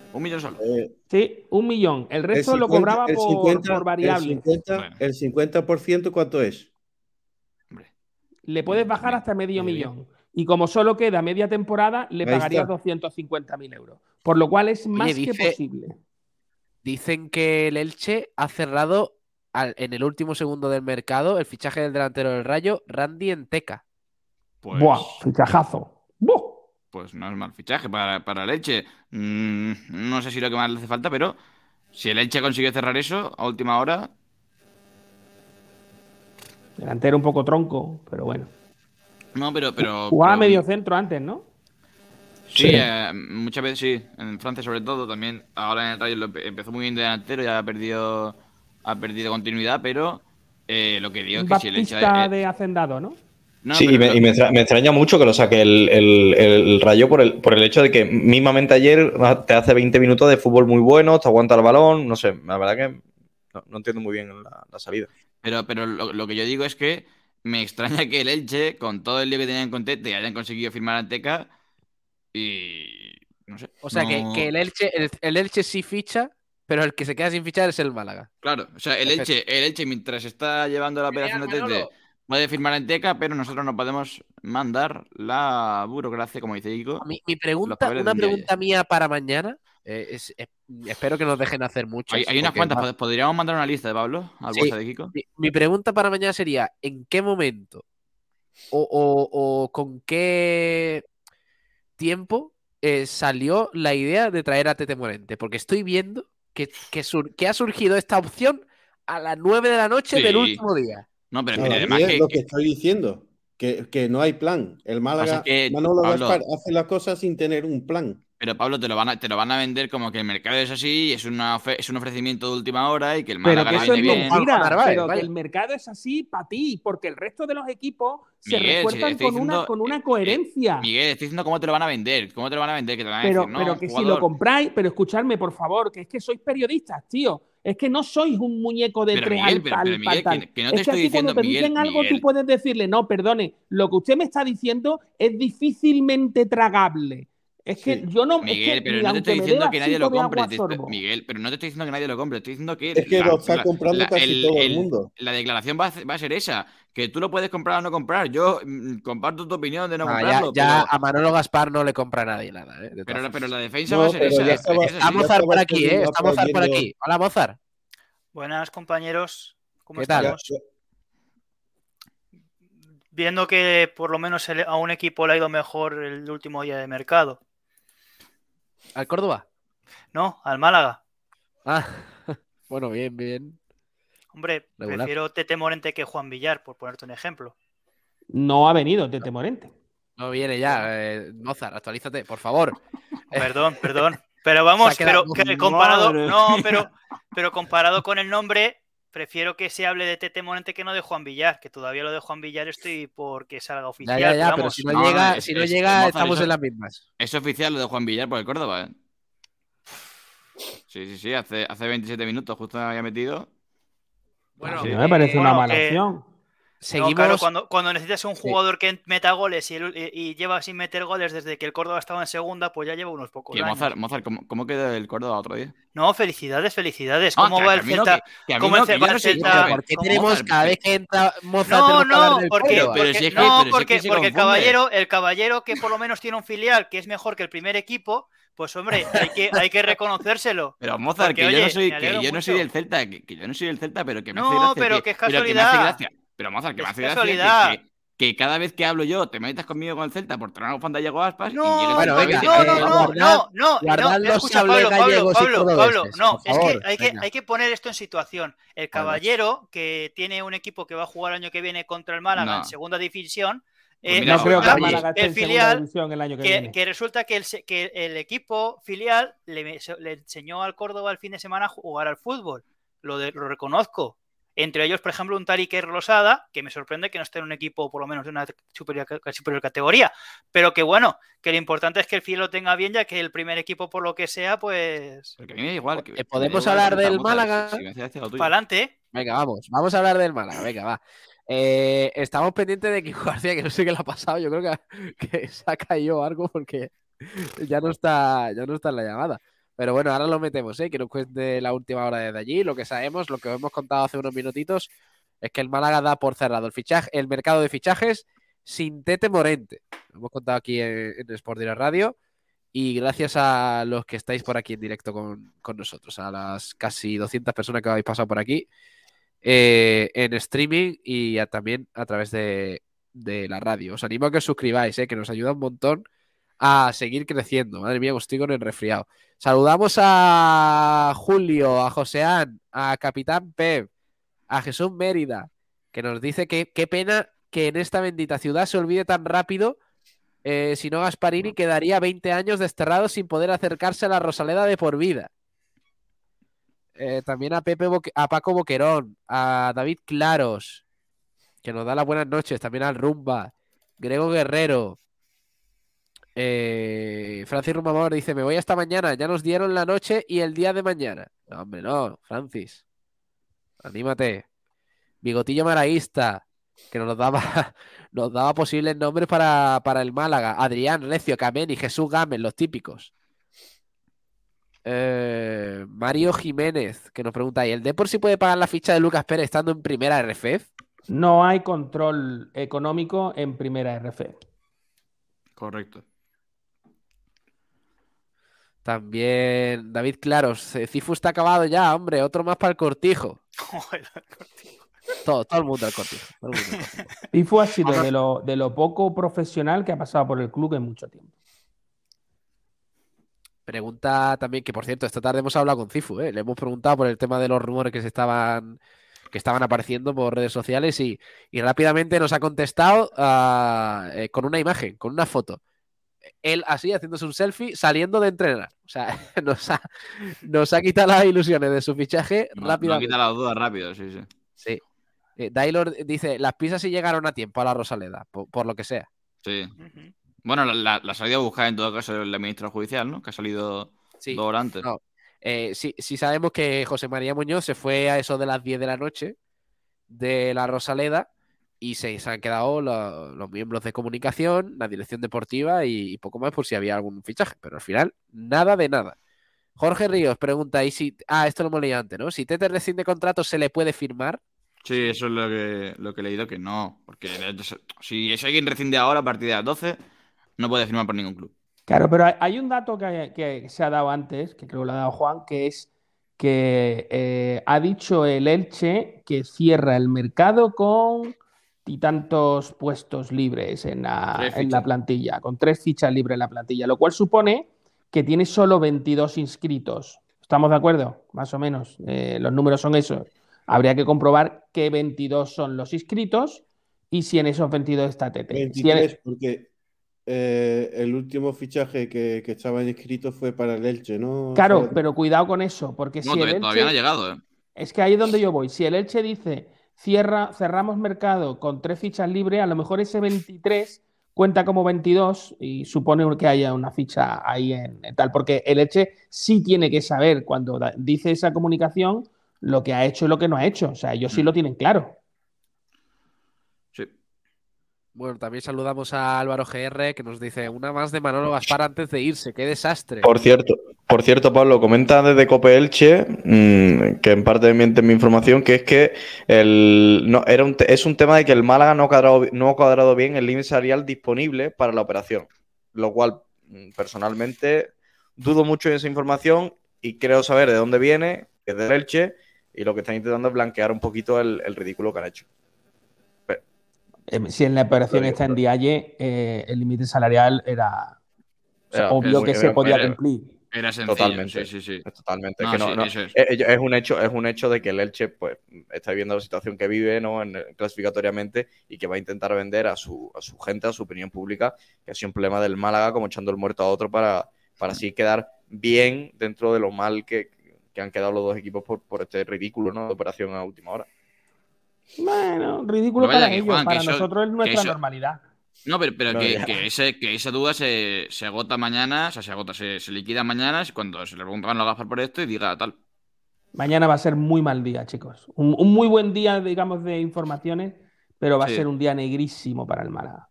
Un millón solo. Eh, Sí, un millón. El resto el lo cincuenta cobraba el por, cincuenta por variables. El cincuenta, Bueno. el cincuenta por ciento, ¿cuánto es? Hombre. Le puedes bajar Bien, hasta medio bien, bien. millón. Y como solo queda media temporada, le Ahí pagarías está. doscientos cincuenta mil euros. Por lo cual es más dice- que posible. Dicen que el Elche ha cerrado al- en el último segundo del mercado el fichaje del delantero del Rayo, Randy Enteca. Pues, Buah, fichajazo. ¡Buah! pues no es mal fichaje para, para el Elche. Mm, no sé si lo que más le hace falta, pero si el Elche consigue cerrar eso a última hora, Delantero un poco tronco, pero bueno. no, pero, pero, Jugaba pero- medio centro antes, ¿no? sí, Sí. eh, muchas veces sí. En Francia sobre todo también. Ahora en el Rayo lo empe- empezó muy bien de delantero, ya ha perdido, ha perdido continuidad, pero eh, lo que digo Un es que si el Elche, Baptista eh, de Hacendado, ¿no? no, Sí, pero y, me, lo- y me extra- me extraña mucho que lo saque el, el- el Rayo por el, por el hecho de que mismamente ayer te hace veinte minutos de fútbol muy bueno, te aguanta el balón, no sé, la verdad que no, no entiendo muy bien la, la salida. Pero, pero lo, lo que yo digo es que me extraña que el Elche, con todo el lío que tenían con Tete, hayan conseguido firmar a Anteca y... no sé. O sea, que, no- que el, Elche, el, el Elche sí ficha, pero el que se queda sin fichar es el Málaga. Claro, o sea, el Perfecto. Elche, el Elche mientras está llevando la operación de Genial, Tete Manolo. puede firmar a Anteca, pero nosotros no podemos mandar la burocracia, como dice Ico. Mi, mi los pregunta, papeles una de un día pregunta mía para mañana, eh, es- es- espero que nos dejen hacer muchas. Hay, hay unas porque cuantas, va- pod- podríamos mandar una lista de Pablo al Sí. WhatsApp de Kiko. Mi, mi pregunta para mañana sería, ¿en qué momento o, o- o con qué tiempo eh, salió la idea de traer a Tete Morente? Porque estoy viendo que, que, sur- que ha surgido esta opción a las nueve de la noche Sí. del último día. No, pero A es que las además diez, que, lo que que- estoy diciendo, que, que no hay plan. El Málaga, que, Manolo Pablo- Gaspar hace las cosas sin tener un plan. Pero Pablo, te lo van a, te lo van a vender como que el mercado es así, es, una ofe- es un ofrecimiento de última hora y que el Pero Málaga que le eso es viene bien. Juanjo mentira. Narváez, Pero vaya. que el mercado es así para ti, porque el resto de los equipos se Miguel, si refuerzan estoy con, una, diciendo- con una eh, coherencia. Miguel, estoy diciendo cómo te lo van a vender. ¿Cómo te lo van a vender? Que te van a Pero, decir, no, pero un que si jugador- lo compráis, pero escuchadme, por favor, que es que sois periodistas, tío. Es que no sois un muñeco de Pero, tres Miguel, al pero- tal, pero, Miguel, pal, tal. que- que no te es que estoy aquí cuando diciendo, te Miguel, dicen algo, Miguel. tú puedes decirle, no, perdone, lo que usted me está diciendo es difícilmente tragable. Es que Sí. yo no. Miguel, es que pero ni no te aunque estoy me diciendo dé que nadie vasito lo de compre. agua te estoy- sorbo. Miguel, pero no te estoy diciendo que nadie lo compre. Estoy diciendo que. Es que lo está comprando casi todo el mundo. La declaración va a, va a ser esa: que tú lo puedes comprar o no comprar. Yo mm, comparto tu opinión de no Ah, ya comprarlo, ya pero, a Manolo Gaspar no le compra a nadie nada. ¿eh? De todas pero, formas. pero la defensa No, va a ser pero esa. ya es- estaba- es así. Está ya Mozart por estaba aquí, ¿eh? todo Está Mozart por viendo- aquí. Hola, Mozart. Buenas compañeros, ¿cómo ¿Qué tal? Ya- estamos? Viendo que por lo menos el- a un equipo le ha ido mejor el último día de mercado, ¿Al Córdoba? ¿no? Al Málaga. Ah, bueno, bien, bien. Hombre, Regular. prefiero Tete Morente que Juan Villar, por ponerte un ejemplo. No ha venido Tete Morente. No viene ya. eh, Mozart, actualízate, por favor. Perdón, perdón. Pero vamos, Se ha quedado- pero que comparado, Madre no, pero, pero comparado con el nombre, prefiero que se hable de Tete Morente que no de Juan Villar, que todavía lo de Juan Villar estoy porque salga Ya, oficial. ya, ya, pero pero vamos, si no, no, llega, es- si no es- llega Mozart, estamos eso- en las mismas. Es oficial lo de Juan Villar por el Córdoba, ¿eh? Sí, sí, sí. Hace, hace veintisiete minutos justo me había metido. Bueno, Sí, no me parece eh, una bueno, mala que- opción. seguimos. No, claro, cuando, cuando necesitas un Sí. jugador que meta goles y, el- y- y lleva sin meter goles desde que el Córdoba estaba en segunda, pues ya lleva unos pocos Que años. Mozart, Mozart ¿cómo, cómo quedó el Córdoba otro día? No, felicidades, felicidades. Ah, ¿Cómo que- va que el a mí no, Celta? que- que a mí ¿Cómo no, el que Celta- yo no soy- Celta- pero- ¿Por qué cómo- tenemos Mozart, cada pero- vez que entra Mozart No, tenemos que hablar no, del porque, Córdoba? Pero porque- si es que- no, pero si es porque, que se porque el confunde. caballero, el caballero que por lo menos tiene un filial que es mejor que el primer equipo, pues hombre, hay que, hay que reconocérselo. Pero Mozart, Porque, que yo no oye, soy, me que alegro yo no soy mucho. del Celta, que, que yo no soy del Celta, pero que me No, hace gracia. pero que es pero que me hace casualidad. gracia. Pero Mozart, que me Es hace gracia casualidad. que, que, que cada vez que hablo yo te metas conmigo con el Celta por traer una bufanda de Diego Aspas y No, llegues Bueno, a porque- venga, no, eh, no, no, guardad- no, no, guardad no, los escucha, sables Pablo, Pablo, gallegos y Pablo, Pablo, cordobeses, no, por es favor, que hay, que venga. hay que poner esto en situación. El Joder, caballero, que tiene un equipo que va a jugar el año que viene contra el Málaga No. en segunda división, Pues eh, mira, No creo que oye, el Málaga esté el en segunda filial división el año que, que, viene. que resulta que el, se- que el equipo filial le, le enseñó al Córdoba el fin de semana a jugar al fútbol. Lo, de- lo reconozco. Entre ellos, por ejemplo, un Tariq Rosada, que me sorprende que no esté en un equipo por lo menos de una superior, superior categoría. Pero que bueno, que lo importante es que el filial lo tenga bien, ya que el primer equipo, por lo que sea, pues Pero que a mí me da igual. Que, Eh, que ¿podemos me da igual hablar el Celta, del Mozart, Málaga? si- si me hace gracia lo tuyo. para adelante. Venga, vamos, vamos a hablar del Málaga, venga, va. Eh, estamos pendientes de Kiko García, que no sé qué le ha pasado, yo creo que, que se ha caído algo porque ya no está, ya no está en la llamada. Pero bueno, ahora lo metemos, ¿eh? Que nos cuente la última hora desde allí. Lo que sabemos, lo que hemos contado hace unos minutitos, es que el Málaga da por cerrado el fichaje, el mercado de fichajes sin Tete Morente. Lo hemos contado aquí en, en Sport Direct Radio. Y gracias a los que estáis por aquí en directo con, con nosotros, a las casi doscientas personas que habéis pasado por aquí eh, en streaming y a, también a través de, de la radio. Os animo a que os suscribáis, eh, que nos ayuda un montón a seguir creciendo. Madre mía, estoy con el resfriado. Saludamos a Julio, a Joseán, a Capitán Pep, a Jesús Mérida, que nos dice que qué pena que en esta bendita ciudad se olvide tan rápido. Eh, si no, Gasparini quedaría veinte años desterrado sin poder acercarse a la Rosaleda de por vida. Eh, también a Pepe Boque- a Paco Boquerón, a David Claros, que nos da las buenas noches, también al Rumba, Grego Guerrero, eh, Francis Rumamor dice, me voy hasta mañana, ya nos dieron la noche y el día de mañana. No, hombre, no, Francis, anímate. Bigotillo Maraísta, que nos daba, nos daba posibles nombres para, para el Málaga. Adrián, Recio, Cameni, Jesús Gámez, los típicos. Eh, Mario Jiménez, que nos pregunta, ¿y el Depor si puede pagar la ficha de Lucas Pérez estando en primera R F F? No hay control económico en primera R F. Correcto. También David Claros, eh, Cifu está acabado ya, hombre, otro más para el Cortijo. Joder, Cortijo. Todo, todo el mundo al Cortijo. todo el mundo al Cortijo. Cifu ha sido de lo, de lo poco profesional que ha pasado por el club en mucho tiempo. Pregunta también, que por cierto, esta tarde hemos hablado con Cifu, ¿eh? Le hemos preguntado por el tema de los rumores que se estaban, que estaban apareciendo por redes sociales y, y rápidamente nos ha contestado uh, eh, con una imagen, con una foto. Él así, haciéndose un selfie, saliendo de entrenar. O sea, nos ha, nos ha quitado las ilusiones de su fichaje No, rápidamente. no quita las dudas rápido, sí, sí. Sí. Eh, Dailor dice, las pizzas sí llegaron a tiempo a la Rosaleda, por, por lo que sea. Sí. Ujú. Bueno, la, la, la salida a buscar en todo caso el ministro judicial, ¿no? Que ha salido Sí. dos horas antes. No. Eh, sí, sí sabemos que José María Muñoz se fue a eso de las diez de la noche de la Rosaleda y se, se han quedado lo- los miembros de comunicación, la dirección deportiva y, y poco más por si había algún fichaje, pero al final nada de nada. Jorge Ríos pregunta, ¿y si... Ah, esto lo hemos leído antes, ¿no? Si Tete rescinde contrato, ¿se le puede firmar? Sí, eso es lo que, lo que he leído, que no. Porque si es alguien rescinde ahora a partir de las doce, no puede firmar por ningún club. Claro, pero hay- hay un dato que, que se ha dado antes, que creo que lo ha dado Juan, que es que eh, ha dicho el Elche que cierra el mercado con y tantos puestos libres en la, Tres en la fichas. plantilla, con tres fichas libres en la plantilla, lo cual supone que tiene solo veintidós inscritos. ¿Estamos de acuerdo? Más o menos. Eh, los números son esos. Habría que comprobar qué veintidós son los inscritos y si en esos veintidós está Tete. Si en- veintitrés, porque eh, el último fichaje que, que estaba inscrito fue para el Elche, ¿no? Claro, Fue- pero cuidado con eso, porque No, si el todavía, todavía no ha Elche... llegado, ¿eh? Es que ahí es donde yo voy. Si el Elche dice cierra, cerramos mercado con tres fichas libres, a lo mejor ese veintitrés cuenta como veintidós y supone que haya una ficha ahí en, en tal. Porque el Elche sí tiene que saber cuando da- dice esa comunicación lo que ha hecho y lo que no ha hecho. O sea, ellos sí Mm. lo tienen claro. Sí. Bueno, también saludamos a Álvaro G R que nos dice una más de Manolo Gaspar antes de irse. ¡Qué desastre! Por cierto, por cierto, Pablo, comenta desde Cope Elche, mmm, que en parte miente mi información, que es que el, no, era un te- es un tema de que el Málaga no ha cuadrado, no ha cuadrado bien el límite salarial disponible para la operación. Lo cual, mm, personalmente, dudo mucho de esa información y creo saber de dónde viene, que es del Elche, y lo que están intentando es blanquear un poquito el, el ridículo que han hecho. Eh, Si en la operación Lo digo, está en lo- Dialle, eh, el límite salarial era, o sea, Era- obvio es- que se era- podía era- cumplir. Era sencillo. Totalmente. Sí, sí, sí. Es totalmente. No, que no, sí, no- eso es. eh, eh, es un hecho, es un hecho de que el Elche, pues, está viviendo la situación que vive, ¿no? En, clasificatoriamente, y que va a intentar vender a su, a su gente, a su opinión pública, que ha sido un problema del Málaga, como echando el muerto a otro para, para así quedar bien dentro de lo mal que, que han quedado los dos equipos por, por este ridículo, ¿no? De operación a última hora. Bueno, ridículo Pero vaya para que, ellos, Juan, que para eso- nosotros es nuestra que eso- normalidad. No, pero, pero No, que, ya. que, ese, que esa duda se, se agota mañana, o sea, se agota, se, se liquida mañana cuando se le preguntan a Gaspar por esto y diga tal. Mañana va a ser muy mal día, chicos. Un, un muy buen día, digamos, de informaciones, pero va Sí. a ser un día negrísimo para el Málaga.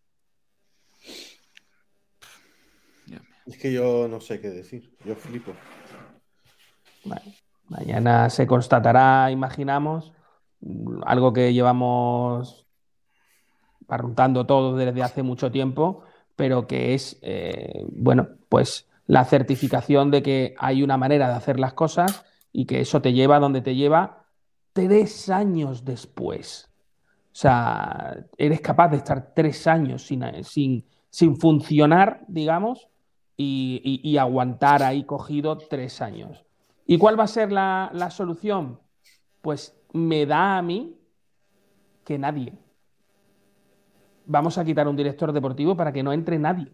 Es que yo no sé qué decir. Yo flipo. Bueno, mañana se constatará, imaginamos, algo que llevamos barruntando todos desde hace mucho tiempo, pero que es, eh, bueno, pues la certificación de que hay una manera de hacer las cosas y que eso te lleva a donde te lleva tres años después. O sea, eres capaz de estar tres años sin, sin, sin funcionar, digamos, y, y, y aguantar ahí cogido tres años. ¿Y cuál va a ser la, la solución? Pues me da a mí que nadie. Vamos a quitar un director deportivo para que no entre nadie.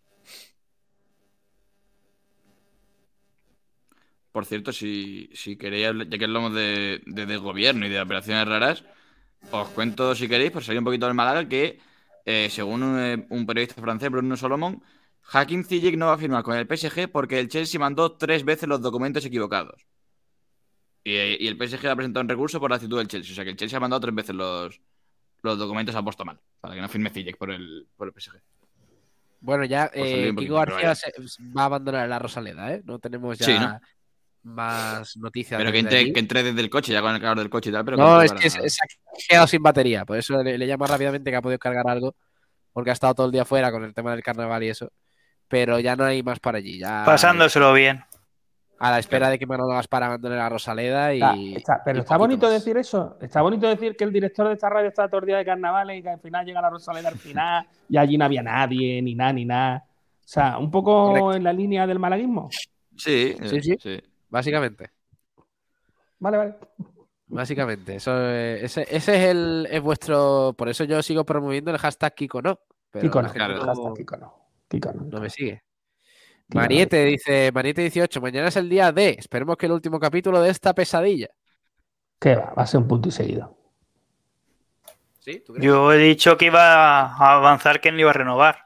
Por cierto, si, si queréis, hablar- ya que hablamos de, de, de gobierno y de operaciones raras, os cuento, si queréis, por salir un poquito del Málaga, que eh, según un, eh, un periodista francés, Bruno Solomon, Hakim Ziyech no va a firmar con el P S G porque el Chelsea mandó tres veces los documentos equivocados. Y, y el P S G ha presentado un recurso por la actitud del Chelsea. O sea que el Chelsea ha mandado tres veces los, los documentos a puesto mal, para que no firme Ziyech por el, por el P S G. Bueno, ya Por salir eh, un Kiko poquito, pero García vaya. se- va a abandonar la Rosaleda, ¿eh? No tenemos ya Sí, ¿no? más noticias Pero que desde entre, allí. que entre desde el coche, ya con el cargador del coche y tal, pero que No, entre es que para... se, se ha quedado sin batería, por eso le, le llama rápidamente que ha podido cargar algo, porque ha estado todo el día fuera con el tema del carnaval y eso. Pero ya no hay más para allí. Ya Pasándoselo bien. a la espera de que Manolo Gaspar abandone la Rosaleda Está- y. está- pero y está poquito bonito más. decir eso. Está bonito decir que el director de esta radio está todo el día de carnavales y que al final llega la Rosaleda al final y allí no había nadie, ni nada, ni nada. O sea, un poco Correcto. en la línea del malaguismo. Sí, Sí, eh, sí. sí. Básicamente. Vale, vale. Básicamente. Eso, eh, ese, ese es el es vuestro. Por eso yo sigo promoviendo el hashtag Kiko no. Pero Kiko la no. gente claro. no, Hashtag Kiko no. Kiko no. no me sigue. Kiko no. Mariette dice, Mariette dieciocho, mañana es el día de. Esperemos que el último capítulo de esta pesadilla. ¿Qué va? Va a ser un punto y seguido. ¿Sí? ¿Tú crees? Yo he dicho que iba a avanzar, que no iba a renovar.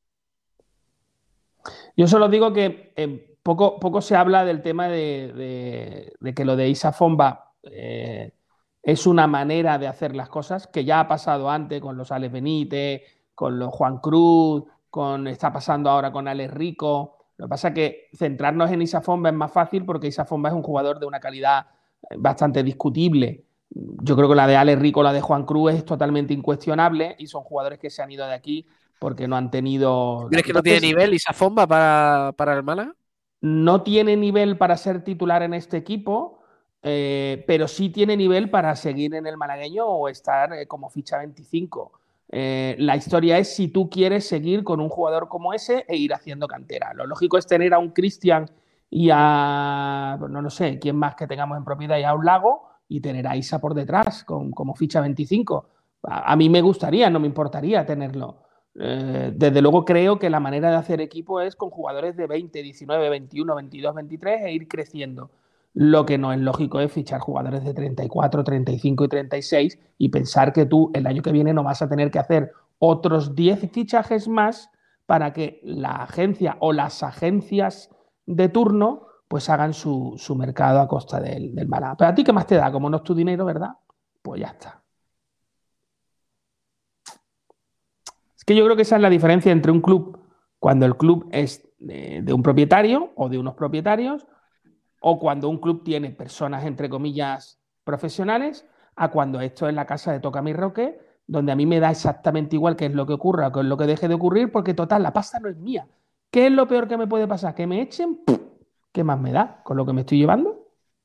Yo solo digo que eh, poco, poco se habla del tema de, de- de que lo de Isa Fomba eh, es una manera de hacer las cosas, que ya ha pasado antes con los Alex Benítez, con los Juan Cruz, con, está pasando ahora con Alex Rico. Lo que pasa es que centrarnos en Isa Fomba es más fácil porque Isa Fomba es un jugador de una calidad eh, bastante discutible. Yo creo que la de Alex Rico, la de Juan Cruz es totalmente incuestionable y son jugadores que se han ido de aquí porque no han tenido... ¿Crees que no tiene Entonces, nivel Isa Fomba para, para el Málaga? no tiene nivel para ser titular en este equipo, eh, pero sí tiene nivel para seguir en el malagueño o estar eh, como ficha veinticinco. Eh, la historia es si tú quieres seguir con un jugador como ese e ir haciendo cantera. Lo lógico es tener a un Cristian y a, pues no lo sé, quién más que tengamos en propiedad y a un Lago y tener a Isa por detrás con, como ficha veinticinco. A, a mí me gustaría, no me importaría tenerlo. Eh, desde luego creo que la manera de hacer equipo es con jugadores de veinte, diecinueve, veintiuno, veintidós, veintitrés e ir creciendo. Lo que no es lógico es fichar jugadores de treinta y cuatro, treinta y cinco y treinta y seis y pensar que tú el año que viene no vas a tener que hacer otros diez fichajes más para que la agencia o las agencias de turno pues hagan su, su mercado a costa del, del Málaga. Pero a ti qué más te da, como no es tu dinero, ¿verdad? Pues ya está. Es que yo creo que esa es la diferencia entre un club, cuando el club es de, de un propietario o de unos propietarios, o cuando un club tiene personas, entre comillas, profesionales, a cuando esto es la casa de Toca mi Roque, donde a mí me da exactamente igual qué es lo que ocurra o qué es lo que deje de ocurrir, porque total, la pasta no es mía. ¿Qué es lo peor que me puede pasar? ¿Que me echen? ¿Qué más me da con lo que me estoy llevando?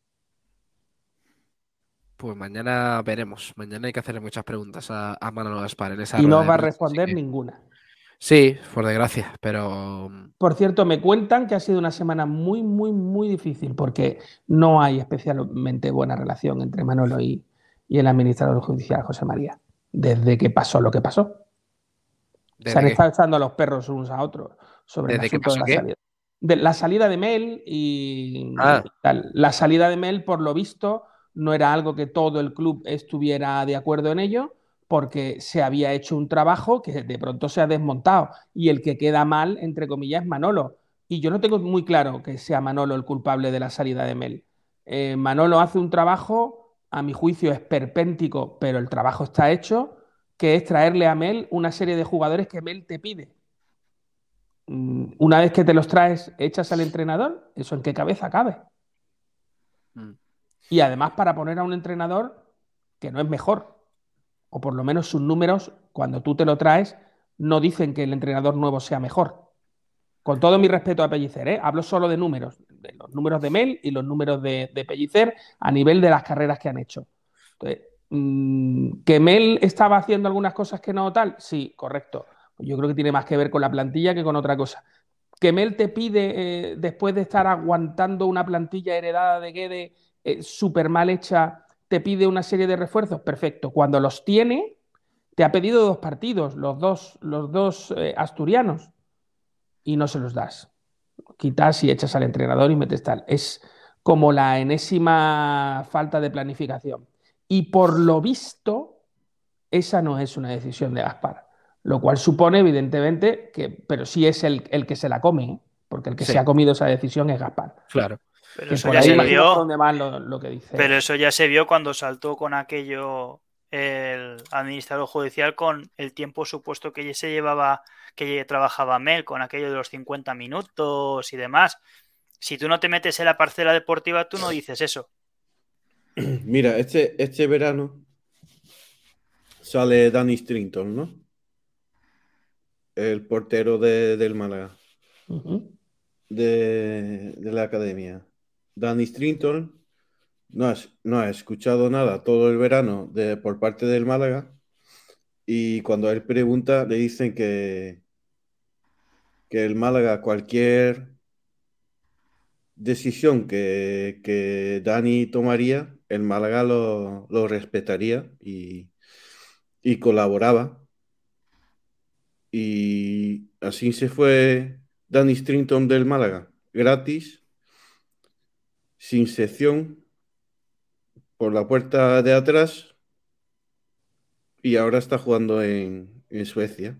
Pues mañana veremos. Mañana hay que hacerle muchas preguntas a, a Manolo Gaspar en esa Y rueda no de va a prensa, responder así que- ninguna. Sí, por desgracia, pero Por cierto, me cuentan que ha sido una semana muy, muy, muy difícil porque no hay especialmente buena relación entre Manolo y, y el administrador judicial José María, desde que pasó lo que pasó. Se ¿desde han qué? estado echando los perros unos a otros sobre el ¿Desde qué asunto de pasó la qué? salida. De la salida de Mel y, Ah. y tal. La salida de Mel, por lo visto, no era algo que todo el club estuviera de acuerdo en ello, porque se había hecho un trabajo que de pronto se ha desmontado y el que queda mal, entre comillas, es Manolo. Y yo no tengo muy claro que sea Manolo el culpable de la salida de Mel. Eh, Manolo hace un trabajo, a mi juicio, esperpéntico, pero el trabajo está hecho, que es traerle a Mel una serie de jugadores que Mel te pide. Una vez que te los traes, echas al entrenador, ¿eso en qué cabeza cabe? Mm. Y además para poner a un entrenador que no es mejor, o por lo menos sus números, cuando tú te lo traes, no dicen que el entrenador nuevo sea mejor. Con todo mi respeto a Pellicer, ¿eh? Hablo solo de números, de los números de Mel y los números de, de Pellicer a nivel de las carreras que han hecho. Entonces, mmm, ¿que Mel estaba haciendo algunas cosas que no tal? Sí, correcto. Yo creo que tiene más que ver con la plantilla que con otra cosa. ¿Que Mel te pide, eh, después de estar aguantando una plantilla heredada de Guede eh, súper mal hecha, te pide una serie de refuerzos? Perfecto. Cuando los tiene, te ha pedido dos partidos, los dos, los dos eh, asturianos, y no se los das. Quitas y echas al entrenador y metes tal. Es como la enésima falta de planificación. Y por lo visto, esa no es una decisión de Gaspar. Lo cual supone, evidentemente, que, pero sí es el, el que se la come, ¿eh? Porque el que Sí. se ha comido esa decisión es Gaspar. Claro. Pero Que eso por ya ahí se imagino por vio. dónde va lo, lo que dice. Pero eso ya se vio cuando saltó con aquello el administrador judicial con el tiempo supuesto que se llevaba, que trabajaba Mel, con aquello de los cincuenta minutos y demás. Si tú no te metes en la parcela deportiva, tú no dices eso. Mira, este, este verano sale Danny Strington, ¿no? El portero de, del Málaga, Uh-huh. de, de la academia. Danny Strington no ha, no ha escuchado nada todo el verano de, por parte del Málaga, y cuando él pregunta le dicen que, que el Málaga, cualquier decisión que, que Dani tomaría, el Málaga lo, lo respetaría y, y colaboraba. Y así se fue Danny Strington del Málaga, gratis, sin sección, por la puerta de atrás, y ahora está jugando en, en Suecia.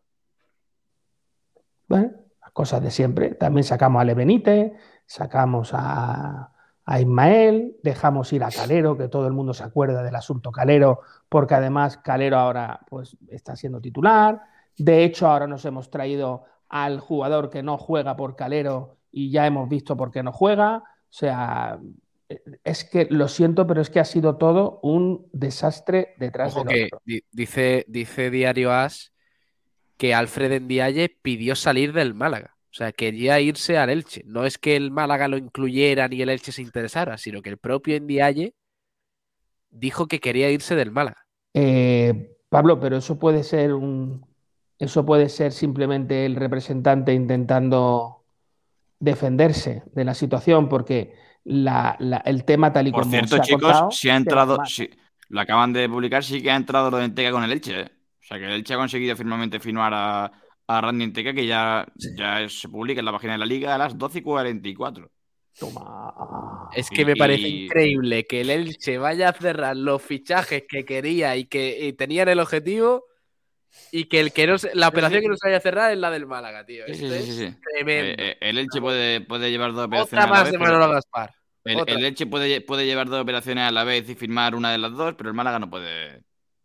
Bueno, las cosas de siempre. También sacamos a Le Benítez, sacamos a, a Ismael, dejamos ir a Calero, que todo el mundo se acuerda del asunto Calero, porque además Calero ahora pues, está siendo titular. De hecho, ahora nos hemos traído al jugador que no juega por Calero y ya hemos visto por qué no juega. O sea, es que lo siento, pero es que ha sido todo un desastre detrás Ojo del que otro. di- dice, dice Diario As que Alfred Ndiaye pidió salir del Málaga. O sea, quería irse al Elche. No es que el Málaga lo incluyera ni el Elche se interesara, sino que el propio Ndiaye dijo que quería irse del Málaga. Eh, Pablo, pero eso puede ser un, eso puede ser simplemente el representante intentando defenderse de la situación, porque la, la, el tema tal y Por como cierto, se ha chicos, contado, si ha queda entrado, mal. sí, lo acaban de publicar, sí que ha entrado lo de Enteca con el Elche, ¿eh? O sea, que el Elche ha conseguido finalmente firmar a, a Randy Enteca, que ya, ya se publica en la página de la Liga a las doce y cuarenta y cuatro. Toma. Es que Y- me parece y- increíble que el Elche vaya a cerrar los fichajes que quería y que y tenían el objetivo, y que el que no se- la operación que no se vaya a cerrar es la del Málaga, tío. Sí, sí, Esto sí, es sí, sí. tremendo. Eh, eh, el Elche puede, puede llevar dos operaciones Otra a la más vez, de pero Manolo Gaspar. el, Otra. el Elche puede, puede llevar dos operaciones a la vez y firmar una de las dos, pero el Málaga no puede.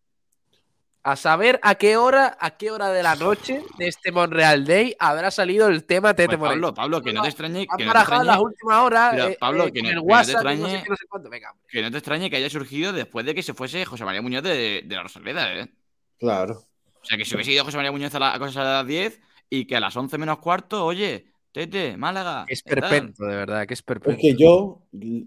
A saber a qué hora, a qué hora de la noche de este Monreal Day habrá salido el tema Tete Pues Moreno. Pablo, Pablo, que no te extrañe, Han que no te barajado en las extrañe, últimas horas pero, eh, Pablo, eh, que con no- el que no te WhatsApp, que no sé extrañe- qué, no sé cuánto. Venga, hombre. que no te extrañe que haya surgido después de que se fuese José María Muñoz de, de la Rosaleda, ¿eh? Claro. O sea, que si hubiese ido José María Muñoz a, la, a cosas a las diez y que a las once menos cuarto, oye, Tete, Málaga. Es ¿qué tal? perpento, de verdad, que es Es perpento. que yo,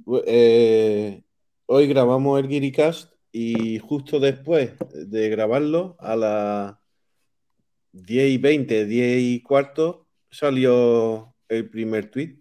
eh, hoy grabamos el Guiricast y justo después de grabarlo, a las diez y veinte, diez y cuarto, salió el primer tuit.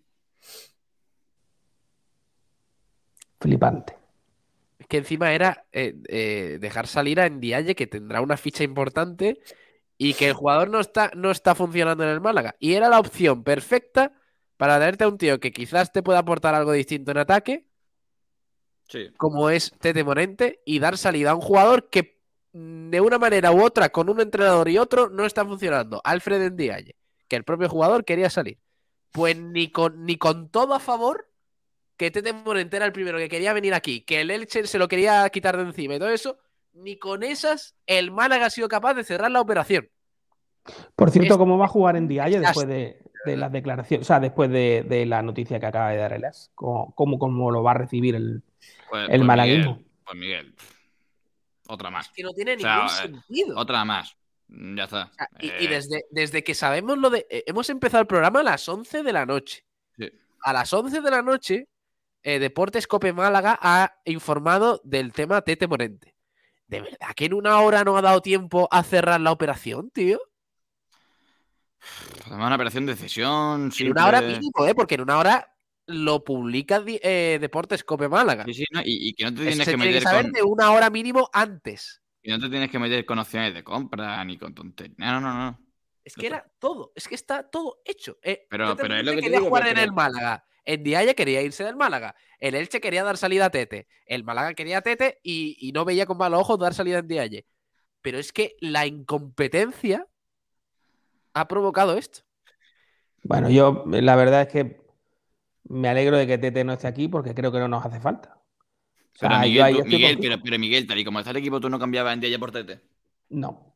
Flipante. Es que encima era eh, eh, dejar salir a Ndiaye, que tendrá una ficha importante, y que el jugador no está, no está funcionando en el Málaga. Y era la opción perfecta para traerte a un tío que quizás te pueda aportar algo distinto en ataque, Sí. como es Tete Morente, y dar salida a un jugador que mm, de una manera u otra, con un entrenador y otro, no está funcionando. Alfred Ndiaye, que el propio jugador quería salir. Pues ni con, ni con todo a favor, que Tete Morente era el primero que quería venir aquí, que el Elche se lo quería quitar de encima y todo eso, ni con esas el Málaga ha sido capaz de cerrar la operación. Por cierto, Es- ¿cómo va a jugar en Ndiaye es- después de, de las declaraciones, o sea, después de, de la noticia que acaba de dar el As, cómo, cómo, cómo lo va a recibir el, Pues, el pues malaguismo. Miguel, pues Miguel, otra más. Es que no tiene O sea, ningún eh, sentido. Otra más. Ya está. O sea, y, Eh, y desde, desde que sabemos lo de... eh, hemos empezado el programa a las once de la noche. sí. A las once de la noche, eh, Deportes Cope Málaga ha informado del tema Tete Morente. ¿De verdad que en una hora no ha dado tiempo a cerrar la operación, tío? Además, una operación de cesión, En simple. una hora mínimo, ¿eh? Porque en una hora lo publica eh, Deportes Cope Málaga. Sí, sí, ¿no? y, y que no te Eso tienes se que tiene que meter saber con. de una hora mínimo antes. Y no te tienes que meter con opciones de compra ni con tonterías. No, no, no. Es que era todo, es que está todo hecho. Eh, Pero- Tete pero es Morente lo que te quería digo, jugar que en creo- el Málaga. En Diaya quería irse del Málaga. El Elche quería dar salida a Tete. El Málaga quería a Tete y, y no veía con malos ojos dar salida en Diaye. Pero es que la incompetencia ha provocado esto. Bueno, yo la verdad es que me alegro de que Tete no esté aquí porque creo que no nos hace falta. O sea, Pero yo Miguel, ahí tú- estoy Miguel contigo. pero, pero Miguel, tal y como está el equipo, tú no cambiabas en Diaya por Tete. No.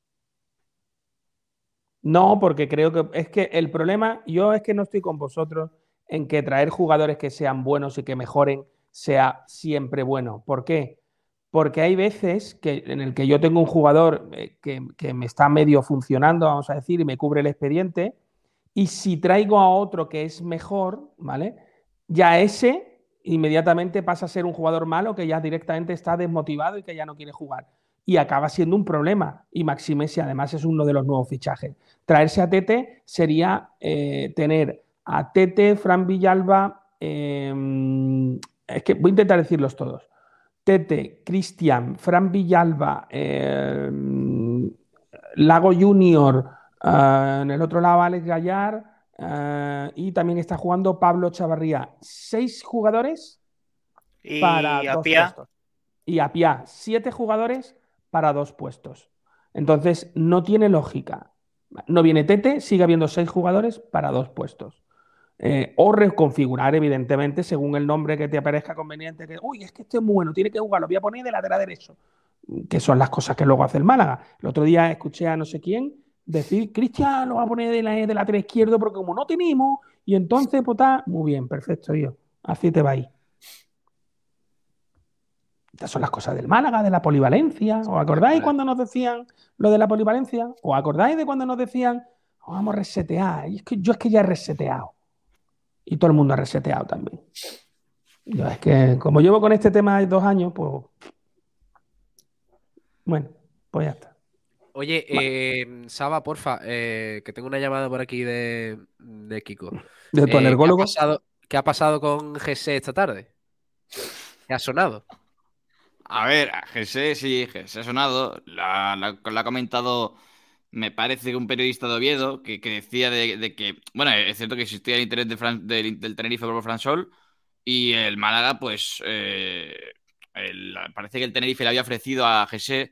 No, porque creo que es que el problema, yo es que no estoy con vosotros en que traer jugadores que sean buenos y que mejoren sea siempre bueno. ¿Por qué? Porque hay veces que, en el que yo tengo un jugador eh, que, que me está medio funcionando, vamos a decir, y me cubre el expediente, y si traigo a otro que es mejor, ¿vale? Ya ese inmediatamente pasa a ser un jugador malo que ya directamente está desmotivado y que ya no quiere jugar. Y acaba siendo un problema. Y Maximesi además es uno de los nuevos fichajes. Traerse a Tete sería eh, tener a Tete, Fran Villalba, eh, es que voy a intentar decirlos todos. Tete, Cristian, Fran Villalba, eh, Lago Junior, uh, en el otro lado Alex Gallar, uh, y también está jugando Pablo Chavarría. Seis jugadores Y para a dos Pia, puestos. Y a Pia, siete jugadores para dos puestos. Entonces, no tiene lógica. No viene Tete, sigue habiendo seis jugadores para dos puestos. Eh, o reconfigurar, evidentemente, según el nombre que te parezca conveniente. Que, uy, es que este es muy bueno, tiene que jugar, lo voy a poner de lateral derecho. Que son las cosas que luego hace el Málaga. El otro día escuché a no sé quién decir, Cristian lo va a poner de, la, de lateral izquierdo porque como no tenemos, y entonces, pues está, muy bien, perfecto, yo. Así te va ahí. Estas son las cosas del Málaga, de la polivalencia. ¿Os acordáis cuando nos decían lo de la polivalencia? ¿Os acordáis de cuando nos decían, oh, vamos a resetear? Y es que yo es que ya he reseteado. Y todo el mundo ha reseteado también. Yo es que, como llevo con este tema dos años, pues. Bueno, pues ya está. Oye, eh, Saba, porfa, eh, que tengo una llamada por aquí de, de Kiko. ¿De tu Eh, ¿qué, ha alergólogo? pasado, ¿Qué ha pasado con G S esta tarde? ¿Qué ha sonado? A ver, a G S sí, G S ha sonado. La, la- la ha comentado, me parece que un periodista de Oviedo, que, que decía de, de que, bueno, es cierto que existía el interés de Fran- del, del Tenerife por Fransol y el Málaga, pues, eh, el- parece que el Tenerife le había ofrecido a G S,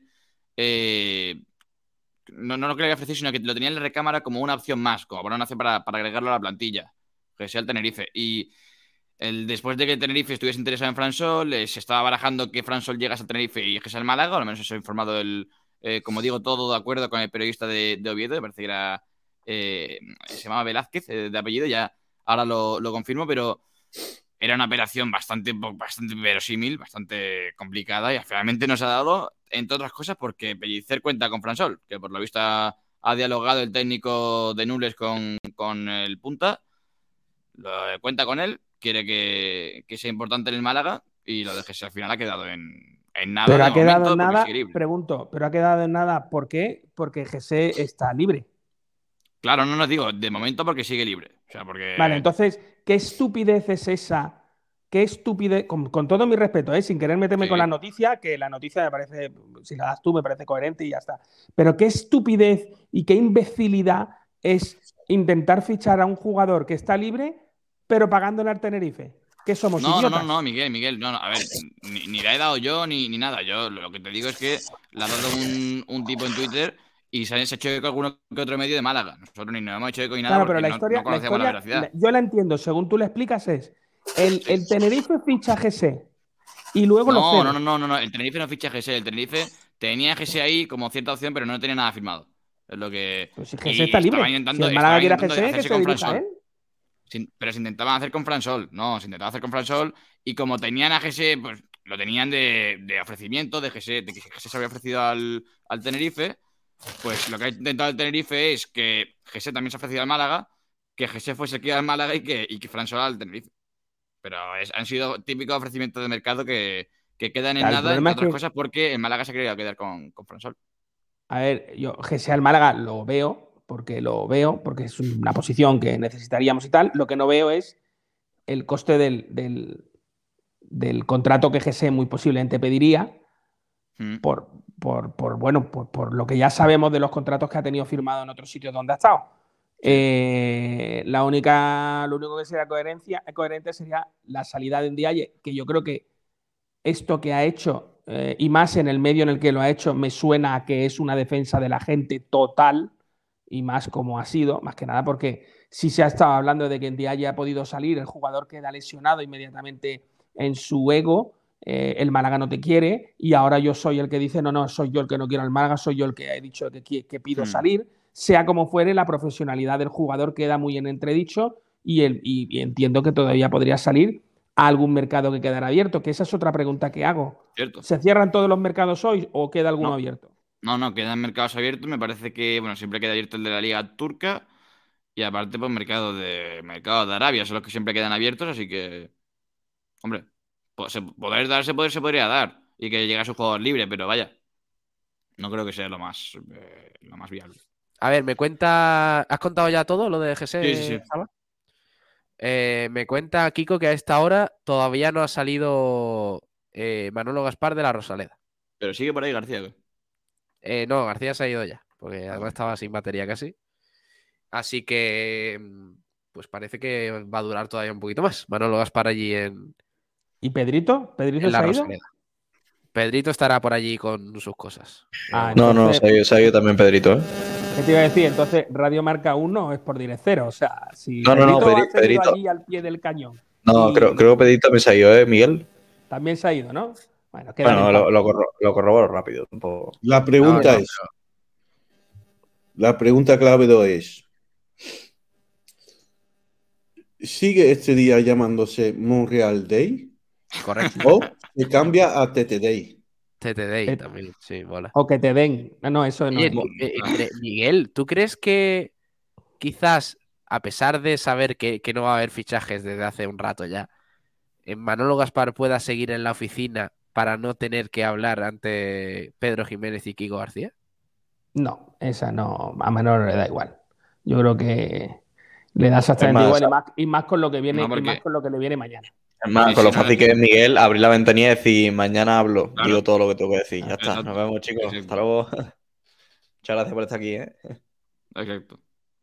eh, no, no lo que le había ofrecido, sino que lo tenía en la recámara como una opción más, como para una opción para, para agregarlo a la plantilla, G S al Tenerife. Y el, después de que el Tenerife estuviese interesado en Fransol, eh, se estaba barajando que Fransol llegase al Tenerife y G S al Málaga, o al menos eso ha informado el, eh, como digo, todo de acuerdo con el periodista de, de Oviedo, me parece que era, eh, se llamaba Velázquez, eh, de apellido, ya ahora lo, lo confirmo, pero era una operación bastante, bastante verosímil, bastante complicada y finalmente nos ha dado, entre otras cosas, porque Pellicer cuenta con Fransol, que por lo visto ha, ha dialogado el técnico de Nules con, con el punta, lo, cuenta con él, quiere que, que sea importante en el Málaga y lo de G S al final ha quedado en, en nada. Pero de ha quedado momento, en porque nada, sigue libre. pregunto, pero ha quedado en nada, ¿por qué? Porque G S está libre. Claro, no nos digo, de momento porque sigue libre. O sea, porque... Vale, entonces, ¿qué estupidez es esa? ¿Qué estupidez? Con, con todo mi respeto, ¿eh? Sin querer meterme Sí. con la noticia, que la noticia me parece, si la das tú, me parece coherente y ya está. Pero qué estupidez y qué imbecilidad es intentar fichar a un jugador que está libre, pero pagándole al Tenerife. ¿Qué somos, No, no, idiotas? no, no, Miguel, Miguel, no, no, a ver, ni, ni la he dado yo ni, ni nada. Yo lo que te digo es que la ha dado un, un tipo en Twitter y se ha hecho eco alguno que otro medio de Málaga. Nosotros ni nos hemos hecho eco ni nada Claro, pero porque la no, historia, no la conocíamos la, historia veracidad. la- yo la entiendo, según tú le explicas, es el, el Tenerife ficha a G S y luego lo No, cede. no, no, no, no, el Tenerife no ficha a G S, el Tenerife tenía a G S ahí como cierta opción, pero no tenía nada firmado. Es lo que. Pues si y Jesse está libre. estaban intentando- Si el Málaga estaban quiere a intentando Jesse, que hacerse se con dirija a Fransol. él. Sin- pero se intentaban hacer con Fransol. No, se intentaban hacer con Fransol. Y como tenían a Jesse, pues lo tenían de, de ofrecimiento, de, Jesse, de que Jesse se había ofrecido al, al Tenerife. Pues lo que ha intentado el Tenerife es que Jesse también se ha ofrecido al Málaga, que Jesse fuese el que iba al Málaga y que, y que Fransol al Tenerife. Pero es- han sido típicos ofrecimientos de mercado que, que quedan en Claro, el nada, problema entre es otras que- cosas, porque el Málaga se quería quedar con, con Fransol. A ver, yo Jesse al Málaga lo veo, porque lo veo, porque es una posición que necesitaríamos y tal. Lo que no veo es el coste del, del, del contrato que Jesse muy posiblemente pediría Mm. por, por, por, bueno, por, por lo que ya sabemos de los contratos que ha tenido firmado en otros sitios donde ha estado. Eh, la única, lo único que sería coherencia, coherente sería la salida de Ndiaye, que yo creo que esto que ha hecho, eh, y más en el medio en el que lo ha hecho, me suena a que es una defensa de la gente total, y más como ha sido, más que nada porque si se ha estado hablando de que Ndiaye ha podido salir, el jugador queda lesionado inmediatamente en su ego, eh, el Málaga no te quiere, y ahora yo soy el que dice, no, no, soy yo el que no quiero al Málaga, soy yo el que he dicho que, que pido Hmm. salir. Sea como fuere, la profesionalidad del jugador queda muy en entredicho y, el, y, y entiendo que todavía podría salir a algún mercado que quedará abierto, que esa es otra pregunta que hago. Cierto. ¿Se cierran todos los mercados hoy o queda alguno No. abierto? No, no, quedan mercados abiertos. Me parece que, bueno, siempre queda abierto el de la Liga Turca. Y aparte, pues, mercado de, mercado de Arabia, son los que siempre quedan abiertos. Así que, hombre, pues, se- poder darse, poder se podría dar. Y que llegase un jugador libre, pero vaya. No creo que sea lo más, eh, lo más viable. A ver, me cuenta. ¿Has contado ya todo lo de G S? Sí, sí, sí. Saba? Eh, me cuenta Kiko que a esta hora todavía no ha salido eh, Manolo Gaspar de la Rosaleda. Pero sigue por ahí García, ¿qué? Eh, no, García se ha ido ya, porque además vale. estaba sin batería casi. Así que, mm, pues parece que va a durar todavía un poquito más. Manolo Gaspar allí en, ¿Y Pedrito? ¿Pedrito en se la ha ido? Rosaleda. Pedrito estará por allí con sus cosas. Ah, No, no, entonces, se ha ido, se ha ido también Pedrito, ¿eh? ¿qué te iba a decir? Entonces, Radio Marca uno es por Direct Cero. O sea, si No, no, no, Pedrito Pedri- ha seguido Pedrito. allí al pie del cañón. No, y creo, creo que Pedrito también se ha ido, ¿eh, Miguel? También se ha ido, ¿no? Bueno, queda Bueno, en lo, paz. lo, corro- lo corroboro rápido. Un poco. La pregunta No, no, es, la pregunta clave do es, ¿sigue este día llamándose Montreal Day Correcto. o se cambia a T T Day? T T Day Eh, también, sí, mola. O que te den. No, no, eso no Oye, es. tú- eh, eh, Miguel, ¿tú crees que quizás, a pesar de saber que, que no va a haber fichajes desde hace un rato ya, eh, Manolo Gaspar pueda seguir en la oficina para no tener que hablar ante Pedro Jiménez y Kiko García? No, esa no. A Manolo le da igual. Yo creo que le da exactamente más, igual y más, y más con lo que viene, No, y porque- más con lo que le viene mañana. Es más, Sí, con sí, lo no, fácil no. que es, Miguel, abrir la ventanilla y decir, mañana hablo, Claro. digo todo lo que tengo que decir. Ya está, Exacto. nos vemos, chicos. Exacto. Hasta luego. Muchas gracias por estar aquí, ¿eh? Exacto.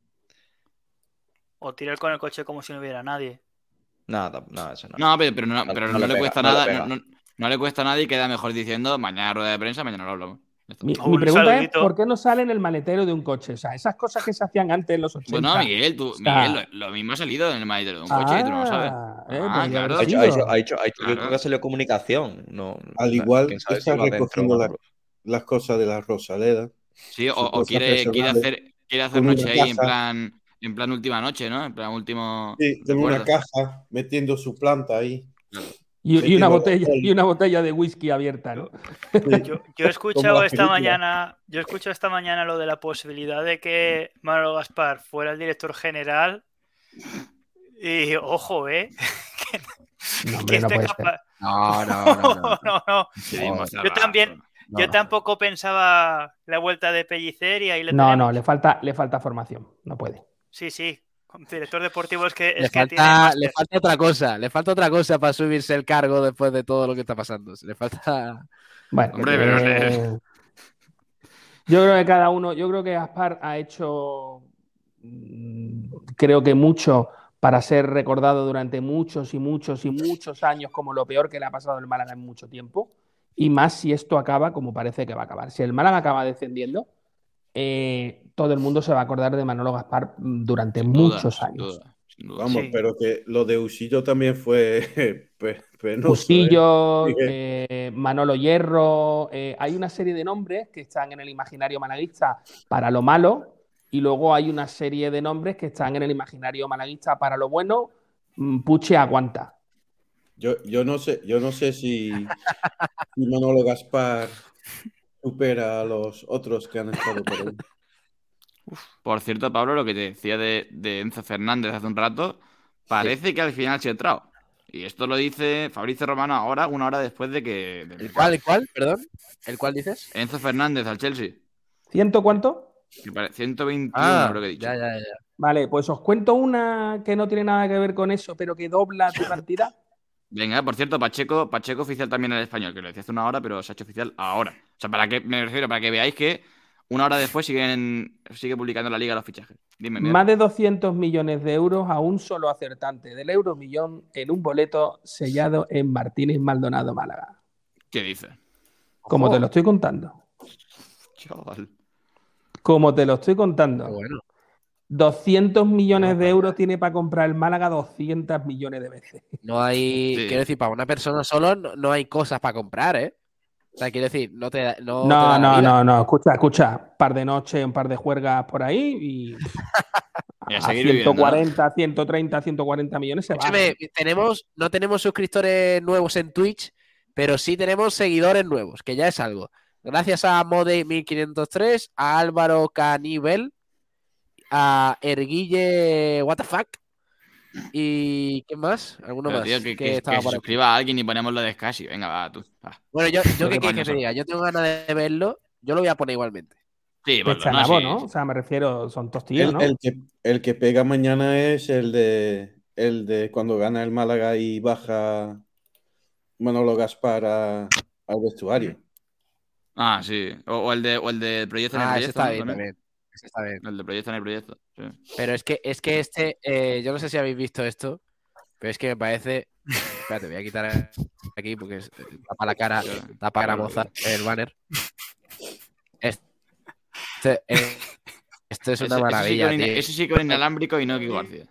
O tirar con el coche como si no hubiera nadie. Nada, nada, eso no. No, pero, pero no, No- pero no no, le le pega, cuesta no le nada. pega. No, no- no le cuesta nada y queda mejor diciendo mañana rueda de prensa, mañana lo hablamos. Ya está. Mi, Un mi pregunta saludito. es, ¿por qué no sale en el maletero de un coche? O sea, esas cosas que se hacían antes en los ochenta. Bueno, Miguel, tú, O sea, Miguel, lo, lo mismo ha salido en el maletero de un coche y tú no lo sabes. Ah, eh, Ah, podría claro. Ha haber dicho, ha sido. dicho, ha dicho, ha dicho que Claro. creo que salió comunicación. No, Al na- igual quién sabe está si va dentro recogiendo o la- no. las cosas de la Rosaleda. Sí, o, sus o cosas quiere, quiere personales, hacer, quiere hacer con una noche ahí en caja. plan, en plan última noche, ¿no? En plan último. Sí, con una recuerdo. caja, metiendo su planta ahí. Claro. Y, y una Metiendo botella, alcohol. y una botella de whisky abierta, ¿no? Sí. Yo, yo he escuchado Como la esta película. mañana, yo he escuchado esta mañana lo de la posibilidad de que Manolo Gaspar fuera el director general. Y ojo, ¿eh? No, Que hombre, no esté puede ser. capaz- No, no, no, no. no, no. Seguimos Yo cerrados. también, No, yo no. tampoco pensaba la vuelta de Pellicer y ahí le No, tenemos. no, le falta, le falta formación. No puede. Sí, sí. Como director deportivo es que, Le es que tiene falta, máster. le falta otra cosa, le falta otra cosa para subirse el cargo después de todo lo que está pasando. Le falta. Bueno, Hombre, pero- eh, yo creo que cada uno, yo creo que Gaspar ha hecho, mm, creo que mucho para ser recordado durante muchos y muchos y muchos años como lo peor que le ha pasado al Málaga en mucho tiempo. Y más si esto acaba como parece que va a acabar. Si el Málaga acaba descendiendo, eh, todo el mundo se va a acordar de Manolo Gaspar mm, durante Sin duda, muchos sin años. duda, sin duda. Vamos, Sí. pero que lo de Usillo también fue pe- penoso. Usillo, ¿eh? eh, Manolo Hierro, eh, hay una serie de nombres que están en el imaginario malaguista para lo malo y luego hay una serie de nombres que están en el imaginario malaguista para lo bueno. Mm, Puche aguanta. Yo, yo no sé, yo no sé si, si Manolo Gaspar supera a los otros que han estado por ahí. Por cierto, Pablo, lo que te decía de, de Enzo Fernández hace un rato, parece que al final se ha entrado. Y esto lo dice Fabrizio Romano ahora, una hora después de que... de- ¿El cuál, el cuál? Perdón. ¿El cuál dices? Enzo Fernández al Chelsea. ¿Ciento cuánto? Me pare- ciento veintiuno Ah, creo que he dicho. ya, ya, ya. Vale, pues os cuento una que no tiene nada que ver con eso, pero que dobla tu cantidad. Venga, por cierto, Pacheco, Pacheco oficial también en el español, que lo decía hace una hora, pero se ha hecho oficial ahora. O sea, para que me refiero, para que veáis que una hora después siguen, sigue publicando la liga los fichajes. Dime, Miguel. Más de doscientos millones de euros a un solo acertante del Euromillón en un boleto sellado en Martínez Maldonado, Málaga. ¿Qué dices? Como Ojo. te lo estoy contando. Chaval. Como te lo estoy Ah, contando. bueno. doscientos millones No, de euros tiene para comprar el Málaga doscientos millones de veces. No hay, Sí. quiero decir, para una persona solo no, no hay cosas para comprar, ¿eh? O sea, quiero decir, no te, da- no te No, da la no, vida. no, no. Escucha, escucha. Un par de noches, un par de juergas por ahí y Y a a seguir viviendo, ciento cuarenta, ciento treinta, ciento cuarenta millones se va. Escúchame, tenemos, no tenemos suscriptores nuevos en Twitch, pero sí tenemos seguidores nuevos, que ya es algo. Gracias a Mode mil quinientos tres, a Álvaro Caníbal, a Erguille What the fuck, y ¿quién más? ¿Alguno Pero, más? tío, que, que que- estaba que se por aquí. suscriba a alguien y ponemos lo de Scassi. Venga, va, tú. va. Bueno, yo, yo Lo qué que quieres que te pañoso. diga, yo tengo ganas de verlo, yo lo voy a poner igualmente. Sí, ponlo, Pecha no, nabo, sí, ¿no? sí. O sea, me refiero, son tostillos, El, ¿no? el que, el que pega mañana es el de, el de cuando gana el Málaga y baja Manolo Gaspar a- al vestuario. Ah, sí. O, o el de, o el de proyecto en el Ah, ese proyecto, está ¿no? bien También. también. Ese está bien. El de proyecto en el proyecto. Sí. Pero es que, es que este, eh, yo no sé si habéis visto esto, pero es que me parece. Espérate, voy a quitar aquí porque es- tapa la cara, tapa la moza el banner. Este, eh, esto es una Ese- ese sí maravilla, con in- tío. Ese sí con inalámbrico y no Kiko García.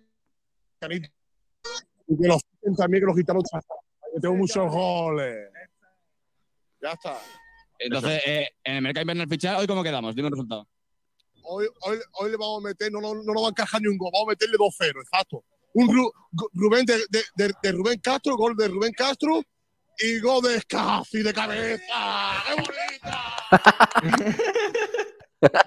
Y que los quiten también, que los quitaron. Que tengo muchos goles. Ya está. Entonces, eh, en el mercado invernal fichar, ¿hoy cómo quedamos? Dime el resultado. Hoy, hoy, hoy le vamos a meter, no, no, no nos va a encajar ni un gol, vamos a meterle dos cero, exacto. Un Ru- Gu- Rubén de, de, de, de Rubén Castro, gol de Rubén Castro y gol de Scassi de cabeza. ¡Qué bonita!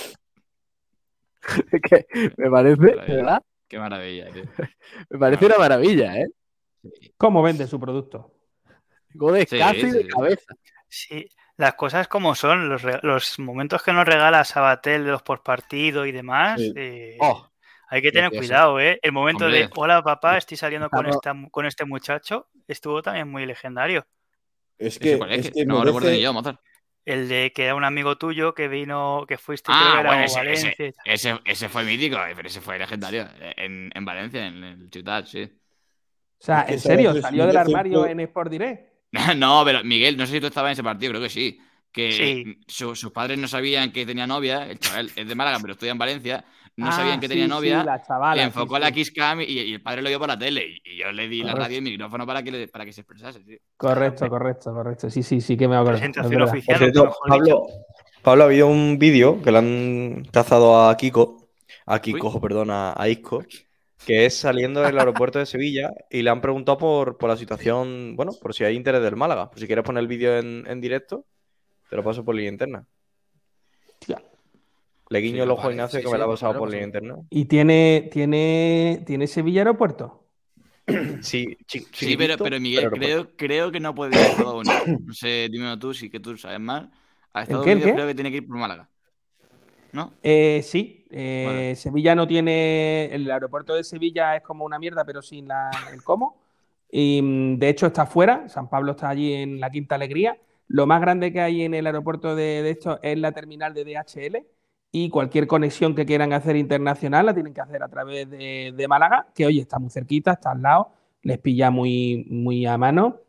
Que me parece, Maravilla. ¿verdad? Qué maravilla, tío. Me parece una maravilla, ¿eh? ¿Cómo vende su producto? Goles Sí, casi de sí. cabeza. Sí, las cosas como son, los, re- los momentos que nos regala Sabatel de los postpartidos y demás, Sí. eh, Oh, hay que tener precioso. cuidado, ¿eh? El momento Hombre. de, hola papá, estoy saliendo con, Estamos- esta, con este muchacho, estuvo también muy legendario. Es ¿Ese que, cuál es? es Que que no lo recuerdo ni merece, yo, Mozart. El de que era un amigo tuyo que vino, que fuiste, creo Ah, que era bueno, a ese, Valencia. ese, y tal. ese, ese fue mítico, eh, pero ese fue legendario. eh, En, en Valencia, en el Ciutat, sí. O sea, Es que ¿en serio? Sabatel ¿Salió del merece armario un- en Sport Direct? No, pero Miguel, no sé si tú estabas en ese partido, creo que sí. Que Sí. su- sus padres no sabían que tenía novia. El chaval es de Málaga, pero estudia en Valencia. No Ah, sabían que sí, tenía sí, novia. la chavala, le sí, enfocó sí. la Kiss Cam y, y el padre lo vio por la tele. Y, y yo le di la Correcto. radio y el micrófono para que, le- para que se expresase. Sí. Correcto, correcto, correcto. Sí, sí, sí que me acuerdo. Es Presentación verdad. Por oficial, cierto, mejor dicho. Pablo, Pablo, ha habido un vídeo que le han cazado a Kiko, a Kiko, Uy. perdón, a, a Isco, que es saliendo del aeropuerto de Sevilla y le han preguntado por, por la situación, bueno, por si hay interés del Málaga. Por si quieres poner el vídeo en, en directo, te lo paso por línea interna. Hostia. Le guiño Sí, el no, ojo a vale. Ignacio Sí, que me sí, lo ha pues pasado bueno, por pues línea sí. interna. ¿Y tiene, tiene, tiene Sevilla aeropuerto? Sí, chi- Sí, pero, chiquitito, pero Miguel, pero aeropuerto. creo, creo que no puede ir a Estados Unidos. No sé, dímelo tú, si que tú sabes más. A Estados qué, el Unidos qué? creo que tiene que ir por Málaga. ¿No? Eh, sí, eh, Vale. Sevilla no tiene. El aeropuerto de Sevilla es como una mierda, pero sin la, el cómo. Y mm, de hecho está fuera. San Pablo está allí en la Quinta Alegría. Lo más grande que hay en el aeropuerto de, de esto es la terminal de D H L. Y cualquier conexión que quieran hacer internacional la tienen que hacer a través de, de Málaga, que oye, está muy cerquita, está al lado, les pilla muy, muy a mano.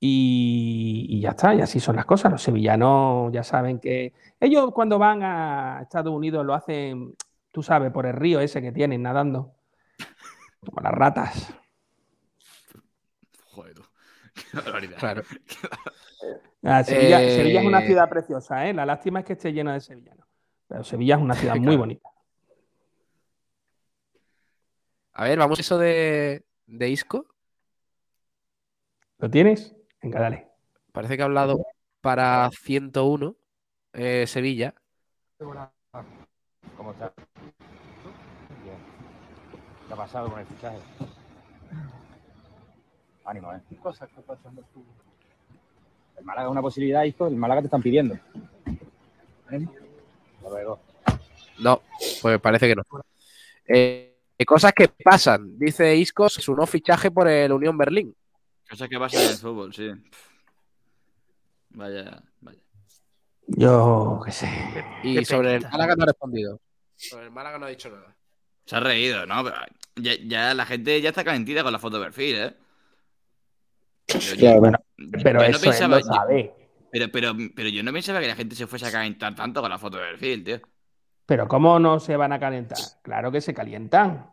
Y, y ya está, y así son las cosas. Los sevillanos ya saben que ellos cuando van a Estados Unidos lo hacen, tú sabes, por el río ese que tienen nadando. Como las ratas. Joder, tú. Qué barbaridad. Claro. Ah, Sevilla, Eh, Sevilla es una ciudad preciosa, ¿eh? La lástima es que esté llena de sevillanos. Pero Sevilla es una ciudad muy Claro. bonita. A ver, vamos a eso de, de Isco. ¿Lo tienes? Venga, dale. Parece que ha hablado para ciento uno eh, Sevilla. ¿Cómo estás? Bien. ¿Qué ha pasado con el fichaje? Ánimo, ¿eh? ¿Qué cosa está pasando tú? El Málaga es una posibilidad, Isco. El Málaga te están pidiendo. ¿Eh? Hasta luego. No, pues parece que no. Eh, cosas que pasan. Dice Isco, su no fichaje por el Unión Berlín. Cosas que pasan en el fútbol, sí. Vaya, vaya. Yo qué sé. Y Qué sobre el penita. Málaga no ha respondido. Sobre el Málaga no ha dicho nada. Se ha reído, ¿no? Pero ya, ya la gente ya está calentita con la foto de perfil, ¿eh? Yo, yo- Claro. yo- Pero yo no eso él pensaba- lo yo- sabe. pero, pero, pero yo no pensaba que la gente se fuese a calentar tanto con la foto de perfil, tío. Pero ¿cómo no se van a calentar? Claro que se calientan.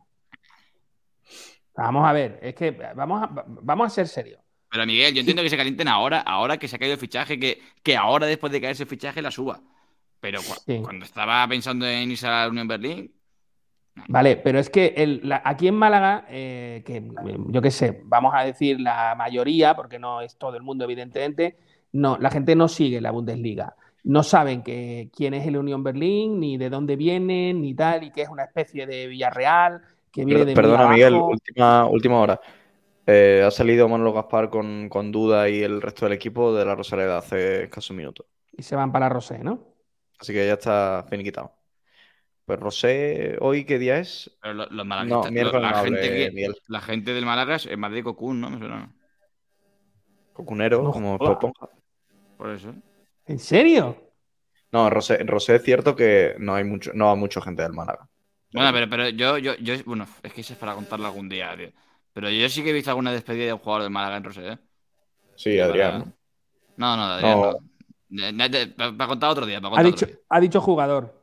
Vamos a ver, es que vamos a, vamos a ser serios. Pero Miguel, yo entiendo que se calienten ahora, ahora que se ha caído el fichaje, que, que ahora después de caerse el fichaje la suba. Pero cu- Sí. cuando estaba pensando en irse a la Unión Berlín, Vale, pero es que el- la- aquí en Málaga, eh, que yo qué sé, vamos a decir la mayoría, porque no es todo el mundo, evidentemente, no, la gente no sigue la Bundesliga. No saben que, quién es el Unión Berlín, ni de dónde vienen, ni tal, y que es una especie de Villarreal, que viene de muy Perdona, Miguel, abajo. última, última hora. Eh, ha salido Manolo Gaspar con, con Duda y el resto del equipo de la Rosaleda hace escasos minutos. Y se van para Rosé, ¿no? Así que ya está finiquitado. Pues Rosé, ¿hoy qué día es? pero lo- los No, malaguistas, lo- miércoles la, no gente hable, que, Miguel. la gente del Málaga es en Madrid Cocún, ¿no? Me suena. Cocunero, No como jodas. Esponja. Por eso. ¿En serio? No, en Rosé, en Rosé es cierto que no hay mucho, no va mucha gente del Málaga. Bueno, pero, pero yo, yo, yo, bueno, es que eso es para contarlo algún día, tío. Pero yo sí que he visto alguna despedida de un jugador del Málaga en Rosé, ¿eh? Sí, Adrián. No, no, de Adrián No. no. De- de- de- pa- Para contar otro día, para Ha contar dicho, otro día. ha dicho jugador.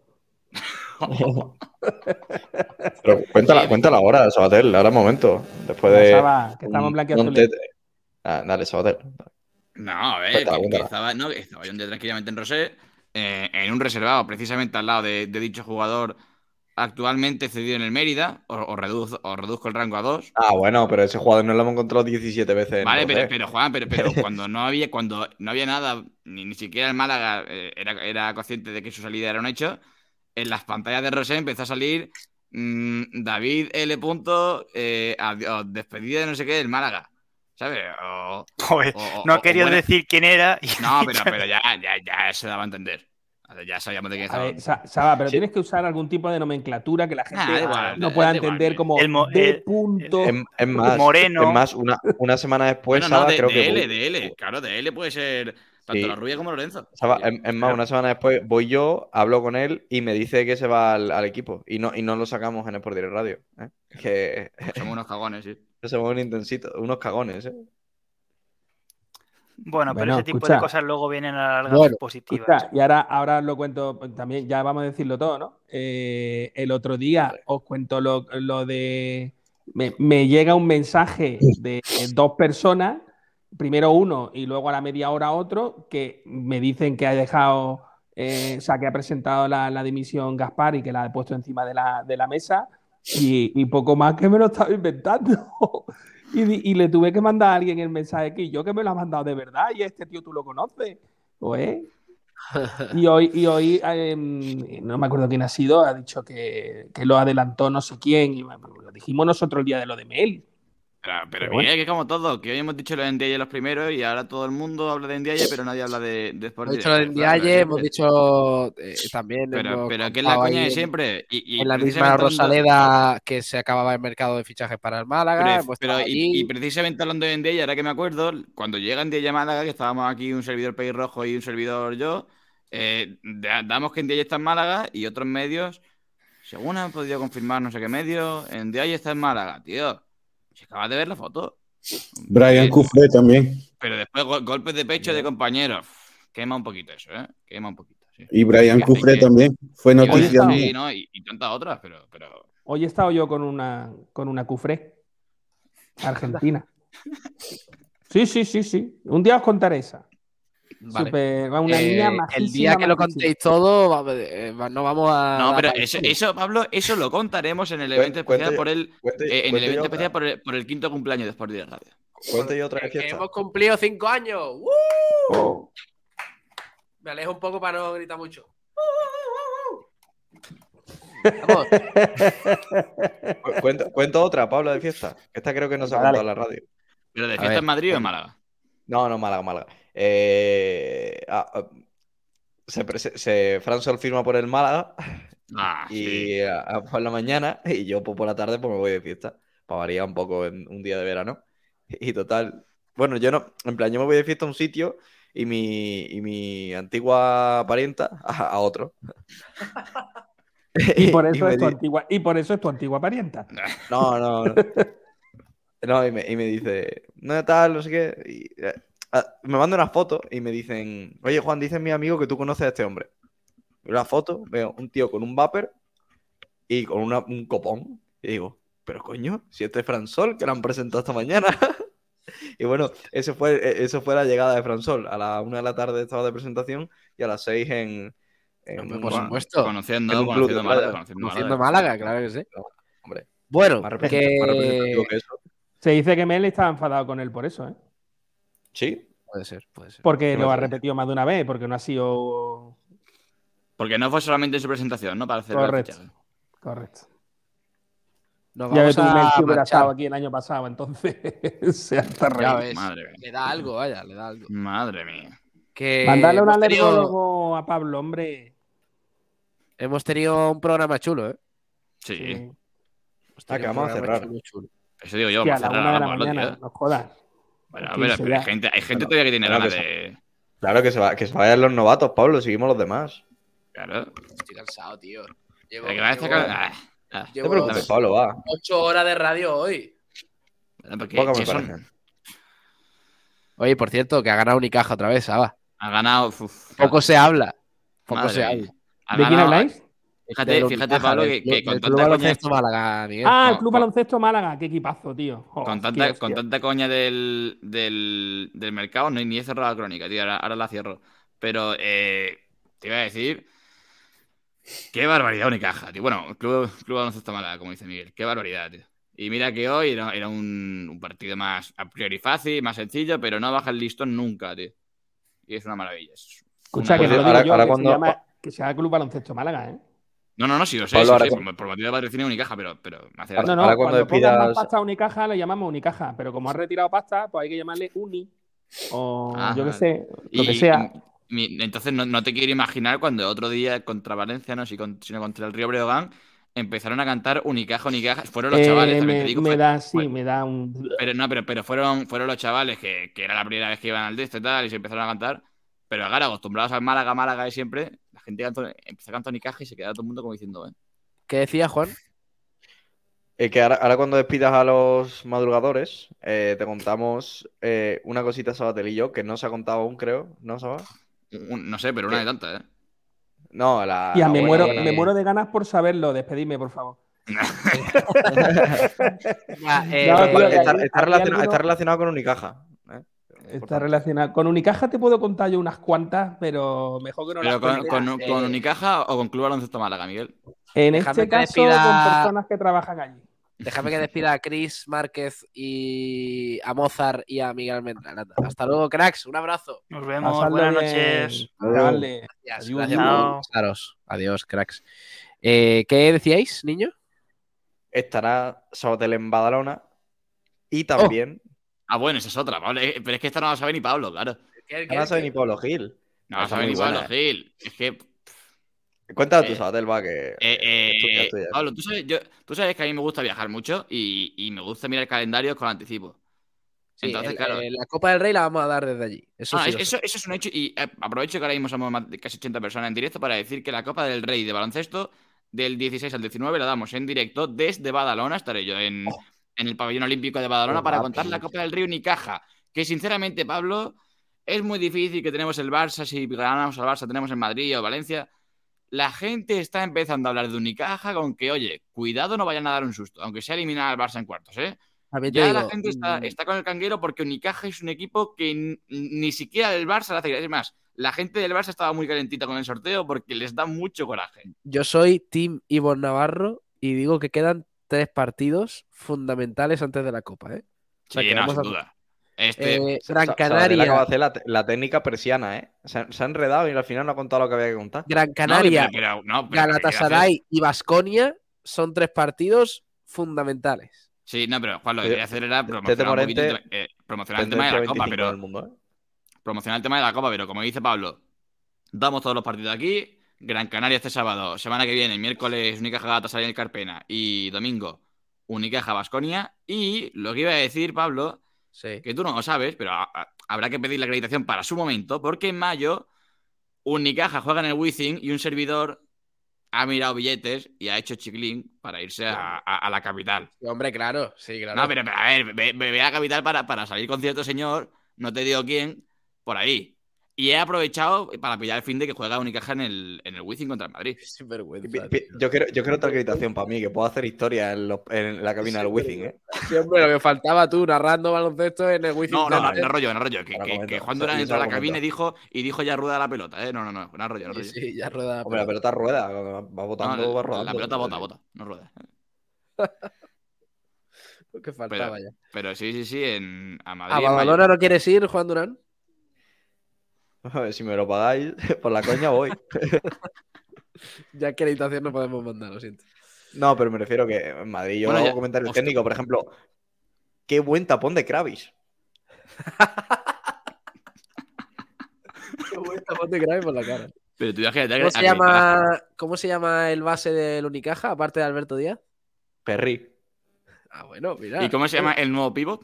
Pero cuéntala, cuéntala ahora, Sabatel, ahora es momento. Después de. Saba, que estamos un blanquiazules. montete- Ah, dale, Sabatel. No, a ver, Cuéntala, que, que cuéntala. estaba, no, que estaba yo un día tranquilamente en Rosé, eh, en un reservado, precisamente al lado de, de dicho jugador actualmente cedido en el Mérida, o, o reduz- o reduzco el rango a dos. Ah, bueno, pero ese jugador no lo hemos encontrado diecisiete veces en Vale, pero, Rosé. pero Juan, pero, pero cuando no había, cuando no había nada, ni, ni siquiera el Málaga eh, era, era consciente de que su salida era un hecho, en las pantallas de Rosé empezó a salir mm, David L. Punto, eh, adiós, despedida de no sé qué del Málaga. ¿Sabes? O, Joder, o- o- no o ha querido buena- decir quién era. y- No, pero, pero ya, ya, ya se daba a entender. Ya sabíamos de quién A estaba. ver, Sa- Saba, pero Sí. tienes que usar algún tipo de nomenclatura que la gente Nah, da igual, no da- pueda da igual, entender tío. como El mo- de el- punto. Es, es más, Moreno. es más una, una semana después, Bueno, no, Saba, de, creo de que L, voy- de L. Claro, de L puede ser tanto Sí. la rubia como Lorenzo. Saba, Sí, es, es más, claro. una semana después voy yo, hablo con él y me dice que se va al, al equipo. Y no, y no lo sacamos en Sport Direct Radio. ¿eh? Que Somos unos cagones, sí. somos un intensito, unos cagones, ¿eh? Bueno, pero Bueno, ese tipo escucha. de cosas luego vienen a la larga Bueno, positivas. Escucha, y ahora, ahora lo cuento también, ya vamos a decirlo todo, ¿no? Eh, el otro día os cuento lo, lo de. Me, me llega un mensaje de dos personas, primero uno y luego a la media hora otro, que me dicen que ha dejado, eh, o sea, que ha presentado la, la dimisión Gaspar y que la ha puesto encima de la, de la mesa y, y poco más que me lo estaba inventando. Y, di- y le tuve que mandar a alguien el mensaje que yo que me lo ha mandado de verdad y este tío tú lo conoces. Pues, y hoy, y hoy eh, no me acuerdo quién ha sido, ha dicho que, que lo adelantó no sé quién. Y bueno, lo dijimos nosotros el día de lo de Mel. Pero, pero, Pero Miguel, bueno. que es como todo, que hoy hemos dicho lo de Ndiaye los primeros y ahora todo el mundo habla de Ndiaye, pero nadie habla de, de Sport Hemos dicho lo de Direct. Claro, Ndiaye, pero hemos siempre. dicho eh, también. Pero, hemos pero que es la contado coña ahí de en- siempre. Y, y En la misma precisamente hablando- Rosaleda que se acababa el mercado de fichajes para el Málaga. Pero, hemos pero estado y, allí. y precisamente hablando de Ndiaye, ahora que me acuerdo, cuando llega Ndiaye a Málaga, que estábamos aquí un servidor País Rojo y un servidor yo, eh, da- damos que Ndiaye está en Málaga y otros medios, según han podido confirmar no sé qué medios, Ndiaye está en Málaga, tío. Si acabas de ver la foto. Brian Sí, Cufré también. pero después gol- golpes de pecho de compañeros. Quema un poquito eso, ¿eh? Quema un poquito, sí. Y Brian Hay que- hay Cufré que- también. Fue y noticia Oye, mía. sí, ¿no? y, y tantas otras, pero, pero Hoy he estado yo con una, con una cufré. Argentina. Sí, sí, sí, sí. Un día os contaré esa. Vale. Super, una Eh, niña el majísima, día que lo majísima. contéis todo, va- eh, va- no vamos a. No, dar pero pa'l eso, culo. eso, Pablo, eso lo contaremos en el Cuen- evento cuento especial yo- por el, cuento- eh, en el cuento yo evento otra. especial por el, por el quinto cumpleaños de Sport Direct Radio. Cuento yo otra Que- de que fiesta. hemos cumplido cinco años. ¡Uh! Oh. Me alejo un poco para no gritar mucho. Vamos. Cu- Cuento, cuento otra, Pablo, de fiesta. Esta creo que no se ha Dale. contado en la radio. ¿Pero de A fiesta ver. en Madrid o en Málaga? No, no, Málaga, Málaga. Eh, ah, ah, se, prese- se, Fran Sol firma por el Málaga Ah, y sí. ah, ah, por la mañana y yo pues, por la tarde pues me voy de fiesta. Para variar un poco en un día de verano. Y total, bueno, yo no, en plan, yo me voy de fiesta a un sitio y mi, y mi antigua parienta a, a otro. Y por eso me es tu di- antigua, y por eso es tu antigua parienta. No, no, no. No, y me, y me dice, no tal, no sé qué. Y, eh, ah, me manda una foto y me dicen, oye Juan, dice mi amigo que tú conoces a este hombre. Veo la foto, veo un tío con un vapor y con una- un copón. Y digo, pero coño, si este es Fran Sol, que lo han presentado esta mañana. Y bueno, ese fue, eh, eso fue la llegada de Fran Sol. A la una de la tarde estaba de presentación y a las seis en, en Hombre, un- por Bueno, supuesto. Conociendo, en un club conociendo de Málaga, playa. conociendo Conociendo Málaga. Málaga, claro que sí. No, hombre, Bueno, más representativo, más representativo que. que eso. Se dice que Mel estaba enfadado con él por eso, ¿eh? Sí, Puede ser, puede ser. Porque ¿Qué lo me ha traes? repetido más de una vez, porque no ha sido Porque no fue solamente en su presentación, ¿no? Para celebrar el correcto. fichaje. Correcto. Nos Ya ves vamos tú, Mel, a si hubiera estado marchar. aquí el año pasado, entonces se harta Ya reír. ves. Madre mía. Le da algo, vaya, le da algo. Madre mía. Que Mandarle un hemos tenido, alergólogo a Pablo, hombre. hemos tenido un programa chulo, ¿eh? Sí. Sí. Hemos Ah, tenido que un vamos a programa cerrar. chulo, chulo. Eso digo yo, Hostia, a vamos la a una cerrar de la ahora, Pablo, mañana, tío. no jodas. Bueno, ¿Quién pero, pero hay será? gente, hay gente Bueno, todavía que tiene claro ganas que de. Claro que se, va, que se vayan los novatos, Pablo, seguimos los demás. Claro. Estoy cansado, tío. Llevo, Pero que va a llevo estar- ah, ah. No llevo te preocupes, ocho- Pablo, va. ocho horas de radio hoy. Porque Poco me que son- parecen. Oye, por cierto, que ha ganado Unicaja otra vez, Saba. ha ganado. uf, Poco se habla. Poco madre se mía. habla. Ha ¿De quién ganado- habláis? Fíjate, Del fíjate, Unicaja, Pablo, del que, club- que con del Club tanta coña. Baloncesto Málaga, Miguel. Ah, el con- Club con- Baloncesto Málaga. Qué equipazo, tío. Oh, Con qué tanta, hostia. con tanta coña del, del, del mercado, no, ni he cerrado la crónica, tío. Ahora, ahora la cierro. Pero eh, te iba a decir. Qué barbaridad Unicaja, tío. Bueno, Club, Club Baloncesto Málaga, como dice Miguel. Qué barbaridad, tío. Y mira que hoy era, era un, un partido más a priori fácil, más sencillo, pero no baja el listón nunca, tío. Y es una maravilla. Es Escucha, una- que no lo digo Ahora- yo, ahora que, cuando- se llama, que se llama Club Baloncesto Málaga, ¿eh? No, no, no, sí lo sé, Pablo, sí, ahora sí, con- por, por motivo de patrocinio Unicaja, pero, pero me hace Ahora- gracia. No, no, ahora cuando, cuando pongas más despidas- pasta a Unicaja, le llamamos Unicaja, pero como ha retirado pasta, pues hay que llamarle Uni o Ajá. yo qué sé, lo Y- que sea. y- mi- entonces no, no te quiero imaginar cuando otro día contra Valencia, no, si con- sino contra el Río Breogán, empezaron a cantar Unicaja, Unicaja. Fueron los Eh, chavales, también me, te digo. me fue- da, sí, fue- me da un... pero no, pero, pero fueron, fueron los chavales que, que era la primera vez que iban al de este y tal, y se empezaron a cantar. Pero claro, acostumbrados al Málaga, Málaga de siempre, la gente cantó, empezó a cantar Unicaja y se quedaba todo el mundo como diciendo, ¿eh? ¿Qué decía Juan? Eh, que ahora, ahora cuando despidas a los madrugadores, eh, te contamos eh, una cosita, Sabatel y yo, que no se ha contado aún, creo, ¿no, Saba? Un- no sé, pero una de tantas, ¿eh? No, la, Tía, la me, buena, muero, buena. me muero de ganas por saberlo. Despedidme, por favor. Ah, eh, No, Está, tío, que está- aquí- está aquí relacionado, alguno- está relacionado con Unicaja. ¿eh? Está Importante. relacionado. Con Unicaja te puedo contar yo unas cuantas, pero mejor que no Pero las con, cuente. con, eh, con Unicaja o con Club Baloncesto Málaga, Miguel. En Déjame este que caso, despida- con personas que trabajan allí. Déjame que despida a Chris Márquez y a Mozart y a Miguel Almendra. Nada. Hasta luego, cracks. Un abrazo. Nos vemos. Pasadlo Buenas bien. noches. Chavales. Gracias, Adiós. gracias Chao. por escucharos. Adiós, cracks. Eh, ¿Qué decíais, niño? Estará Sabatel en Badalona y también. Ah, bueno, esa es otra, Pablo. Eh, Pero es que esta no la sabe ni Pablo, claro. No la sabe ni Pablo Gil. No la Está sabe muy ni buena, Pablo eh. Gil. Es que. Cuéntala tú, Eh, Sabatel, va, que. Eh, eh, es tuya, es tuya. Pablo, ¿tú sabes, yo- tú sabes que a mí me gusta viajar mucho y, y me gusta mirar calendarios con anticipo. Sí, Entonces, el- claro. eh, la Copa del Rey la vamos a dar desde allí. Eso Ah, sí. es- lo sé. eso, eso es un hecho y eh, aprovecho que ahora mismo somos más de casi ochenta personas en directo para decir que la Copa del Rey de baloncesto del dieciséis al diecinueve la damos en directo desde Badalona. Estaré yo en, en el pabellón olímpico de Badalona Oh, para papi. contar la Copa del Rey Unicaja. Que sinceramente, Pablo, es muy difícil que tenemos el Barça. Si ganamos al Barça, tenemos en Madrid o Valencia. La gente está empezando a hablar de Unicaja con que, oye, cuidado, no vayan a dar un susto, aunque sea eliminar al Barça en cuartos, ¿eh? También te Ya digo, la gente está, mm, está con el canguero porque Unicaja es un equipo que n- ni siquiera el Barça le hace gracia. Es más, la gente del Barça estaba muy calentita con el sorteo porque les da mucho coraje. yo soy Team Ivonne Navarro y digo que quedan tres partidos fundamentales antes de la Copa, ¿eh? O sea, Sí, que no, vamos sin a- duda. Este, Eh, Sa- Gran Sa- Sabadell acaba de Canaria, hacer la, te- la técnica persiana, ¿eh? Se, han- se ha enredado y al final no ha contado lo que había que contar. Gran no, Canaria, pero, pero- no, pero ¿qué haces? Galatasaray y Baskonia son tres partidos fundamentales. Sí, no, pero Juan, lo que Oye, quería hacer era Tete promocionar un poquito el, Morente, tema- eh, promocionar el tema de tendencia la Copa, veinticinco pero del mundo, ¿eh? promocionar el tema de la Copa, pero como dice Pablo, damos todos los partidos aquí. Gran Canaria este sábado, semana que viene, miércoles Unicaja Galatasaray en el Carpena y domingo Unicaja Baskonia. Y lo que iba a decir, Pablo, Sí. que tú no lo sabes, pero a- a- habrá que pedir la acreditación para su momento, porque en mayo Unicaja juega en el Wizzing y un servidor ha mirado billetes y ha hecho chiclín para irse a, a- a la capital. Sí, hombre, claro, sí, claro. No, pero, pero, a ver, ve, ve- ve a la capital para, para salir con cierto señor, no te digo quién, por ahí. Y he aprovechado para pillar el fin de que juega Unicaja en el, en el Wizzing contra el Madrid. Sin vergüenza, Pi- pi- tío. Yo quiero, yo quiero otra acreditación para mí, que puedo hacer historia en, los- en la cabina del Wizzing, ¿eh? Sí, hombre, lo que faltaba tú narrando baloncesto en el Wizzing No, no, no, Center. no rollo, no rollo. Que, Ahora que, comento, que Juan sí, Durán yo entró a la ahora cabina y comento. dijo, y dijo ya rueda la pelota, ¿eh? No, no, no, no rollo, no Sí, rollo. sí, ya rueda. Hombre, la pelota rueda, va No, botando, va la, rodando. la pelota bota, bota, no rueda. Lo que Pero, faltaba ya. pero sí, sí, sí, en, a Madrid. ¿A en mayo. Badalona no quieres ir, Juan Durán? A ver, si me lo pagáis, por la coña voy. Ya acreditación no podemos mandar, lo siento. No, pero me refiero que en Madrid yo Bueno, hago ya- comentarios hostia. técnicos, por ejemplo, qué buen tapón de Kravis. Qué buen tapón de grave por la cara. Pero tú imagínate ¿Cómo a se, que- llama, ¿Cómo se llama el base del Unicaja, aparte de Alberto Díaz? Perry. Ah, bueno, mira. ¿Y cómo se llama el nuevo pivot?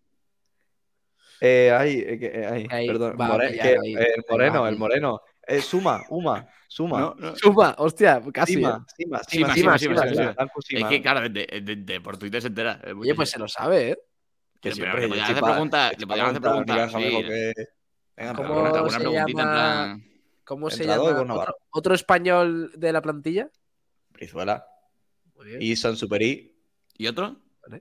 Eh, ay, eh, que- eh, ay, Ahí, perdón, va a More- pillar que- ahí. eh, el moreno, Ahí el va. moreno. Eh, Suma, Uma, Suma. No, no. Suma, hostia, casi. Sima, ¿eh? Sima, Sima, Sima, Sima, Sima, Sima, Sima, Sima. Franco Sima. Es que, claro, de, de- de- por Twitter se entera. es muy Oye, pues difícil. se lo sabe, ¿eh? Que Pero, sí, pero hombre, le yo podían estoy hacer pa- preguntas, estoy le pa podían hacer preguntar, preguntas, digan, sí. amigo, que- Venga, ¿Cómo pregunta, Alguna se preguntita en llama? plan. ¿Cómo se Entrador llama? con Navarro. ¿Otro, otro español de la plantilla? Brizuela. Muy bien. Y San Superi. ¿Y otro?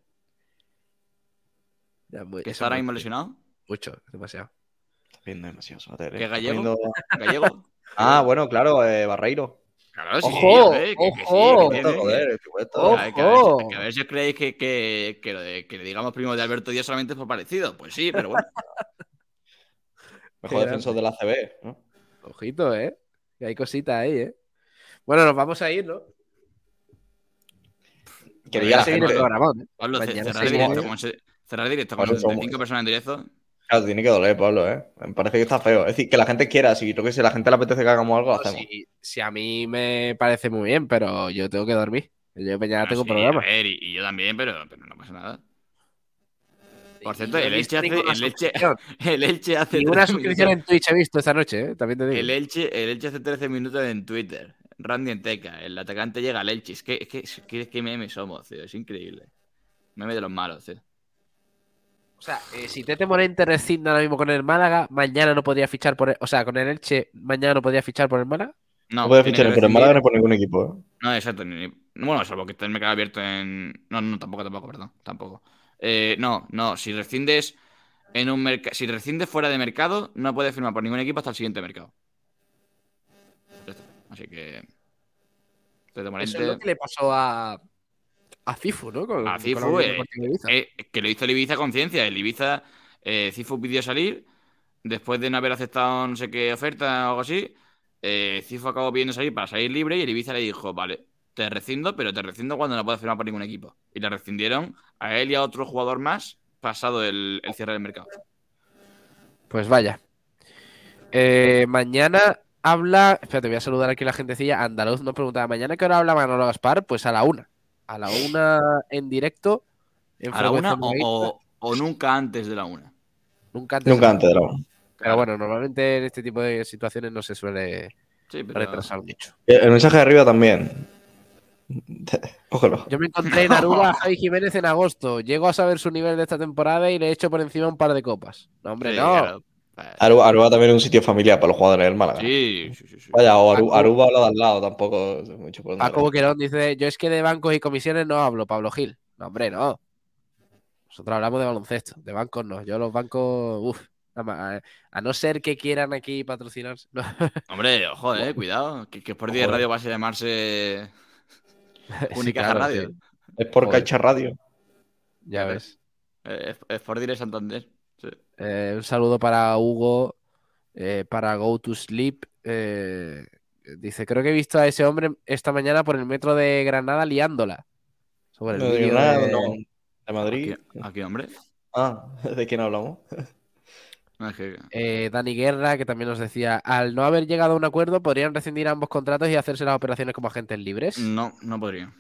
Ya, muy- ¿Que eso está ahora es mismo mucho. lesionado? Mucho, demasiado. Está viendo demasiado Sabater, ¿eh? ¿Que Está gallego? poniendo- ¿Gallego? Ah, bueno, claro, eh, Barreiro. Claro, sí, sí, ¡Ojo! joder, que- que sí, ¡Ojo! que tiene- Joder, estoy puesto. ¡Ojo! Que a- que a ver si- que a ver si os creéis que, que, que lo de- que le digamos primo de Alberto Díaz solamente es por parecido. Pues sí, pero bueno. Mejor Qué defensor de la C B, ¿no? Ojito, ¿eh? Que hay cositas ahí, ¿eh? Bueno, nos vamos a ir, ¿no? Que Mañana diga la se viene el gente. programón, ¿eh? Pablo, ce- Mañana cerrar se el directo, viene- como se- cerrar el directo con Pablo, sesenta y cinco somos- personas en directo. Claro, tiene que doler, Pablo, ¿eh? Me parece que está feo. Es decir, que la gente quiera, si yo que sé, la gente le apetece que hagamos algo, lo hacemos. Si, si a mí me parece muy bien, pero yo tengo que dormir. Yo mañana Ah, tengo sí, programa. a ver, y, y yo también, pero, pero no pasa nada. Por cierto, Y yo el he Elche visto hace. ninguna El Elche, suscripción. el Elche hace. Y una trece suscripción minutos- en Twitch he visto esta noche, ¿eh? También te digo. El Elche, el Elche hace trece minutos en Twitter. Randy Enteca, el atacante llega al Elche. Es que, es que, es que, es que memes somos, tío. Es increíble. Meme de los malos, tío. O sea, eh, si Tete Morente rescinde ahora mismo con el Málaga, mañana no podría fichar por el... O sea, con el Elche, mañana no podría fichar por el Málaga. No, No puede tiene fichar que ni por el rescindir. Málaga ni por ningún equipo, ¿eh? No, exacto. ni- ni- Bueno, salvo que esté el mercado abierto en. No, no, tampoco, tampoco, perdón. Tampoco. Eh, no, no. Si rescindes en un mercado. Si rescindes fuera de mercado, no puedes firmar por ningún equipo hasta el siguiente mercado. Ya está. Así que. Tete Eso Morente. es lo que le pasó a... A Cifu, ¿no? Con, A con Cifu, la Unión eh, Deportiva Ibiza. eh, que lo hizo el Ibiza a conciencia. El Ibiza, eh, Cifu pidió salir después de no haber aceptado no sé qué oferta o algo así. Eh, Cifu acabó pidiendo salir para salir libre y el Ibiza le dijo, vale, te rescindo, pero te rescindo cuando no puedas firmar por ningún equipo. Y le rescindieron a él y a otro jugador más pasado el, el cierre del mercado. Pues vaya. Eh, mañana habla... Espérate, voy a saludar aquí a la gentecilla. Andaluz nos preguntaba, ¿mañana qué hora habla Manolo Gaspar? Pues a la una. A la una en directo. En ¿A la una Frecuencia o, Moderna. o- o nunca antes de la una? Nunca antes. Nunca de- antes de la una. Pero bueno, normalmente en este tipo de situaciones no se suele Sí, pero... retrasar mucho. El mensaje de arriba también. Cógelo. Yo me encontré en Aruba a Javi Jiménez en agosto. Llego a saber su nivel de esta temporada y le he hecho por encima un par de copas. No, hombre, Sí, no. claro. Aruba, Aruba también es un sitio familiar para los jugadores del Málaga. Sí, sí, sí, sí. Vaya, o Aru- Paco- Aruba o lo de al lado, tampoco sé mucho por dónde Paco va. Boquerón dice, yo es que de bancos y comisiones no hablo, Pablo Gil. No, hombre, no. Nosotros hablamos de baloncesto, de bancos no. Yo los bancos, uff, a, a no ser que quieran aquí patrocinarse. No. Hombre, ojo, eh, cuidado. Que, que Sport diez Ojo, Radio va a llamarse Sí, Unicaja claro, Radio. sí. Es por Joder. Caixa Radio. Ya ves. Eh, Sport Direct Santander. Sí. Eh, un saludo para Hugo, eh, para Go to Sleep. eh, dice, creo que he visto a ese hombre esta mañana por el metro de Granada liándola. Sobre el No digo vídeo nada, de... no. De Madrid. Aquí, aquí, hombre. Ah, ¿de quién hablamos? No, es que... Eh, Dani Guerra, que también nos decía, al no haber llegado a un acuerdo, podrían rescindir ambos contratos y hacerse las operaciones como agentes libres. No, no podría.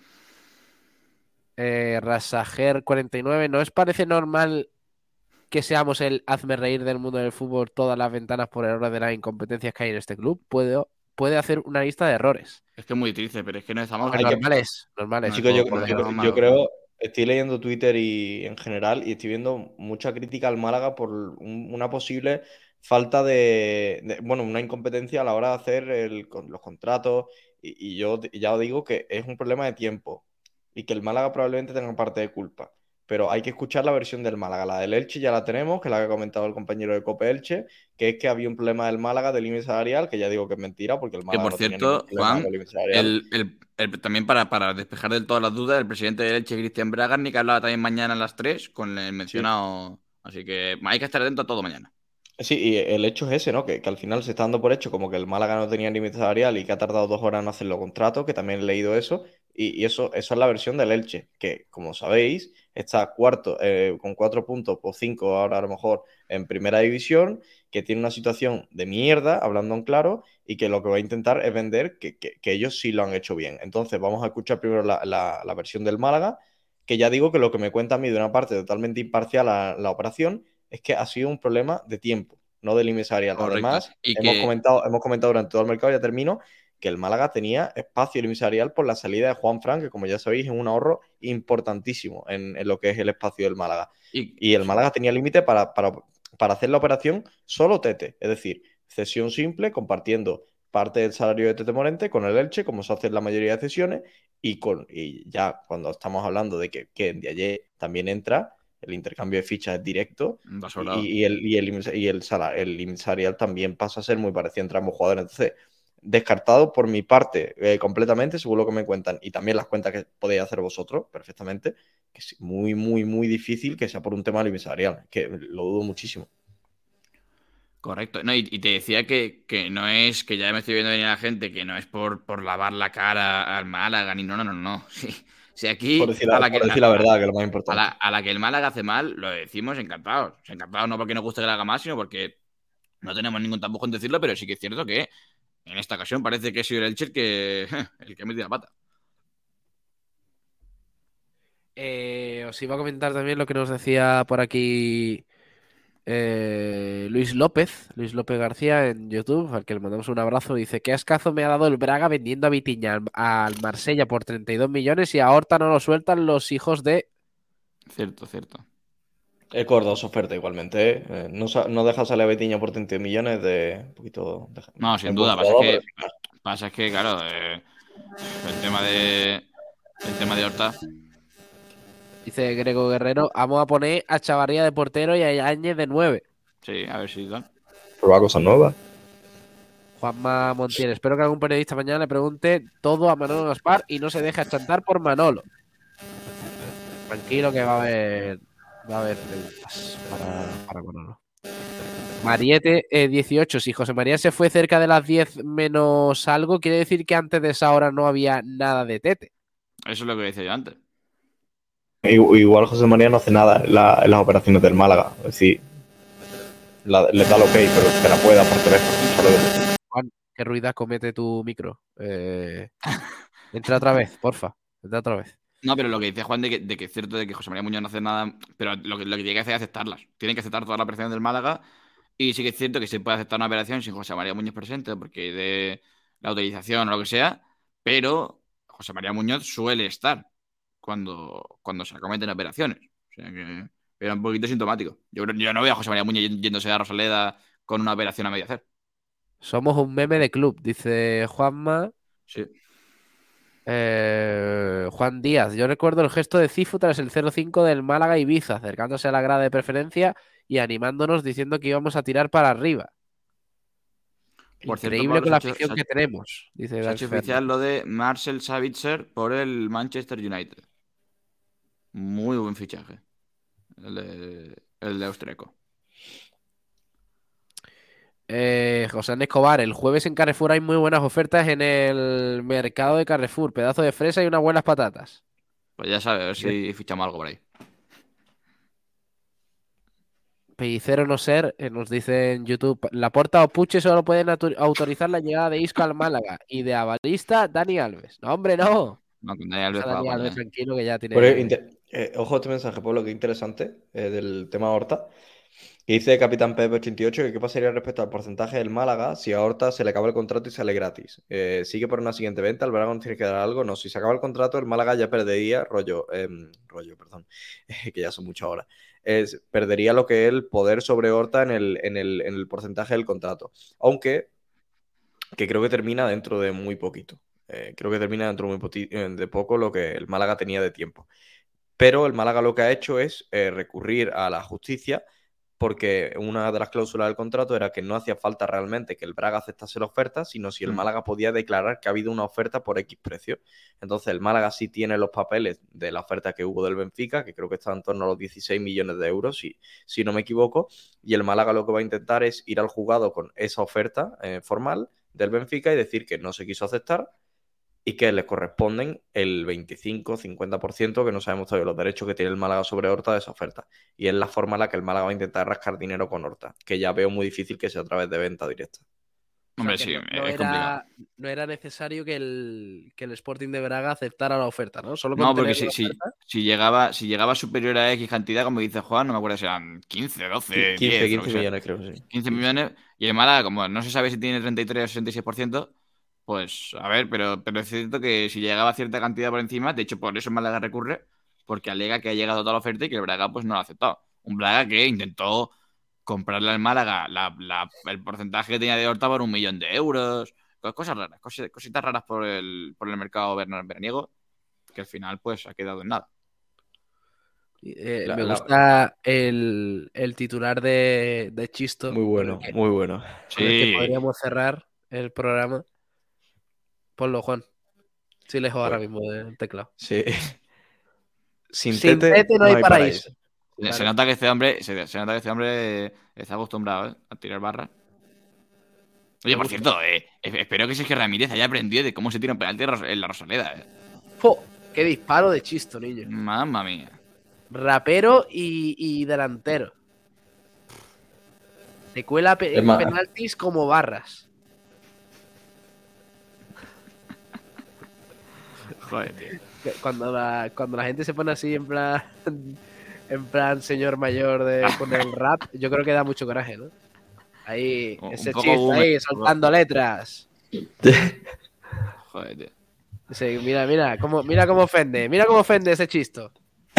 Eh, Rasager cuarenta y nueve, ¿no os parece normal que seamos el hazme reír del mundo del fútbol todas las ventanas por error de las incompetencias que hay en este club? Puedo, puede hacer una lista de errores. Es que es muy triste, pero es que no estamos... Pero Hay que- normales, normales. No, Chicos, yo, por- por yo- dejar yo malo. creo, estoy leyendo Twitter y en general y estoy viendo mucha crítica al Málaga por un- una posible falta de, de- bueno, una incompetencia a la hora de hacer el- con los contratos y, y yo t- ya os digo que es un problema de tiempo y que el Málaga probablemente tenga parte de culpa. Pero hay que escuchar la versión del Málaga. La del Elche ya la tenemos, que es la que ha comentado el compañero de Cope Elche, que es que había un problema del Málaga del límite salarial, que ya digo que es mentira, porque el Que Málaga por no tenía cierto, ningún problema Juan, con el límite salarial. el, el- el- también para, para despejar del todas las dudas, el presidente del Elche, Cristian Bragarni, que hablaba también mañana a las tres con el mencionado. Así que hay que estar atento a todo mañana. Sí, y el hecho es ese, ¿no? Que, que al final se está dando por hecho como que el Málaga no tenía límite salarial y que ha tardado dos horas en hacer los contratos, que también he leído eso, y, y eso, eso es la versión del Elche, que como sabéis, está cuarto eh, con cuatro puntos o cinco ahora a lo mejor en primera división, que tiene una situación de mierda, hablando en claro, y que lo que va a intentar es vender que, que- que ellos sí lo han hecho bien. Entonces vamos a escuchar primero la, la- la versión del Málaga, que ya digo que lo que me cuenta a mí de una parte totalmente imparcial a la operación es que ha sido un problema de tiempo, no de límite salarial. Correcto. Además, Y hemos, que- comentado, hemos comentado durante todo el mercado, ya termino, que el Málaga tenía espacio límite salarial por la salida de Juan Fran, que como ya sabéis es un ahorro importantísimo en, en lo que es el espacio del Málaga. Y, Y el Málaga tenía límite para, para, para hacer la operación solo Tete, es decir, cesión simple, compartiendo parte del salario de Tete Morente con el Elche, como se hace en la mayoría de cesiones, y, con, y ya cuando estamos hablando de que, que de ayer también entra, el intercambio de fichas es directo va sobrado. y, y el, y el, y el, sala- el límite salarial también pasa a ser muy parecido entre ambos jugadores. Entonces, descartado por mi parte eh, completamente, según lo que me cuentan, y también las cuentas que podéis hacer vosotros perfectamente, que es muy, muy, muy difícil que sea por un tema de límite salarial, que lo dudo muchísimo. Correcto. No, y, y te decía que, que no es, que ya me estoy viendo venir a la gente, que no es por, por lavar la cara al Málaga, ni no, no, no, no. Sí. Si aquí Por decir la, a la por que, decir la a- verdad, que es lo más a importante. la, a la que el Málaga hace mal, lo decimos encantados. Encantados no porque nos guste que la haga más, sino porque no tenemos ningún tapujo en decirlo, pero sí que es cierto que en esta ocasión parece que ha sido el Elche el que, el que ha metido la pata. Eh, os iba a comentar también lo que nos decía por aquí eh, Luis López, Luis López García en YouTube, al que le mandamos un abrazo. Dice: ¿qué ascazo me ha dado el Braga vendiendo a Vitinha al, al Marsella por treinta y dos millones y a Horta no lo sueltan los hijos de... Cierto, cierto. Es cordosa oferta igualmente, ¿eh? Eh, no, sa- no deja salir a Betiña por treinta millones de un poquito... de- No, sin es duda. buen Pasa jugador, es que, pasa es que claro, eh, el tema de el tema de Horta. Dice Grego Guerrero: vamos a poner a Chavarría de portero y a Yáñez de nueve. Sí, a ver si tal. Probar cosas nuevas. Juanma Montiel: espero que algún periodista mañana le pregunte todo a Manolo Gaspar y no se deje achantar por Manolo. Tranquilo que va a haber va a haber preguntas para, para Manolo. Mariette eh, dieciocho: si José María se fue cerca de las diez menos algo, quiere decir que antes de esa hora no había nada de Tete. Eso es lo que decía yo antes. Igual José María no hace nada en, la- en las operaciones del Málaga. Es decir, la- le da el ok, pero que la pueda por teléfono. Solo- Juan, qué ruidaco mete tu micro. Eh, entra otra vez, porfa. Entra otra vez. No, pero lo que decía Juan de que, de que es cierto de que José María Muñoz no hace nada, pero lo que, lo que tiene que hacer es aceptarlas. Tienen que aceptar todas las operaciones del Málaga y sí que es cierto que se puede aceptar una operación sin José María Muñoz presente porque de la autorización o lo que sea, pero José María Muñoz suele estar cuando, cuando se acometen operaciones. O sea que era un poquito sintomático. Yo, creo- yo no veo a José María Muñoz yéndose a Rosaleda con una operación a medio hacer. Somos un meme de club, dice Juanma. Sí. Eh, Juan Díaz, yo recuerdo el gesto de Cifu tras el cero cinco del Málaga Ibiza, acercándose a la grada de preferencia y animándonos diciendo que íbamos a tirar para arriba. Por cierto, Increíble Pablo, con la se ha hecho- afición se ha- que tenemos, dice Se ha Dark hecho Ferner. oficial lo de Marcel Sabitzer por el Manchester United. Muy buen fichaje. El de, el de austriaco. Eh, José Ángel Escobar, el jueves en Carrefour hay muy buenas ofertas en el mercado de Carrefour. Pedazo de fresa y unas buenas patatas. Pues ya sabes, a ver si fichamos algo por ahí. Pellicero no ser, eh, nos dice en YouTube, Laporta o Puche solo pueden autor- autorizar la llegada de Isco al Málaga y de Avalista Dani Alves. No, hombre, no. No, con Dani Alves Deja a Dani juega Alves coña, ¿eh? tranquilo que ya tiene... Pero, inte- eh, ojo a este mensaje, Pablo, que interesante, eh, del tema Horta. Que dice Capitán Pepe ochenta y ocho que qué pasaría respecto al porcentaje del Málaga si a Horta se le acaba el contrato y sale gratis. Eh, sigue por una siguiente venta, el Braga nos tiene que dar algo. No, si se acaba el contrato, el Málaga ya perdería, rollo, em, rollo, perdón, que ya son mucho ahora. Es, perdería lo que es el poder sobre Horta en el, en el, en el porcentaje del contrato. Aunque, que creo que termina dentro de muy poquito. Eh, creo que termina dentro de, muy poti- eh, de poco lo que el Málaga tenía de tiempo. Pero el Málaga lo que ha hecho es eh, recurrir a la justicia porque una de las cláusulas del contrato era que no hacía falta realmente que el Braga aceptase la oferta, sino si el Mm. Málaga podía declarar que ha habido una oferta por X precio. Entonces el Málaga sí tiene los papeles de la oferta que hubo del Benfica, que creo que está en torno a los dieciséis millones de euros, si, si no me equivoco, y el Málaga lo que va a intentar es ir al juzgado con esa oferta eh, formal del Benfica y decir que no se quiso aceptar y que les corresponden el veinticinco cincuenta por ciento, que no sabemos todavía los derechos que tiene el Málaga sobre Horta de esa oferta. Y es la forma en la que el Málaga va a intentar rascar dinero con Horta, que ya veo muy difícil que sea a través de venta directa. Hombre, O sea, sí, que no, no es complicado. era, no era necesario que el, que el Sporting de Braga aceptara la oferta, ¿no? Solo con No, porque tener si, la si, oferta. si llegaba, si llegaba superior a X cantidad, como dice Juan, no me acuerdo si eran quince, doce, quince, diez, lo que quince sea. millones creo que sí. quince quince. millones. Y el Málaga, como no se sabe si tiene treinta y tres o sesenta y seis por ciento, pues a ver, pero, pero es cierto que si llegaba a cierta cantidad por encima, de hecho por eso el Málaga recurre, porque alega que ha llegado toda la oferta y que el Braga pues no lo ha aceptado. Un Braga que intentó comprarle al Málaga la, la- el porcentaje que tenía de Horta por un millón de euros. Co- Cosas raras, cosi- cositas raras por el, por el mercado verano- veraniego, que al final pues ha quedado en nada. Eh, La- me la- gusta el, el titular de, de Chisto. Muy bueno, con el que, muy bueno. con el que Sí. podríamos cerrar el programa. Ponlo, Juan. Sí, lejos ahora Pues, mismo del teclado. sí. Sin Sin tete, tete no hay paraíso. Se, Claro. se nota que este hombre, se, se nota que este hombre eh, está acostumbrado, ¿eh? A tirar barras. Oye, Me por gusta. cierto, eh, eh, espero que Sergio Ramírez haya aprendido de cómo se tira un penalti en Ros- en la Rosaleda, eh. ¡Po! ¡Qué disparo de Chisto, niño! Mamma mía. Rapero y, y delantero. Te cuela pe- Es más- penaltis como barras. Joder, tío. Que Cuando la, cuando la gente se pone así en plan en plan señor mayor de poner el rap, yo creo que da mucho coraje, ¿no? Ahí, Un ese poco chiste boomer. ahí, soltando letras. Joder, tío. Sí, mira, mira, cómo, mira cómo ofende, mira cómo ofende ese chisto.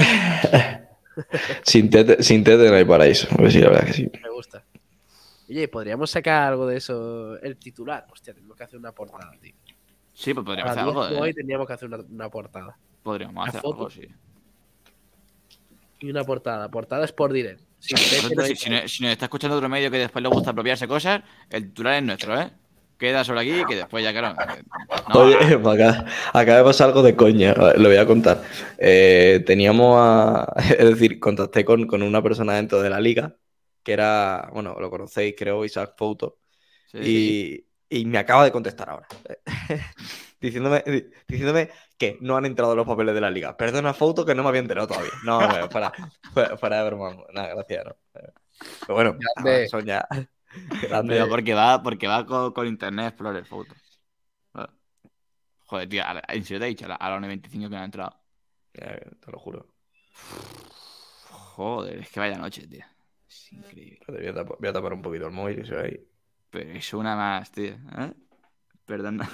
Sin tete, sin tete no hay paraíso. Pues sí, la verdad que sí. Me gusta. Oye, podríamos sacar algo de eso, el titular. Hostia, tenemos que hacer una portada, tío. Sí, pues podríamos A hacer las algo, diez de hoy ¿eh? tendríamos que hacer una, una portada. Podríamos Una hacer foto. algo, sí. Y una portada. Portada Sport Direct. Sin Por tete cierto, no hay si, si no- si nos está escuchando otro medio que después le gusta apropiarse cosas, el titular es nuestro, ¿eh? Queda sobre aquí que después ya, claro. eh, no, Oye, acá, acaba de pasar algo de coña, lo voy a contar. Eh, teníamos a. Es decir, contacté con, con una persona dentro de la liga, que era, bueno, lo conocéis, creo, Isaac Fouto, sí. y, y me acaba de contestar ahora. diciéndome, diciéndome que no han entrado los papeles de la liga. Perdona, Fouto, que no me había enterado todavía. No, no, para, para, para de broma. Nada, gracias, no. Pero bueno, Grande. son ya. Grande. Pero porque va, porque va con, con Internet Explorer Photo. Bueno. Joder, tío, a la- en serio te he dicho a la, a la una y veinticinco que me ha entrado. Ya, te lo juro. Joder, es que vaya noche, tío. Es increíble. Voy a tapar, voy a tapar un poquito el móvil y se ve ahí. Pero es una más, tío. ¿Eh? Perdón.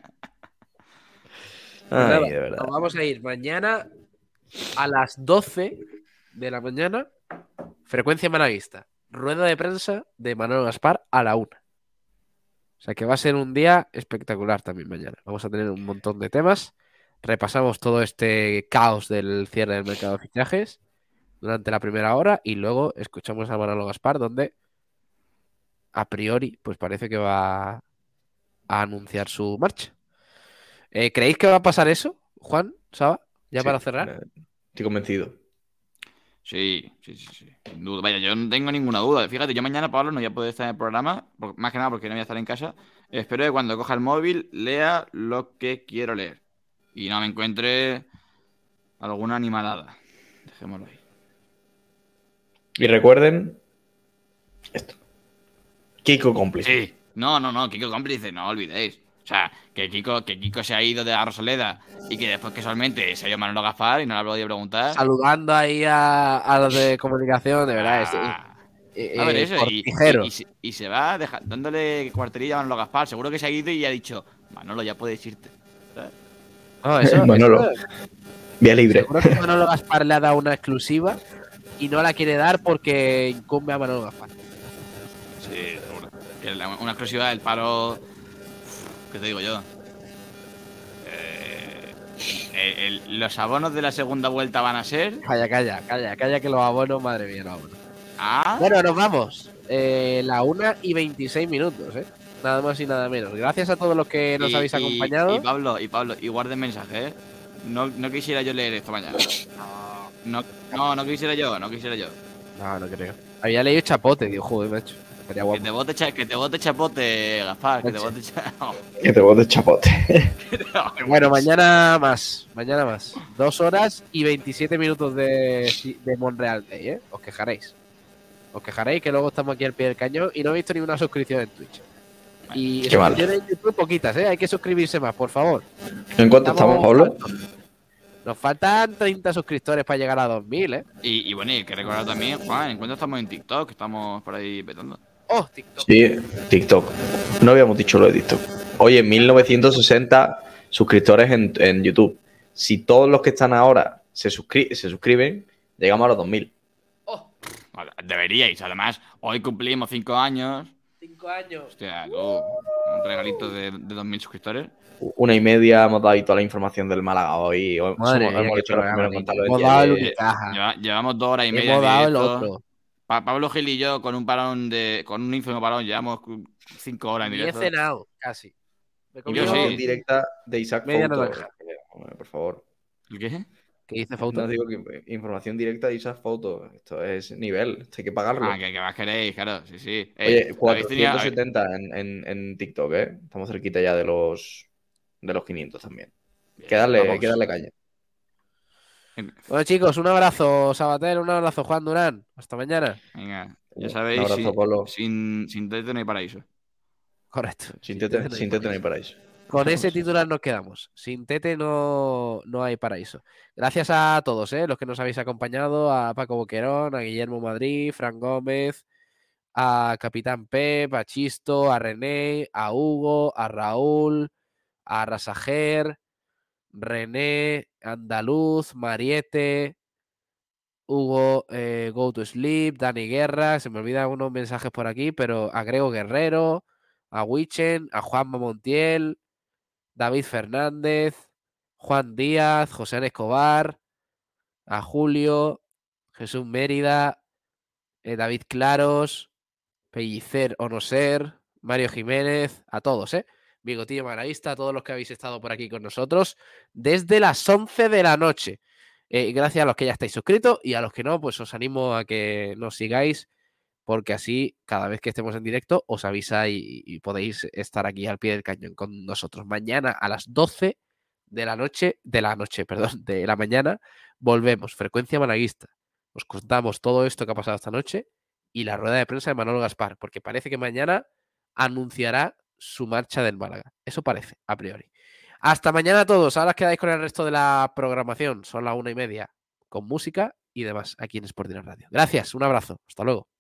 Pues Ay, nada, de verdad. nos vamos a ir mañana a las doce de la mañana. Frecuencia Malaguista. Rueda de prensa de Manolo Gaspar a la una. O sea que va a ser un día espectacular también mañana. Vamos a tener un montón de temas. repasamos todo este caos del cierre del mercado de fichajes durante la primera hora y luego escuchamos a Manolo Gaspar, donde a priori pues parece que va a anunciar su marcha. Eh, ¿Creéis que va a pasar eso, Juan, Saba? Ya Sí, para cerrar. eh, estoy convencido. Sí, sí, sí, sí. Sin duda. Vaya, yo no tengo ninguna duda. Fíjate, yo mañana, Pablo, no voy a poder estar en el programa, por- más que nada porque no voy a estar en casa. Espero que cuando coja el móvil lea lo que quiero leer. Y no me encuentre alguna animalada. Dejémoslo ahí. Y recuerden esto. Kiko cómplice. Sí. No, no, no, Kiko cómplice, no olvidéis. O sea, que Kiko, que Kiko se ha ido de la Rosaleda y que después casualmente se ha ido Manolo Gaspar y no le ha podido preguntar. Saludando ahí a, a los de comunicación, de verdad. es- Ah. eh, A ver, eh, eso, y, cortijero. y- y se- y se va deja- dándole cuarterilla a Manolo Gaspar. Seguro que se ha ido y ha dicho, Manolo, ya puedes irte. ¿Sabes? No, eso, Manolo. eso- Vía libre. seguro que Manolo Gaspar le ha dado una exclusiva y no la quiere dar porque incumbe a Manolo Gaspar. Sí, seguro. Que la- Una exclusiva del paro. ¿Qué te digo yo? Eh, el- el- los abonos de la segunda vuelta van a ser. Calla, calla, calla, calla que los abonos, madre mía, los abonos. Ah, Bueno, nos vamos. Eh, la una y veintiséis minutos, ¿eh? Nada más y nada menos. Gracias a todos los que nos y- habéis y- acompañado. Y Pablo, y Pablo, y guarden mensaje, ¿eh? No, no quisiera yo leer esto mañana. No, no, no quisiera yo, no quisiera yo. No, no creo. Había leído Chapote, digo, joder, macho. Estaría Que guapo. te bote, cha- que te bote chapote, Gaspar, que te Macho. bote cha- Que te botes chapote. Bueno, mañana más. Mañana más. Dos horas y veintisiete minutos de, de Monreal Day, ¿eh? Os quejaréis. Os quejaréis que luego estamos aquí al pie del cañón y no he visto ninguna suscripción en Twitch. Y Qué mal. suscripciones en YouTube poquitas, ¿eh? Hay que suscribirse más, por favor. ¿En cuánto estamos, Pablo? Nos faltan treinta suscriptores para llegar a dos mil, ¿eh? Y, y bueno, y hay que recordar también, Juan, en cuanto estamos en TikTok, estamos por ahí petando. Oh, TikTok. Sí, TikTok. No habíamos dicho lo de TikTok. Oye, mil novecientos sesenta suscriptores en, en YouTube. Si todos los que están ahora se, suscri- se suscriben, llegamos a los dos mil. Vale, deberíais, además, hoy cumplimos cinco años. Cinco años. Hostia, tú, un regalito de, de dos mil suscriptores. Una y media hemos dado ahí toda la información del Málaga hoy. Hoy Madre somos- mía, hemos qué hecho los programa, primeros niño. contados Hemos del dado el día. Unicaja. Lleva- llevamos dos horas y media. Hemos de dado el directo. otro. Pa- Pablo Gil y yo, con un parón de. Con un ínfimo parón, llevamos cu- cinco horas en Y he directo. cenado, casi. Me he comido Información sí. directa de Isaac Media Fouto. naranja. Hombre, por favor. ¿El qué? ¿Qué dice Fausto? No digo que información directa de Isaac Fouto. Esto es nivel. Esto hay que pagarlo. Ah, que, que más queréis, claro, sí, sí. Eh, Oye, habéis cuatrocientos tenido- setenta en, en, en TikTok, ¿eh? Estamos cerquita ya de los de los quinientos también. Hay que darle, vamos. hay que darle caña. Bueno, chicos, un abrazo, Sabater, un abrazo, Juan Durán. Hasta mañana. Venga, Un ya sabéis, abrazo, sin, Pablo. sin, sin tete no hay paraíso. Correcto. Sin tete, sin tete no hay paraíso. Con ese titular nos quedamos. Sin Tete no, no hay paraíso. Gracias a todos, ¿eh? Los que nos habéis acompañado, a Paco Boquerón, a Guillermo Madrid, Fran Gómez, a Capitán Pep, a Chisto, a René, a Hugo, a Raúl, a Rasajer, René, Andaluz, Mariette, Hugo, eh, Go to Sleep, Dani Guerra, se me olvidan unos mensajes por aquí, pero a Grego Guerrero, a Wichen, a Juanma Montiel, David Fernández, Juan Díaz, José Escobar, a Julio, Jesús Mérida, eh, David Claros, Pellicer o no ser, Mario Jiménez, a todos, ¿eh? Bigotillo Maraísta, a todos los que habéis estado por aquí con nosotros desde las once de la noche. Eh, gracias a los que ya estáis suscritos y a los que no, pues os animo a que nos sigáis porque así cada vez que estemos en directo os avisa y, y podéis estar aquí al pie del cañón con nosotros. Mañana a las doce de la noche, de la noche, perdón, de la mañana, volvemos, Frecuencia Malaguista. Os contamos todo esto que ha pasado esta noche y la rueda de prensa de Manolo Gaspar, porque parece que mañana anunciará su marcha del Málaga. Eso parece, a priori. Hasta mañana a todos. Ahora os quedáis con el resto de la programación. Son las una y media con música y demás aquí en Sport Direct Radio. Gracias, un abrazo. Hasta luego.